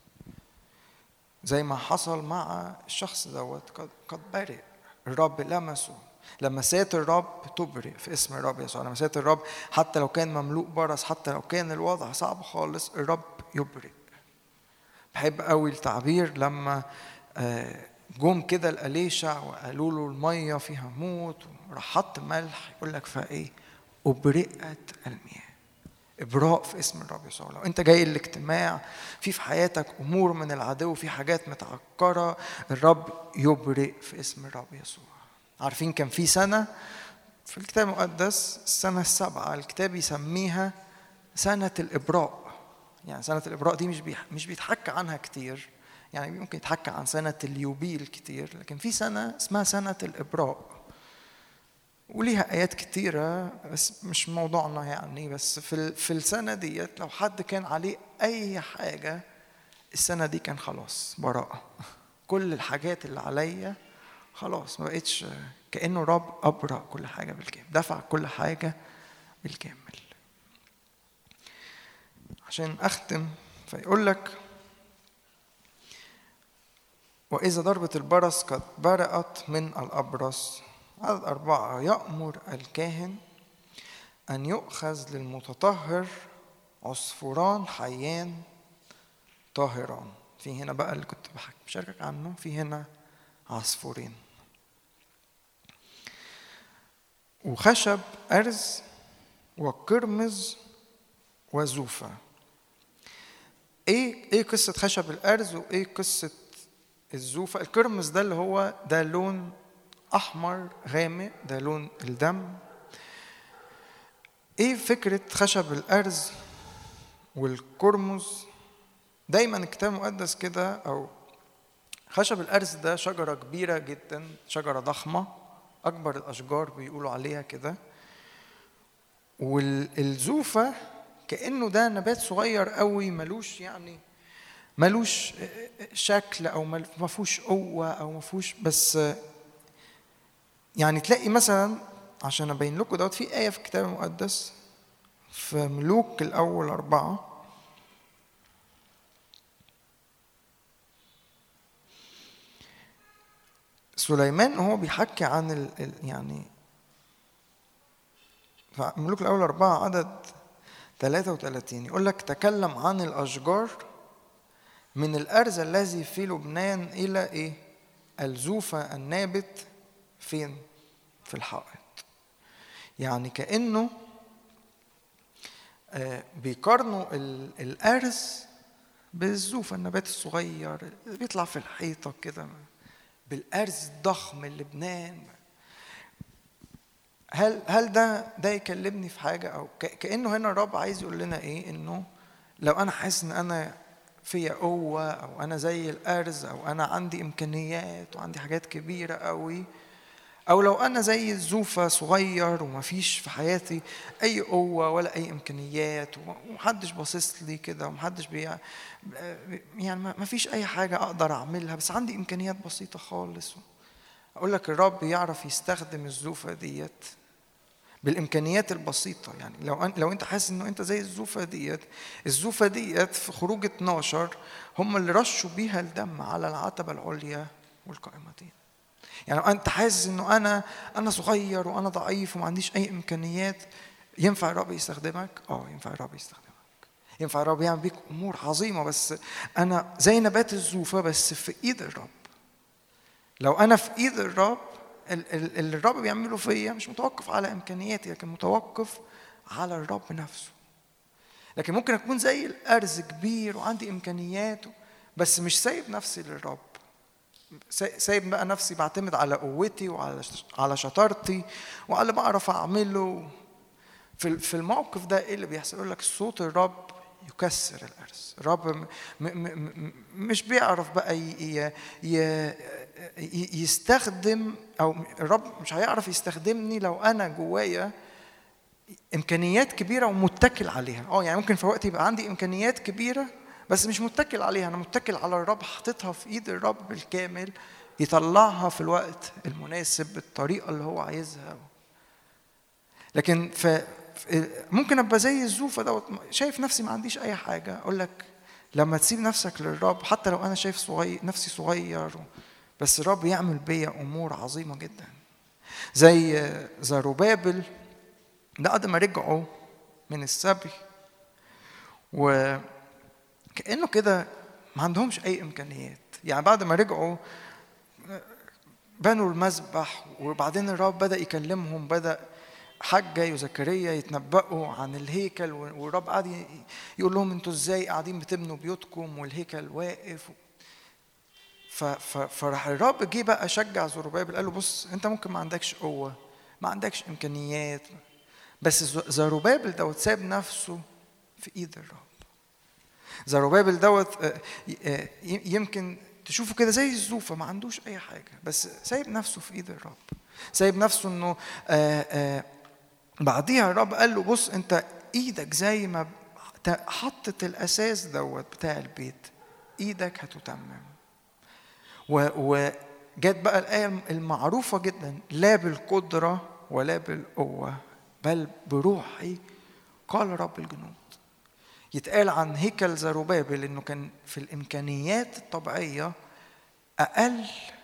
زي ما حصل مع الشخص دوت، قد قد برئ، الرب لمسه. لمسات الرب تبرئ في اسم الرب يسوع. لمسات الرب حتى لو كان مملوء برص، حتى لو كان الوضع صعب خالص، الرب يبرئ. بحب قوي التعبير لما جم كده الأليشع وقالوا له المية فيها موت، وراح حط ملح، يقول لك فايه أبرئت المياه. إبراء في اسم الرب يسوع. لو أنت جاي الاجتماع في في حياتك أمور من العدو، في حاجات متعكرة، الرب يبرئ في اسم الرب يسوع. عارفين كان في سنة في الكتاب المقدس، السنة السبعة، الكتاب يسميها سنة الإبراء. يعني سنة الإبراء دي مش مش بيتحكى عنها كتير، يعني ممكن يتحكى عن سنة اليوبيل كتير، لكن في سنة اسمها سنة الإبراء، وليها آيات كتيرة بس مش موضوعنا يعني. بس في في السنة ديت لو حد كان عليه أي حاجة، السنة دي كان خلاص براءة. كل الحاجات اللي عليا خلاص، ما بقتش، كأنه رب أبرأ كل حاجة بالكامل، دفع كل حاجة بالكامل. عشان أختم فيقول لك: وإذا ضربت البرص قد برأت من الأبرص. عدد أربعة: يأمر الكاهن أن يؤخذ للمتطهر عصفوران حيان طاهران. في هنا بقى اللي كنت بشاركك عنه، في هنا عصفورين، وخشب أرز وقرمز وزوفة. ايه ايه قصة خشب الأرز وايه قصة الزوفة؟ القرمز ده اللي هو ده لون أحمر غامق، ده لون الدم. ايه فكرة خشب الأرز والقرمز؟ دايما الكتاب المقدس كده، او خشب الأرز ده شجرة كبيرة جدا، شجرة ضخمة، أكبر الأشجار بيقولوا عليها كده. والزوفة كأنه ده نبات صغير قوي، ملوش يعني ملوش شكل، أو مفوش قوة، أو مفوش، بس يعني تلاقي مثلا، عشان أبين لكم دوت، في آية في الكتاب المقدس في ملوك الأول أربعة، سليمان هو بيحكي عن ال يعني ملوك الأول أربعة عدد ثلاثة وثلاثين، يقول لك: تكلم عن الأشجار من الأرز الذي في لبنان إلى إيه؟ الزوفة النابت فين؟ في الحائط. يعني كأنه بيقارنوا الأرز بالزوفة، النبات الصغير اللي بيطلع في الحيطة كده، بالأرز الضخم اللبنان. هل هل ده ده يكلمني في حاجة؟ أو كأنه هنا الرب عايز يقول لنا إيه؟ إنه لو أنا حاسس إن أنا فيا قوة، أو أنا زي الأرز، أو أنا عندي إمكانيات وعندي حاجات كبيرة قوي، أو لو أنا زي الزوفة صغير ومفيش في حياتي أي قوة ولا أي إمكانيات، ومحدش باصص لي كده، ومحدش بي يعني مفيش أي حاجة أقدر أعملها، بس عندي إمكانيات بسيطة خالص، أقول لك الرب يعرف يستخدم الزوفة ديت بالإمكانيات البسيطة. يعني لو أن لو أنت حاسس إنه أنت زي الزوفة ديت، الزوفة ديت في خروج اتناشر هم اللي رشوا بيها الدم على العتبة العليا والقائمتين. يعني لو أنت حاسس إنه أنا أنا صغير وأنا ضعيف وما عنديش أي إمكانيات، ينفع الرب يستخدمك؟ آه ينفع الرب يستخدمك، ينفع الرب يعمل بيك أمور عظيمة. بس أنا زي نبات الزوفة بس في إيد الرب. لو أنا في إيد الرب، اللي الرب بيعمله فيا مش متوقف على إمكانياتي، لكن متوقف على الرب نفسه. لكن ممكن اكون زي الارز كبير وعندي امكانيات بس مش سايب نفسي للرب، سايب بقى نفسي بعتمد على قوتي وعلى على شطارتي وعلى ما اعرف اعمله. في في الموقف ده ايه اللي بيحصل؟ يقول لك صوت الرب يكسر الارز. الرب م م م مش بيعرف بقى ي ي يستخدم، او الرب مش هيعرف يستخدمني لو انا جوايا امكانيات كبيره ومتكل عليها. اه يعني ممكن في وقت يبقى عندي امكانيات كبيره بس مش متكل عليها، انا متكل على الرب، حاططها في ايد الرب بالكامل يطلعها في الوقت المناسب بالطريقه اللي هو عايزها. لكن ف ممكن ابقى زي الزوفه دوت شايف نفسي ما عنديش اي حاجه. اقول لك لما تسيب نفسك للرب، حتى لو انا شايف صغير نفسي صغير، بس الرب يعمل بيا امور عظيمه جدا. زي زروبابل بعد ما رجعوا من السبي وكأنه كده ما عندهمش أي إمكانيات. يعني بعد ما رجعوا بنوا المذبح، وبعدين الرب بدأ يكلمهم، بدأ حجة وزكريا يتنبأوا عن الهيكل، والرب قاعد يقول لهم انتوا ازاي قاعدين بتبنوا بيوتكم والهيكل واقف. فراح الرب جه بقى شجع زروبابل، قال له بص انت ممكن ما عندكش قوة، ما عندكش إمكانيات، بس زروبابل دوت ساب نفسه في ايد الرب. زروبابل دوت يمكن تشوفه كده زي الزوفة ما عندوش اي حاجة، بس سايب نفسه في ايد الرب، سايب نفسه انه آآ آآ بعديها الرب قال له بص انت ايدك زي ما حطت الاساس دوت بتاع البيت، ايدك هتتمم. وجت بقى الآية المعروفة جدا، لا بالقدرة ولا بالقوة بل بروحي قال رب الجنود. يتقال عن هيكل زروبابل انه كان في الامكانيات الطبيعيه اقل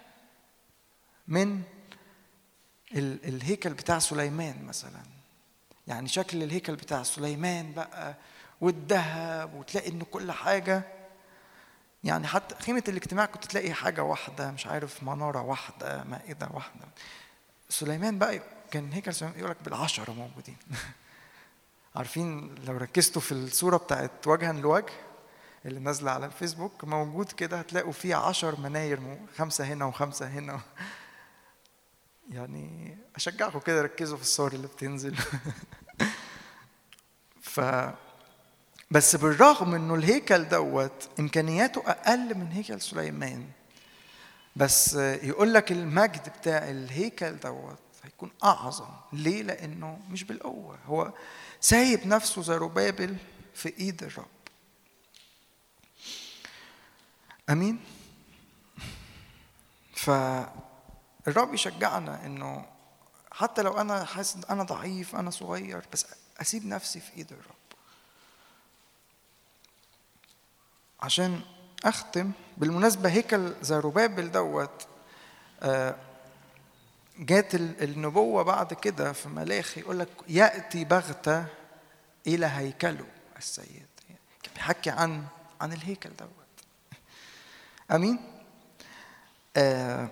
من الهيكل بتاع سليمان مثلا. يعني شكل الهيكل بتاع سليمان بقى والذهب، وتلاقي انه كل حاجه، يعني حتى خيمه الاجتماع كنت تلاقي حاجه واحده، مش عارف مناره واحده، مائده واحده. سليمان بقى كان هيكل سليمان يقول لك بالعشره موجودين. عارفين لو ركزتوا في الصورة بتاعت وجها لوجه اللي نازلة على الفيسبوك، موجود كده هتلاقوا فيه عشر مناير، خمسة هنا وخمسة هنا. يعني أشجعكم كده ركزوا في الصور اللي بتنزل. ف بس بالرغم إنه الهيكل دوت إمكانياته أقل من هيكل سليمان، بس يقول لك المجد بتاع الهيكل دوت هيكون أعظم. ليه؟ لأنه مش بالقوة، هو سايب نفسه زروبابل في ايد الرب. امين. فالرب يشجعنا انه حتى لو انا حاسس انا ضعيف، انا صغير، بس اسيب نفسي في ايد الرب. عشان اختم بالمناسبه، هيكل زروبابل دوت جات النبوه بعد كده في ملاخي يقول لك ياتي بغته إلى هيكله السيد. كان بيحكي عن عن الهيكل دوت. أمين. آه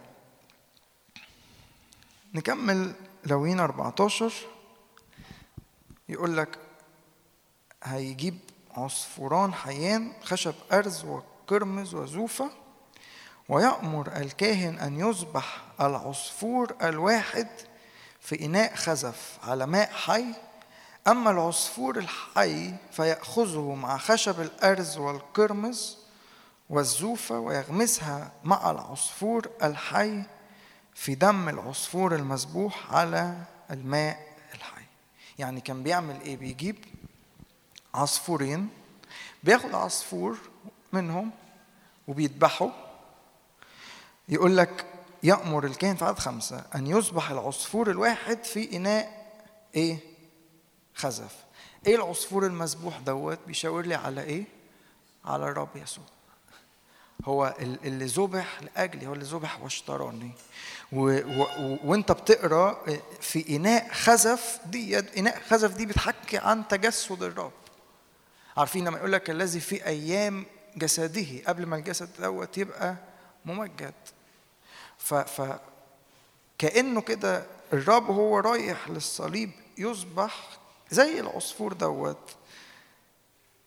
نكمل لوين أربعتاشر. يقول لك هيجيب عصفوران حيان خشب أرز وقرمز وزوفة، ويأمر الكاهن أن يذبح العصفور الواحد في إناء خزف على ماء حي، أما العصفور الحي فيأخذه مع خشب الأرز والقرمز والزوفة ويغمسها مع العصفور الحي في دم العصفور المذبوح على الماء الحي. يعني كان بيعمل إيه؟ بيجيب عصفورين، بياخد عصفور منهم وبيذبحوا. يقول لك يأمر الكاهن في عدد خمسة أن يذبح العصفور الواحد في إناء إيه؟ خزف. ايه العصفور المذبوح دوت؟ بيشاور لي على ايه؟ على الرب يسوع. هو اللي ذبح لاجلي، هو اللي ذبح واشتراني. وانت بتقرا في اناء خزف دي، اناء خزف دي بتحكي عن تجسد الرب. عارفين لما يقول لك الذي في ايام جسده، قبل ما الجسد دوت يبقى ممجد. ف ف كانه كده الرب هو رايح للصليب يذبح زي العصفور دوت،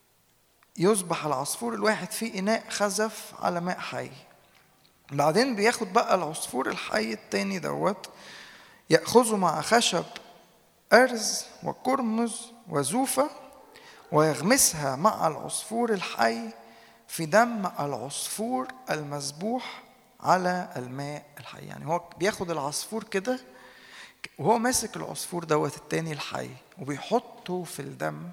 يصبح العصفور الواحد في إناء خزف على ماء حي. بعدين بياخد بقى العصفور الحي التاني دوت، يأخذه مع خشب أرز وقرمز وزوفة ويغمسها مع العصفور الحي في دم العصفور المذبوح على الماء الحي. يعني هو بياخد العصفور كده وهو ماسك العصفور دوت التاني الحي وبيحطه في الدم،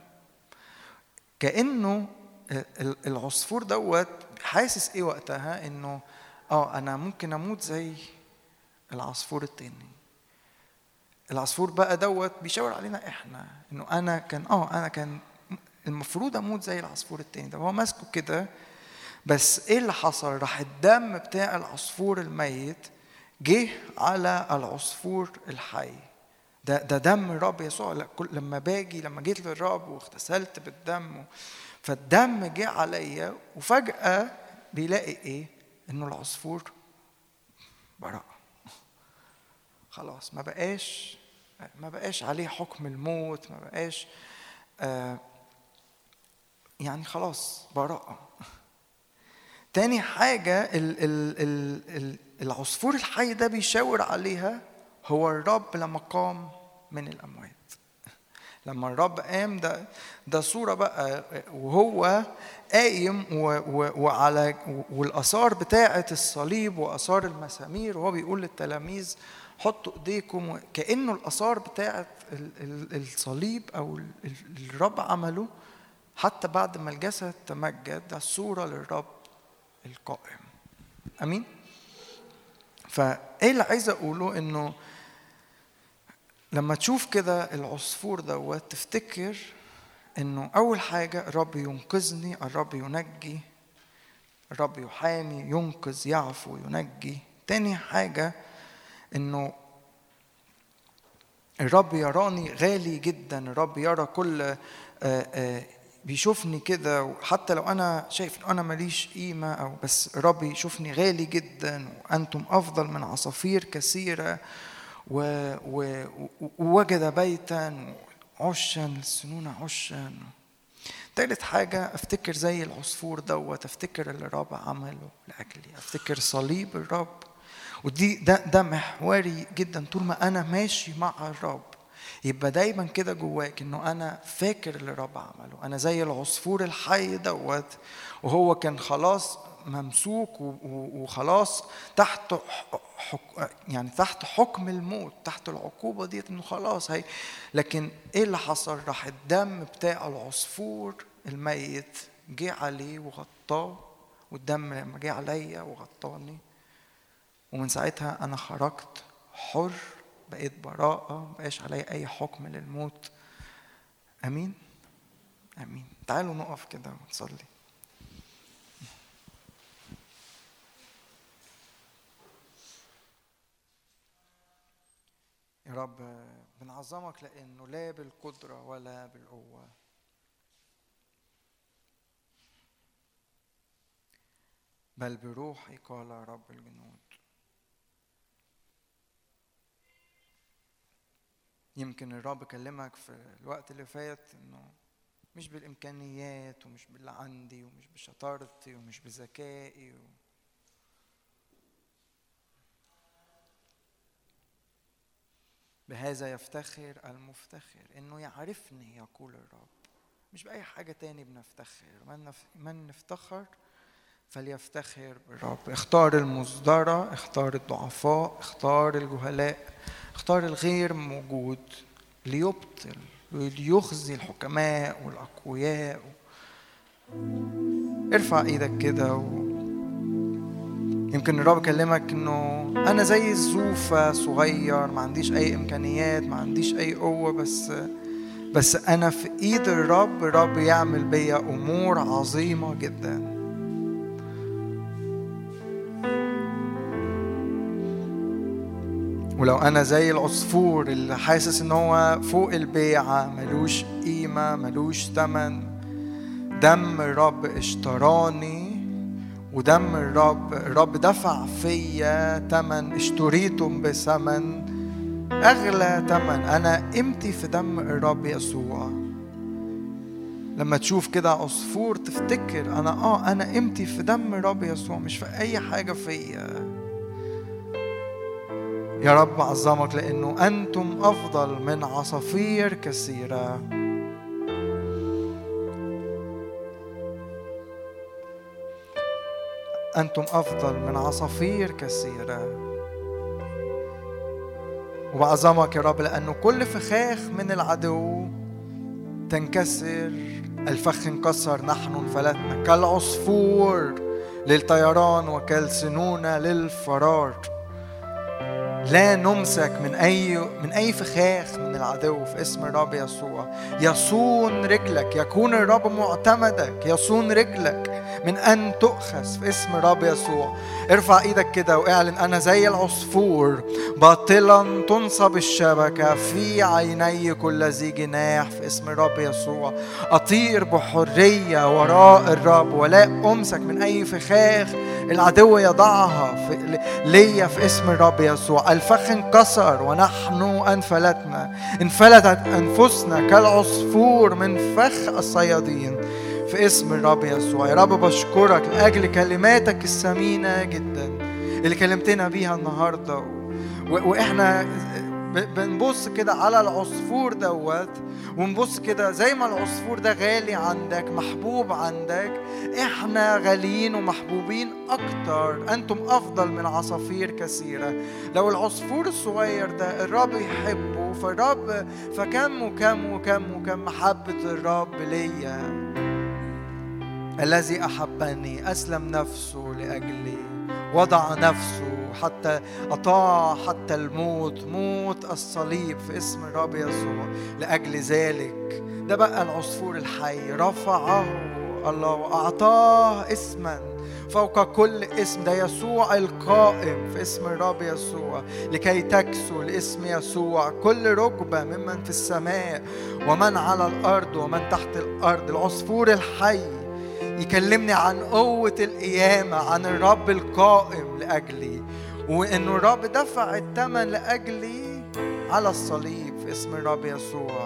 كأنه العصفور دوت حاسس ايه وقتها؟ انه اه انا ممكن اموت زي العصفور التاني. العصفور بقى دوت بيشاور علينا احنا انه انا كان اه انا كان المفروض اموت زي العصفور التاني ده. هو ماسكه كده، بس ايه اللي حصل؟ راح الدم بتاع العصفور الميت جه على العصفور الحي. ده ده دم الرب يسوع. لما باجي لما جيت للرب واغتسلت بالدم، فالدم جه عليا، وفجأة بيلاقي ايه؟ انه العصفور براء. خلاص ما بقاش ما بقاش عليه حكم الموت، ما بقاش آه يعني خلاص براءة. تاني حاجة ال ال ال ال العصفور الحي ده بيشاور عليها هو الرب لما قام من الأموات. لما الرب قام، ده ده صورة بقى وهو قايم وعلى والآثار بتاعة الصليب وآثار المسامير، وهو بيقول للتلاميذ حطوا ايديكم، كأنه الآثار بتاعة الصليب أو الرب عمله حتى بعد ما الجسد تمجد. ده الصورة للرب القائم. أمين. فإيه اللي عايز أقوله؟ إنه لما تشوف كده العصفور دوت تفتكر إنه أول حاجة الرب ينقذني، الرب ينجي، الرب يحامي، ينقذ، يعفو، ينجي. تاني حاجة إنه الرب يراني غالي جدا. الرب يرى كل آآ آآ بيشوفني كده، حتى لو أنا شايف إن أنا ماليش قيمة أو بس الرب يشوفني غالي جدا، وأنتم أفضل من عصافير كثيرة، ووجد بيتا عشا للسنون عشا. ثالث حاجة أفتكر زي العصفور دوت، أفتكر اللي الرب عمله لأجلي، أفتكر صليب الرب. ودي ده ده محوري جدا. طول ما أنا ماشي مع الرب يبقى دايما كده جواك إنه أنا فاكر اللي الرب عمله. أنا زي العصفور الحي دوت، وهو كان خلاص ممسوك وخلاص تحت حك... يعني تحت حكم الموت، تحت العقوبة ديت، إنه خلاص هي. لكن إيه اللي حصل؟ راح الدم بتاع العصفور الميت جه عليه وغطاه، والدم لما جه عليا وغطاني، ومن ساعتها أنا خرجت حر، بقيت براءة، مبقاش علي أي حكم للموت. أمين أمين. تعالوا نقف كده ونصلي. يا رب بنعظمك لأنه لا بالقدرة ولا بالقوة، بل بروحي قال رب الجنود. يمكن الرب كلمك في الوقت اللي فات إنه مش بالإمكانيات ومش باللي عندي ومش بشطارتي ومش بذكائي و... بهذا يفتخر المفتخر، إنه يعرفني يقول الرب. مش بأي حاجة تاني بنفتخر. من, نف... من نفتخر فليفتخر بالرب. اختار المصدرة، اختار الضعفاء، اختار الجهلاء، اختار الغير موجود ليبطل وليخزي الحكماء والأقوياء. ارفع ايدك كده و... يمكن الرب كلمك انه انا زي الزوفة صغير، ما عنديش اي امكانيات، ما عنديش اي قوة، بس بس انا في ايد الرب. الرب يعمل بيا امور عظيمة جدا. ولو أنا زي العصفور اللي حاسس إن هو فوق البيعة، ملوش قيمة، ملوش تمن، دم الرب اشتراني، ودم الرب الرب دفع فيا تمن، اشتريتم بثمن أغلى تمن. أنا قيمتي في دم الرب يسوع. لما تشوف كده عصفور تفتكر أنا آه أنا قيمتي في دم الرب يسوع، مش في أي حاجة فيا. يا رب أعظمك لأنه أنتم أفضل من عصافير كثيرة. أنتم أفضل من عصافير كثيرة. وبعظمك يا رب لأنه كل فخاخ من العدو تنكسر. الفخ انكسر، نحن انفلتنا كالعصفور للطيران وكالسنونة للفرار. لا نمسك من أي من أي فخاخ من العدو في اسم الرب يسوع. يصون رجلك، يكون الرب معتمدك، يصون رجلك من أن تؤخذ في اسم الرب يسوع. ارفع ايدك كده واعلن أنا زي العصفور باطلا تنصب الشبكة في عيني كل ذي جناح في اسم الرب يسوع. أطير بحرية وراء الرب ولا أمسك من أي فخاخ العدو يضعها في ليا في اسم الرب يسوع. الفخ انكسر ونحن انفلتنا، انفلتت أنفسنا كالعصفور من فخ الصيادين في اسم الرب يسوع. يا رب بشكرك لأجل كلماتك الثمينة جدا اللي كلمتنا بيها النهاردة، و... وإحنا بنبص كده على العصفور دوت ونبص كده زي ما العصفور ده غالي عندك، محبوب عندك، احنا غاليين ومحبوبين اكتر. انتم افضل من عصافير كثيرة. لو العصفور الصغير ده الرب يحبه، فالرب فكم وكم وكم وكم محبة الرب ليا. الذي احبني اسلم نفسه لاجلي، وضع نفسه حتى أطاع حتى الموت، موت الصليب في اسم الرب يسوع. لأجل ذلك ده بقى العصفور الحي، رفعه الله وأعطاه اسما فوق كل اسم، ده يسوع القائم في اسم الرب يسوع، لكي تكسو لاسم يسوع كل ركبة ممن في السماء ومن على الأرض ومن تحت الأرض. العصفور الحي يكلمني عن قوة القيامة، عن الرب القائم لأجلي، وإنه الرب دفع الثمن لأجلي على الصليب في اسم الرب يسوع.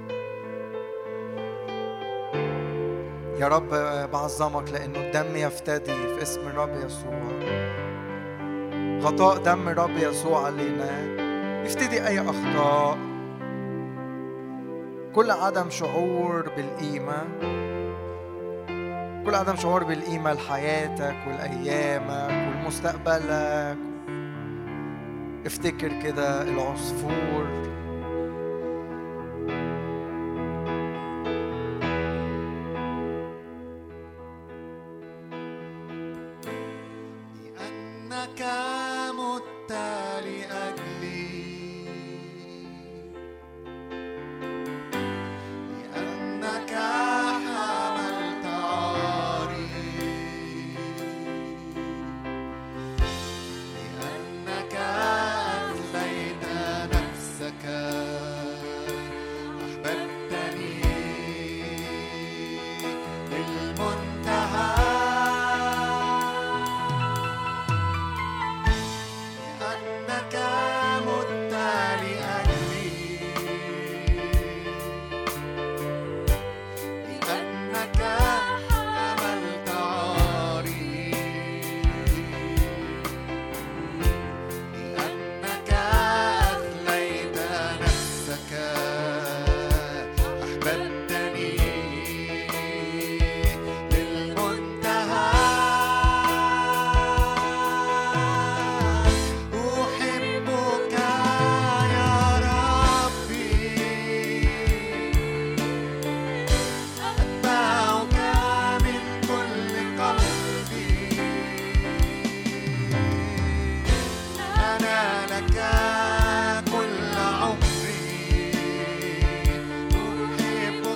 يا رب بعظمك لأنه الدم يفتدي في اسم الرب يسوع. غطاء دم الرب يسوع علينا يفتدي أي أخطاء، كل عدم شعور بالقيمة، كل عدم شعور بالقيمة لحياتك والأيامك والمستقبلك. افتكر كده العصفور لأنك مت لأجلي، لأنك حملت عاري، لأنك أخليت نفسك أحببتني للمنتهى. لأنك مت لأجلي، لأنك حملت عاري، لأنك أخليت نفسك أحببتني للمنتهى. أحبك يا ربي، أتبعك من كل قلبي، أنا لك كل عمري. أحبك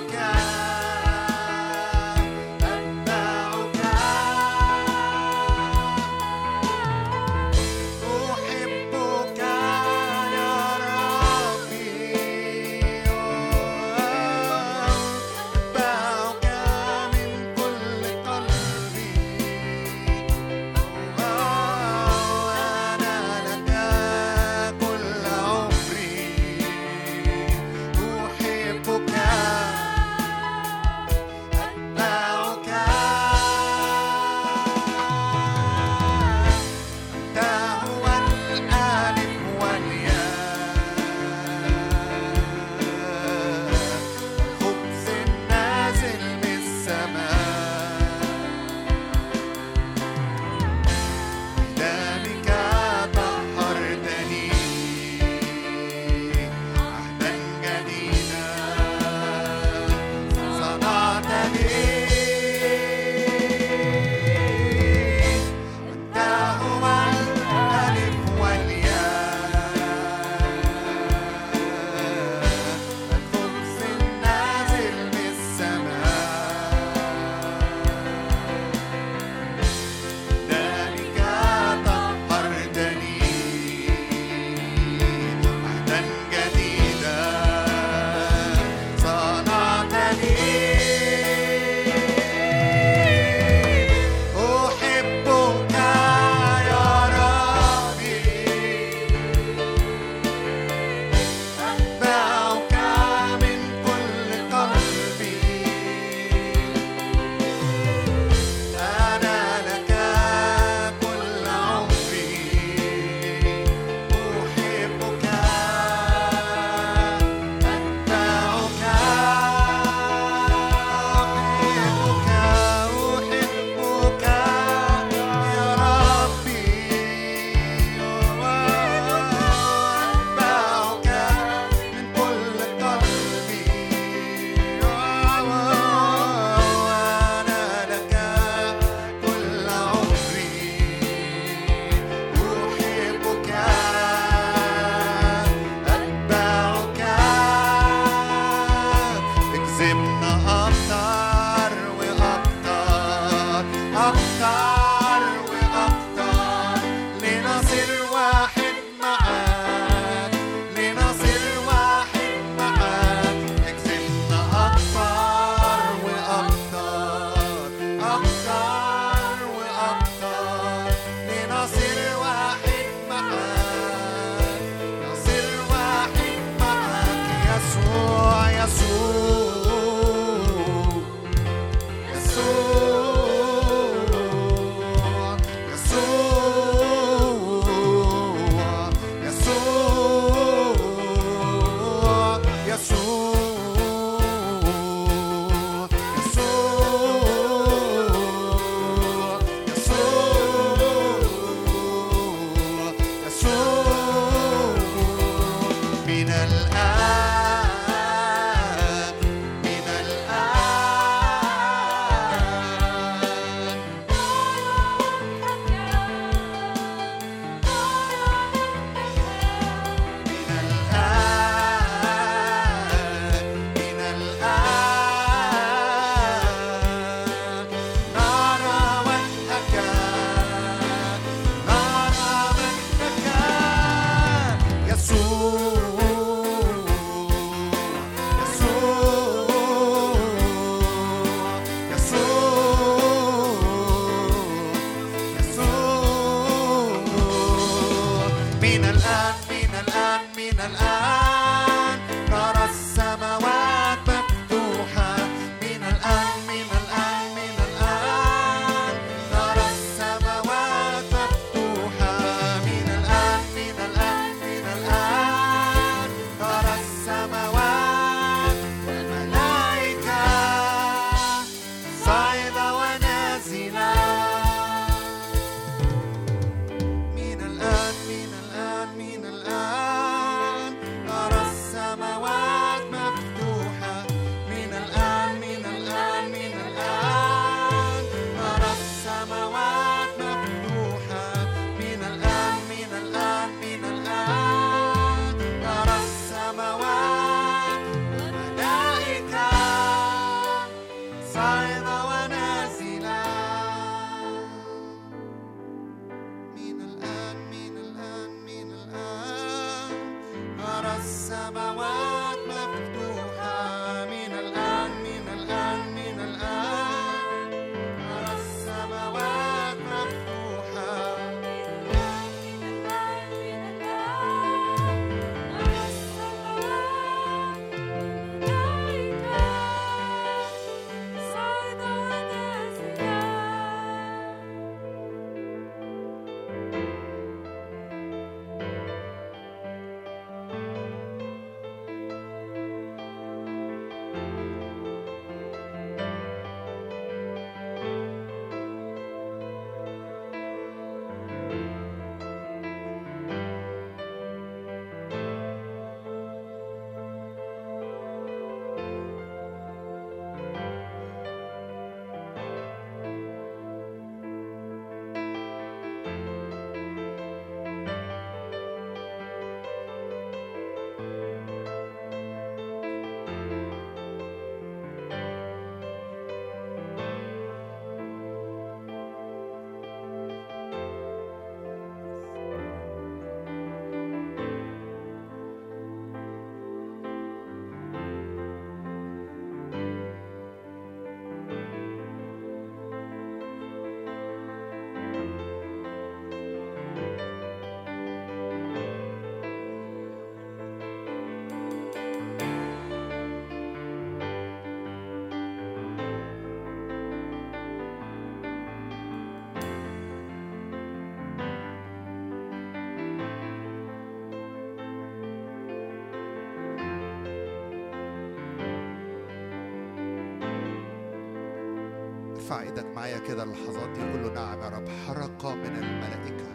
ارفع ايدك معايا كده اللحظات دي، قول له نعم يا رب. حركة من الملائكة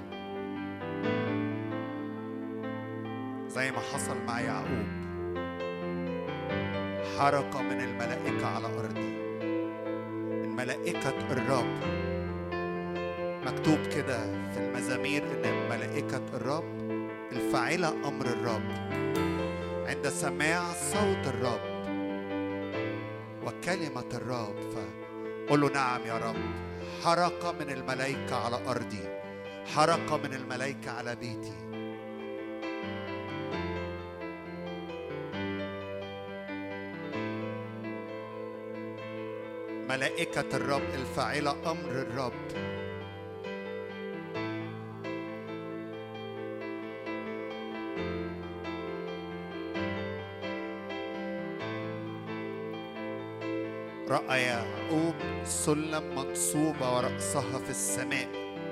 زي ما حصل مع يعقوب، حركة من الملائكة على أرضي. الملائكة الرب مكتوب كده في المزامير إن ملائكة الرب الفاعلة أمر الرب عند سماع صوت الرب وكلمة الرب. فقل له نعم يا رب. حركة من الملائكة على أرضي، حركة من الملائكة على بيتي. ملائكة الرب الفاعلة أمر الرب. رأى يعقوب سلم منصوبة ورأسها في السماء.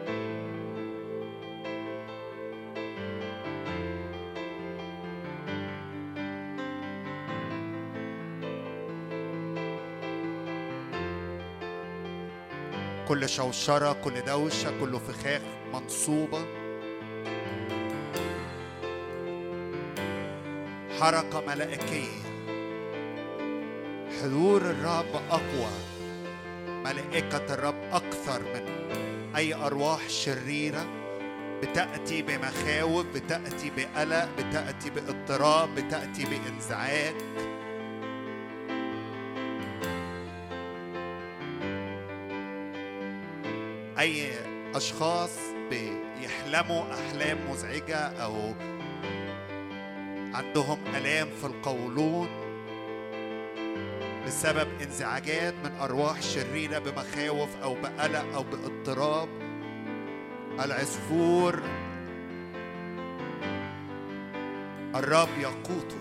كل شوشرة، كل دوشة، كل فخاخ منصوبة. حركة ملائكية. حضور الرب أقوى، ملائكة الرب أكثر من أي أرواح شريرة بتأتي بمخاوف، بتأتي بقلق، بتأتي باضطراب، بتأتي بانزعاج. أي أشخاص بيحلموا أحلام مزعجة أو عندهم آلام في القولون بسبب انزعاجات من أرواح شريرة بمخاوف أو بقلق أو باضطراب، العصفور الرب يقوته.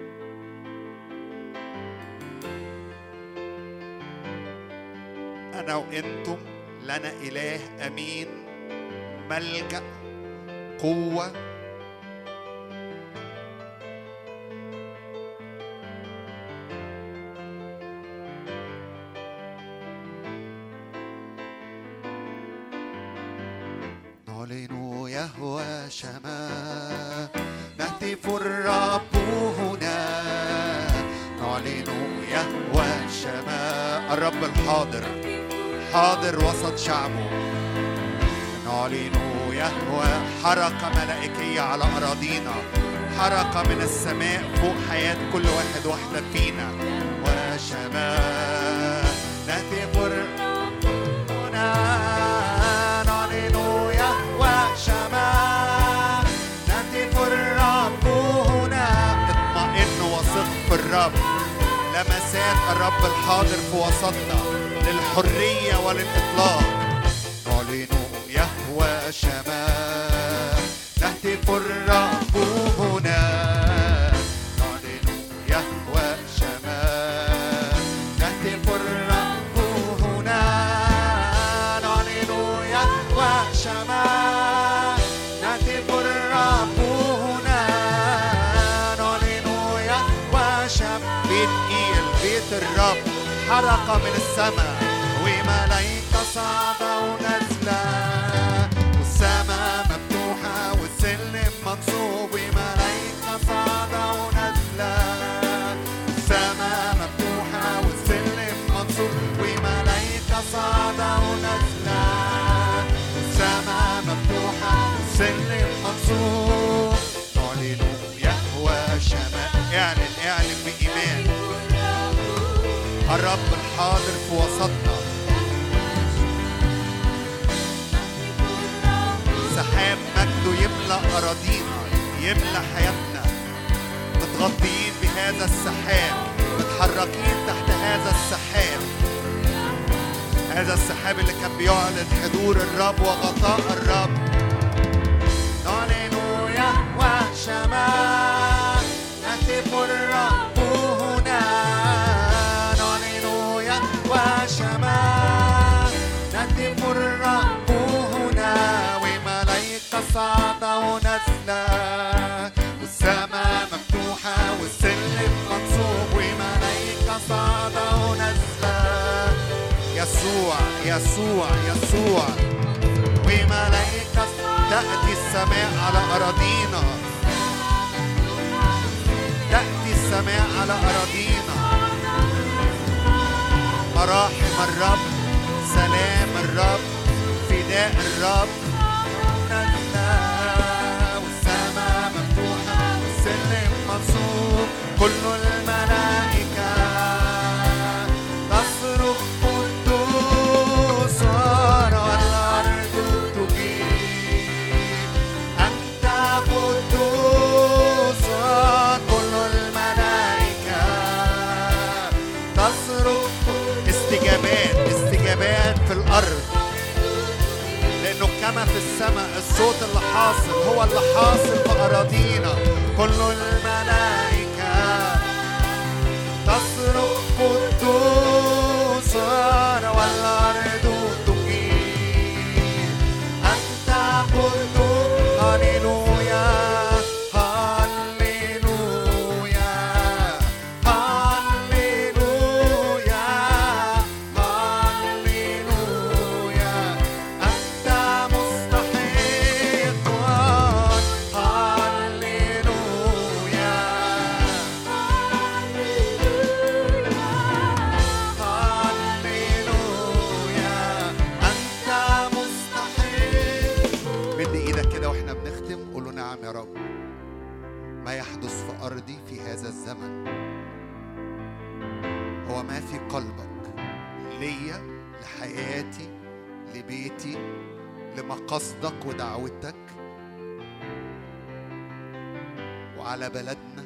أنا وإنتم لنا إله أمين، ملجأ، قوة. نعلن يهوى شمال، نهتف الرب هنا. نعلن يهوى شمال، الرب الحاضر حاضر وسط شعبه. نعلن يهوى حركة ملائكية على أراضينا، حركة من السماء فوق حياة كل واحد واحدة فينا. وشمال نهتف هنا. نعلن يهوى شمال، نهتف الرب هنا. اطمئن وثق في الرب. لمسات الرب الحاضر في وسطنا للحرية وللإطلاق. نعلن يهوى شمال، نهتف الرب هنا. نعلن يهوى شمال، نهتف الرب هنا. نعلن يهوى شمال، نهتف الرب هنا. نعلن يهوى شمال. بيت إيل، بيت الرب، حركة من السماء وملائكة صاعدة ونازلة، والسماء مفتوحة والسلم منصوب. وملائكة صاعدة ونازلة، السماء مفتوحة والسلم منصوب. وملائكة صاعدة ونازلة، السماء مفتوحة والسلم منصوب. نعلن يهوى شمال. اعلن اعلن بإيمان. الرب الحاضر في وسطنا. سحاب مجده يملأ أراضينا، يملأ حياتنا. متغطيين بهذا السحاب، متحركين تحت هذا السحاب. هذا السحاب اللي كان بيعلن حضور الرب وغطاء الرب. نعلن يهوى شمال، نهتف الرب هنا. شمال، نهتف الرب هنا. وملائكة صاعدة ونازلة، والسماء مفتوحة والسلم منصوب. وملائكة صاعدة ونازلة، يسوع يسوع يسوع. وملائكة تأتي السماء على أراضينا، تأتي السماء على أراضينا. مراحم الرب، سلام الرب، فداء الرب، والسماء مفتوحة والسلم منصوب. كل الملائكة تصرخ قدوس والأرض تجيب أنت قدوس. كل الملائكة تصرخ. استجابات استجابات في الأرض، لأنه كما في السماء الصوت اللي حاصل هو اللي حاصل في أراضينا. كل الملائكة تصرخ قدوس والأرض تجيب أنت قدوس. هللويا هللويا هللويا هللويا. أنت مستحق. هللويا هللويا. أنت مستحق. مد إيدك كده وإحنا بنختم، قول له نعم يا رب. ما يحدث في أرضي في هذا الزمن هو ما في قلبك ليا، لحياتي، لبيتي، لمقاصدك ودعوتك، وعلى بلدنا.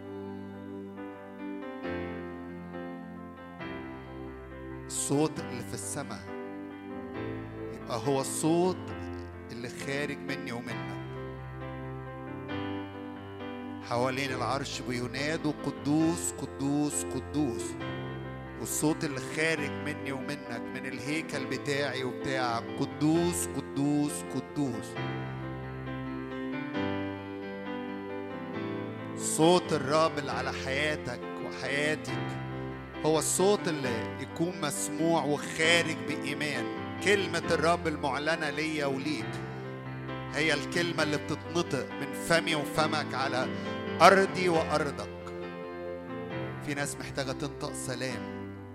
الصوت اللي في السماء يبقى هو الصوت اللي خارج مني ومنك. حوالين العرش بينادوا قدوس قدوس قدوس، والصوت اللي خارج مني ومنك من الهيكل بتاعي وبتاعك قدوس قدوس قدوس. صوت الرب اللي على حياتك وحياتك هو الصوت اللي يكون مسموع وخارج بإيمان. كلمة الرب المعلنة ليا وليك هي الكلمة اللي بتتنطق من فمي وفمك على أرضي وأرضك. في ناس محتاجة تنطق سلام،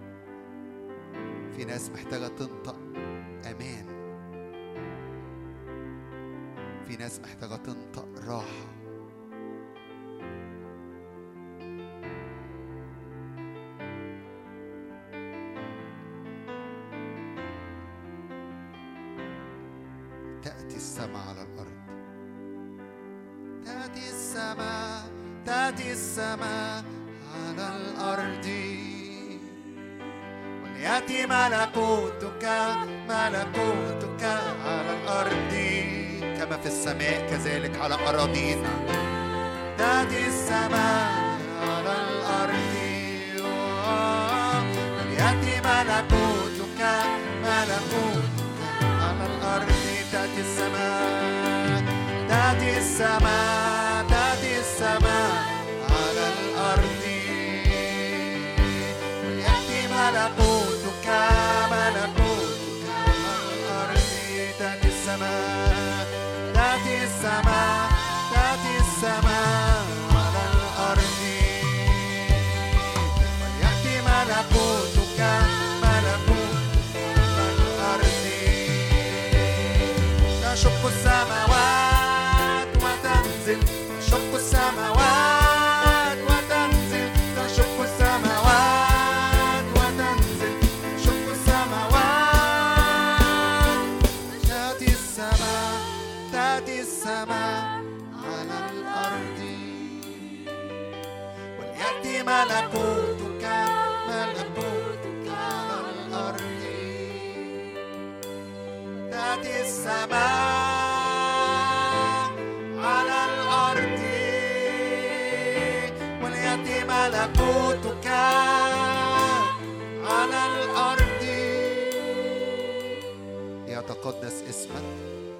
في ناس محتاجة تنطق أمان، في ناس محتاجة تنطق راحة. تأتي السماء على الأرض، تأتي السماء، تأتي السماء على الأرض. وليأتي ملكوتك، ملكوتك على الأرض كما في السماء كذلك على أراضينا. تأتي السماء على الأرض. وليأتي ملكوتك، ملكوتك على الأرض. تأتي السماء، تأتي السماء، تأتي السماء على الأرض. وليأتي ملكوتك، ملكوتك على الأرض. تأتي السماء، تأتي السماء، تأتي السماء على الأرض. وليأتي ملكوتك، ملكوتك على الأرض. تشق السماوات وتنزل، تشق السماوات وتنزل، تشق السماوات وتنزل، تشق السماوات. تأتي السماء، تأتي السماء على الأرض. وليأتي ملكوتك، ملكوتك على الأرض. تأتي السماء على الأرض. وليأتي ملكوتك على الأرض. يتقدس اسمك،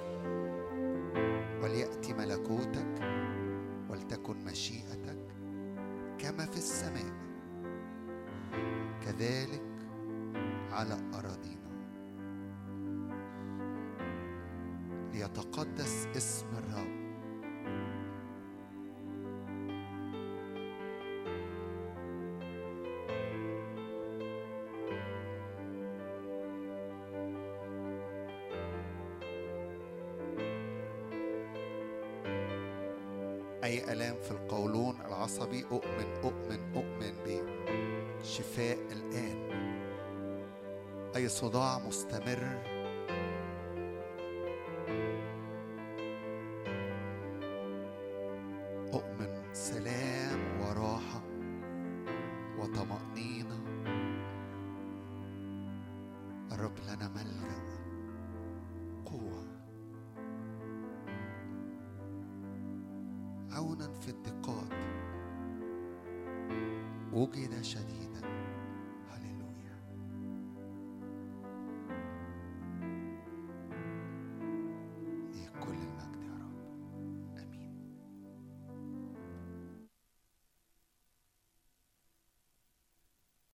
وليأتي ملكوتك، ولتكن مشيئتك كما في السماء كذلك على أراضينا. ليتقدس اسم الرب. أي آلام في القولون العصبي أؤمن أؤمن أؤمن بشفاء الآن. أي صداع مستمر أؤمن سلام وراحة وطمأنينة. الرب لنا ملجأ قوة، عونا في الضيقات وجد شديد.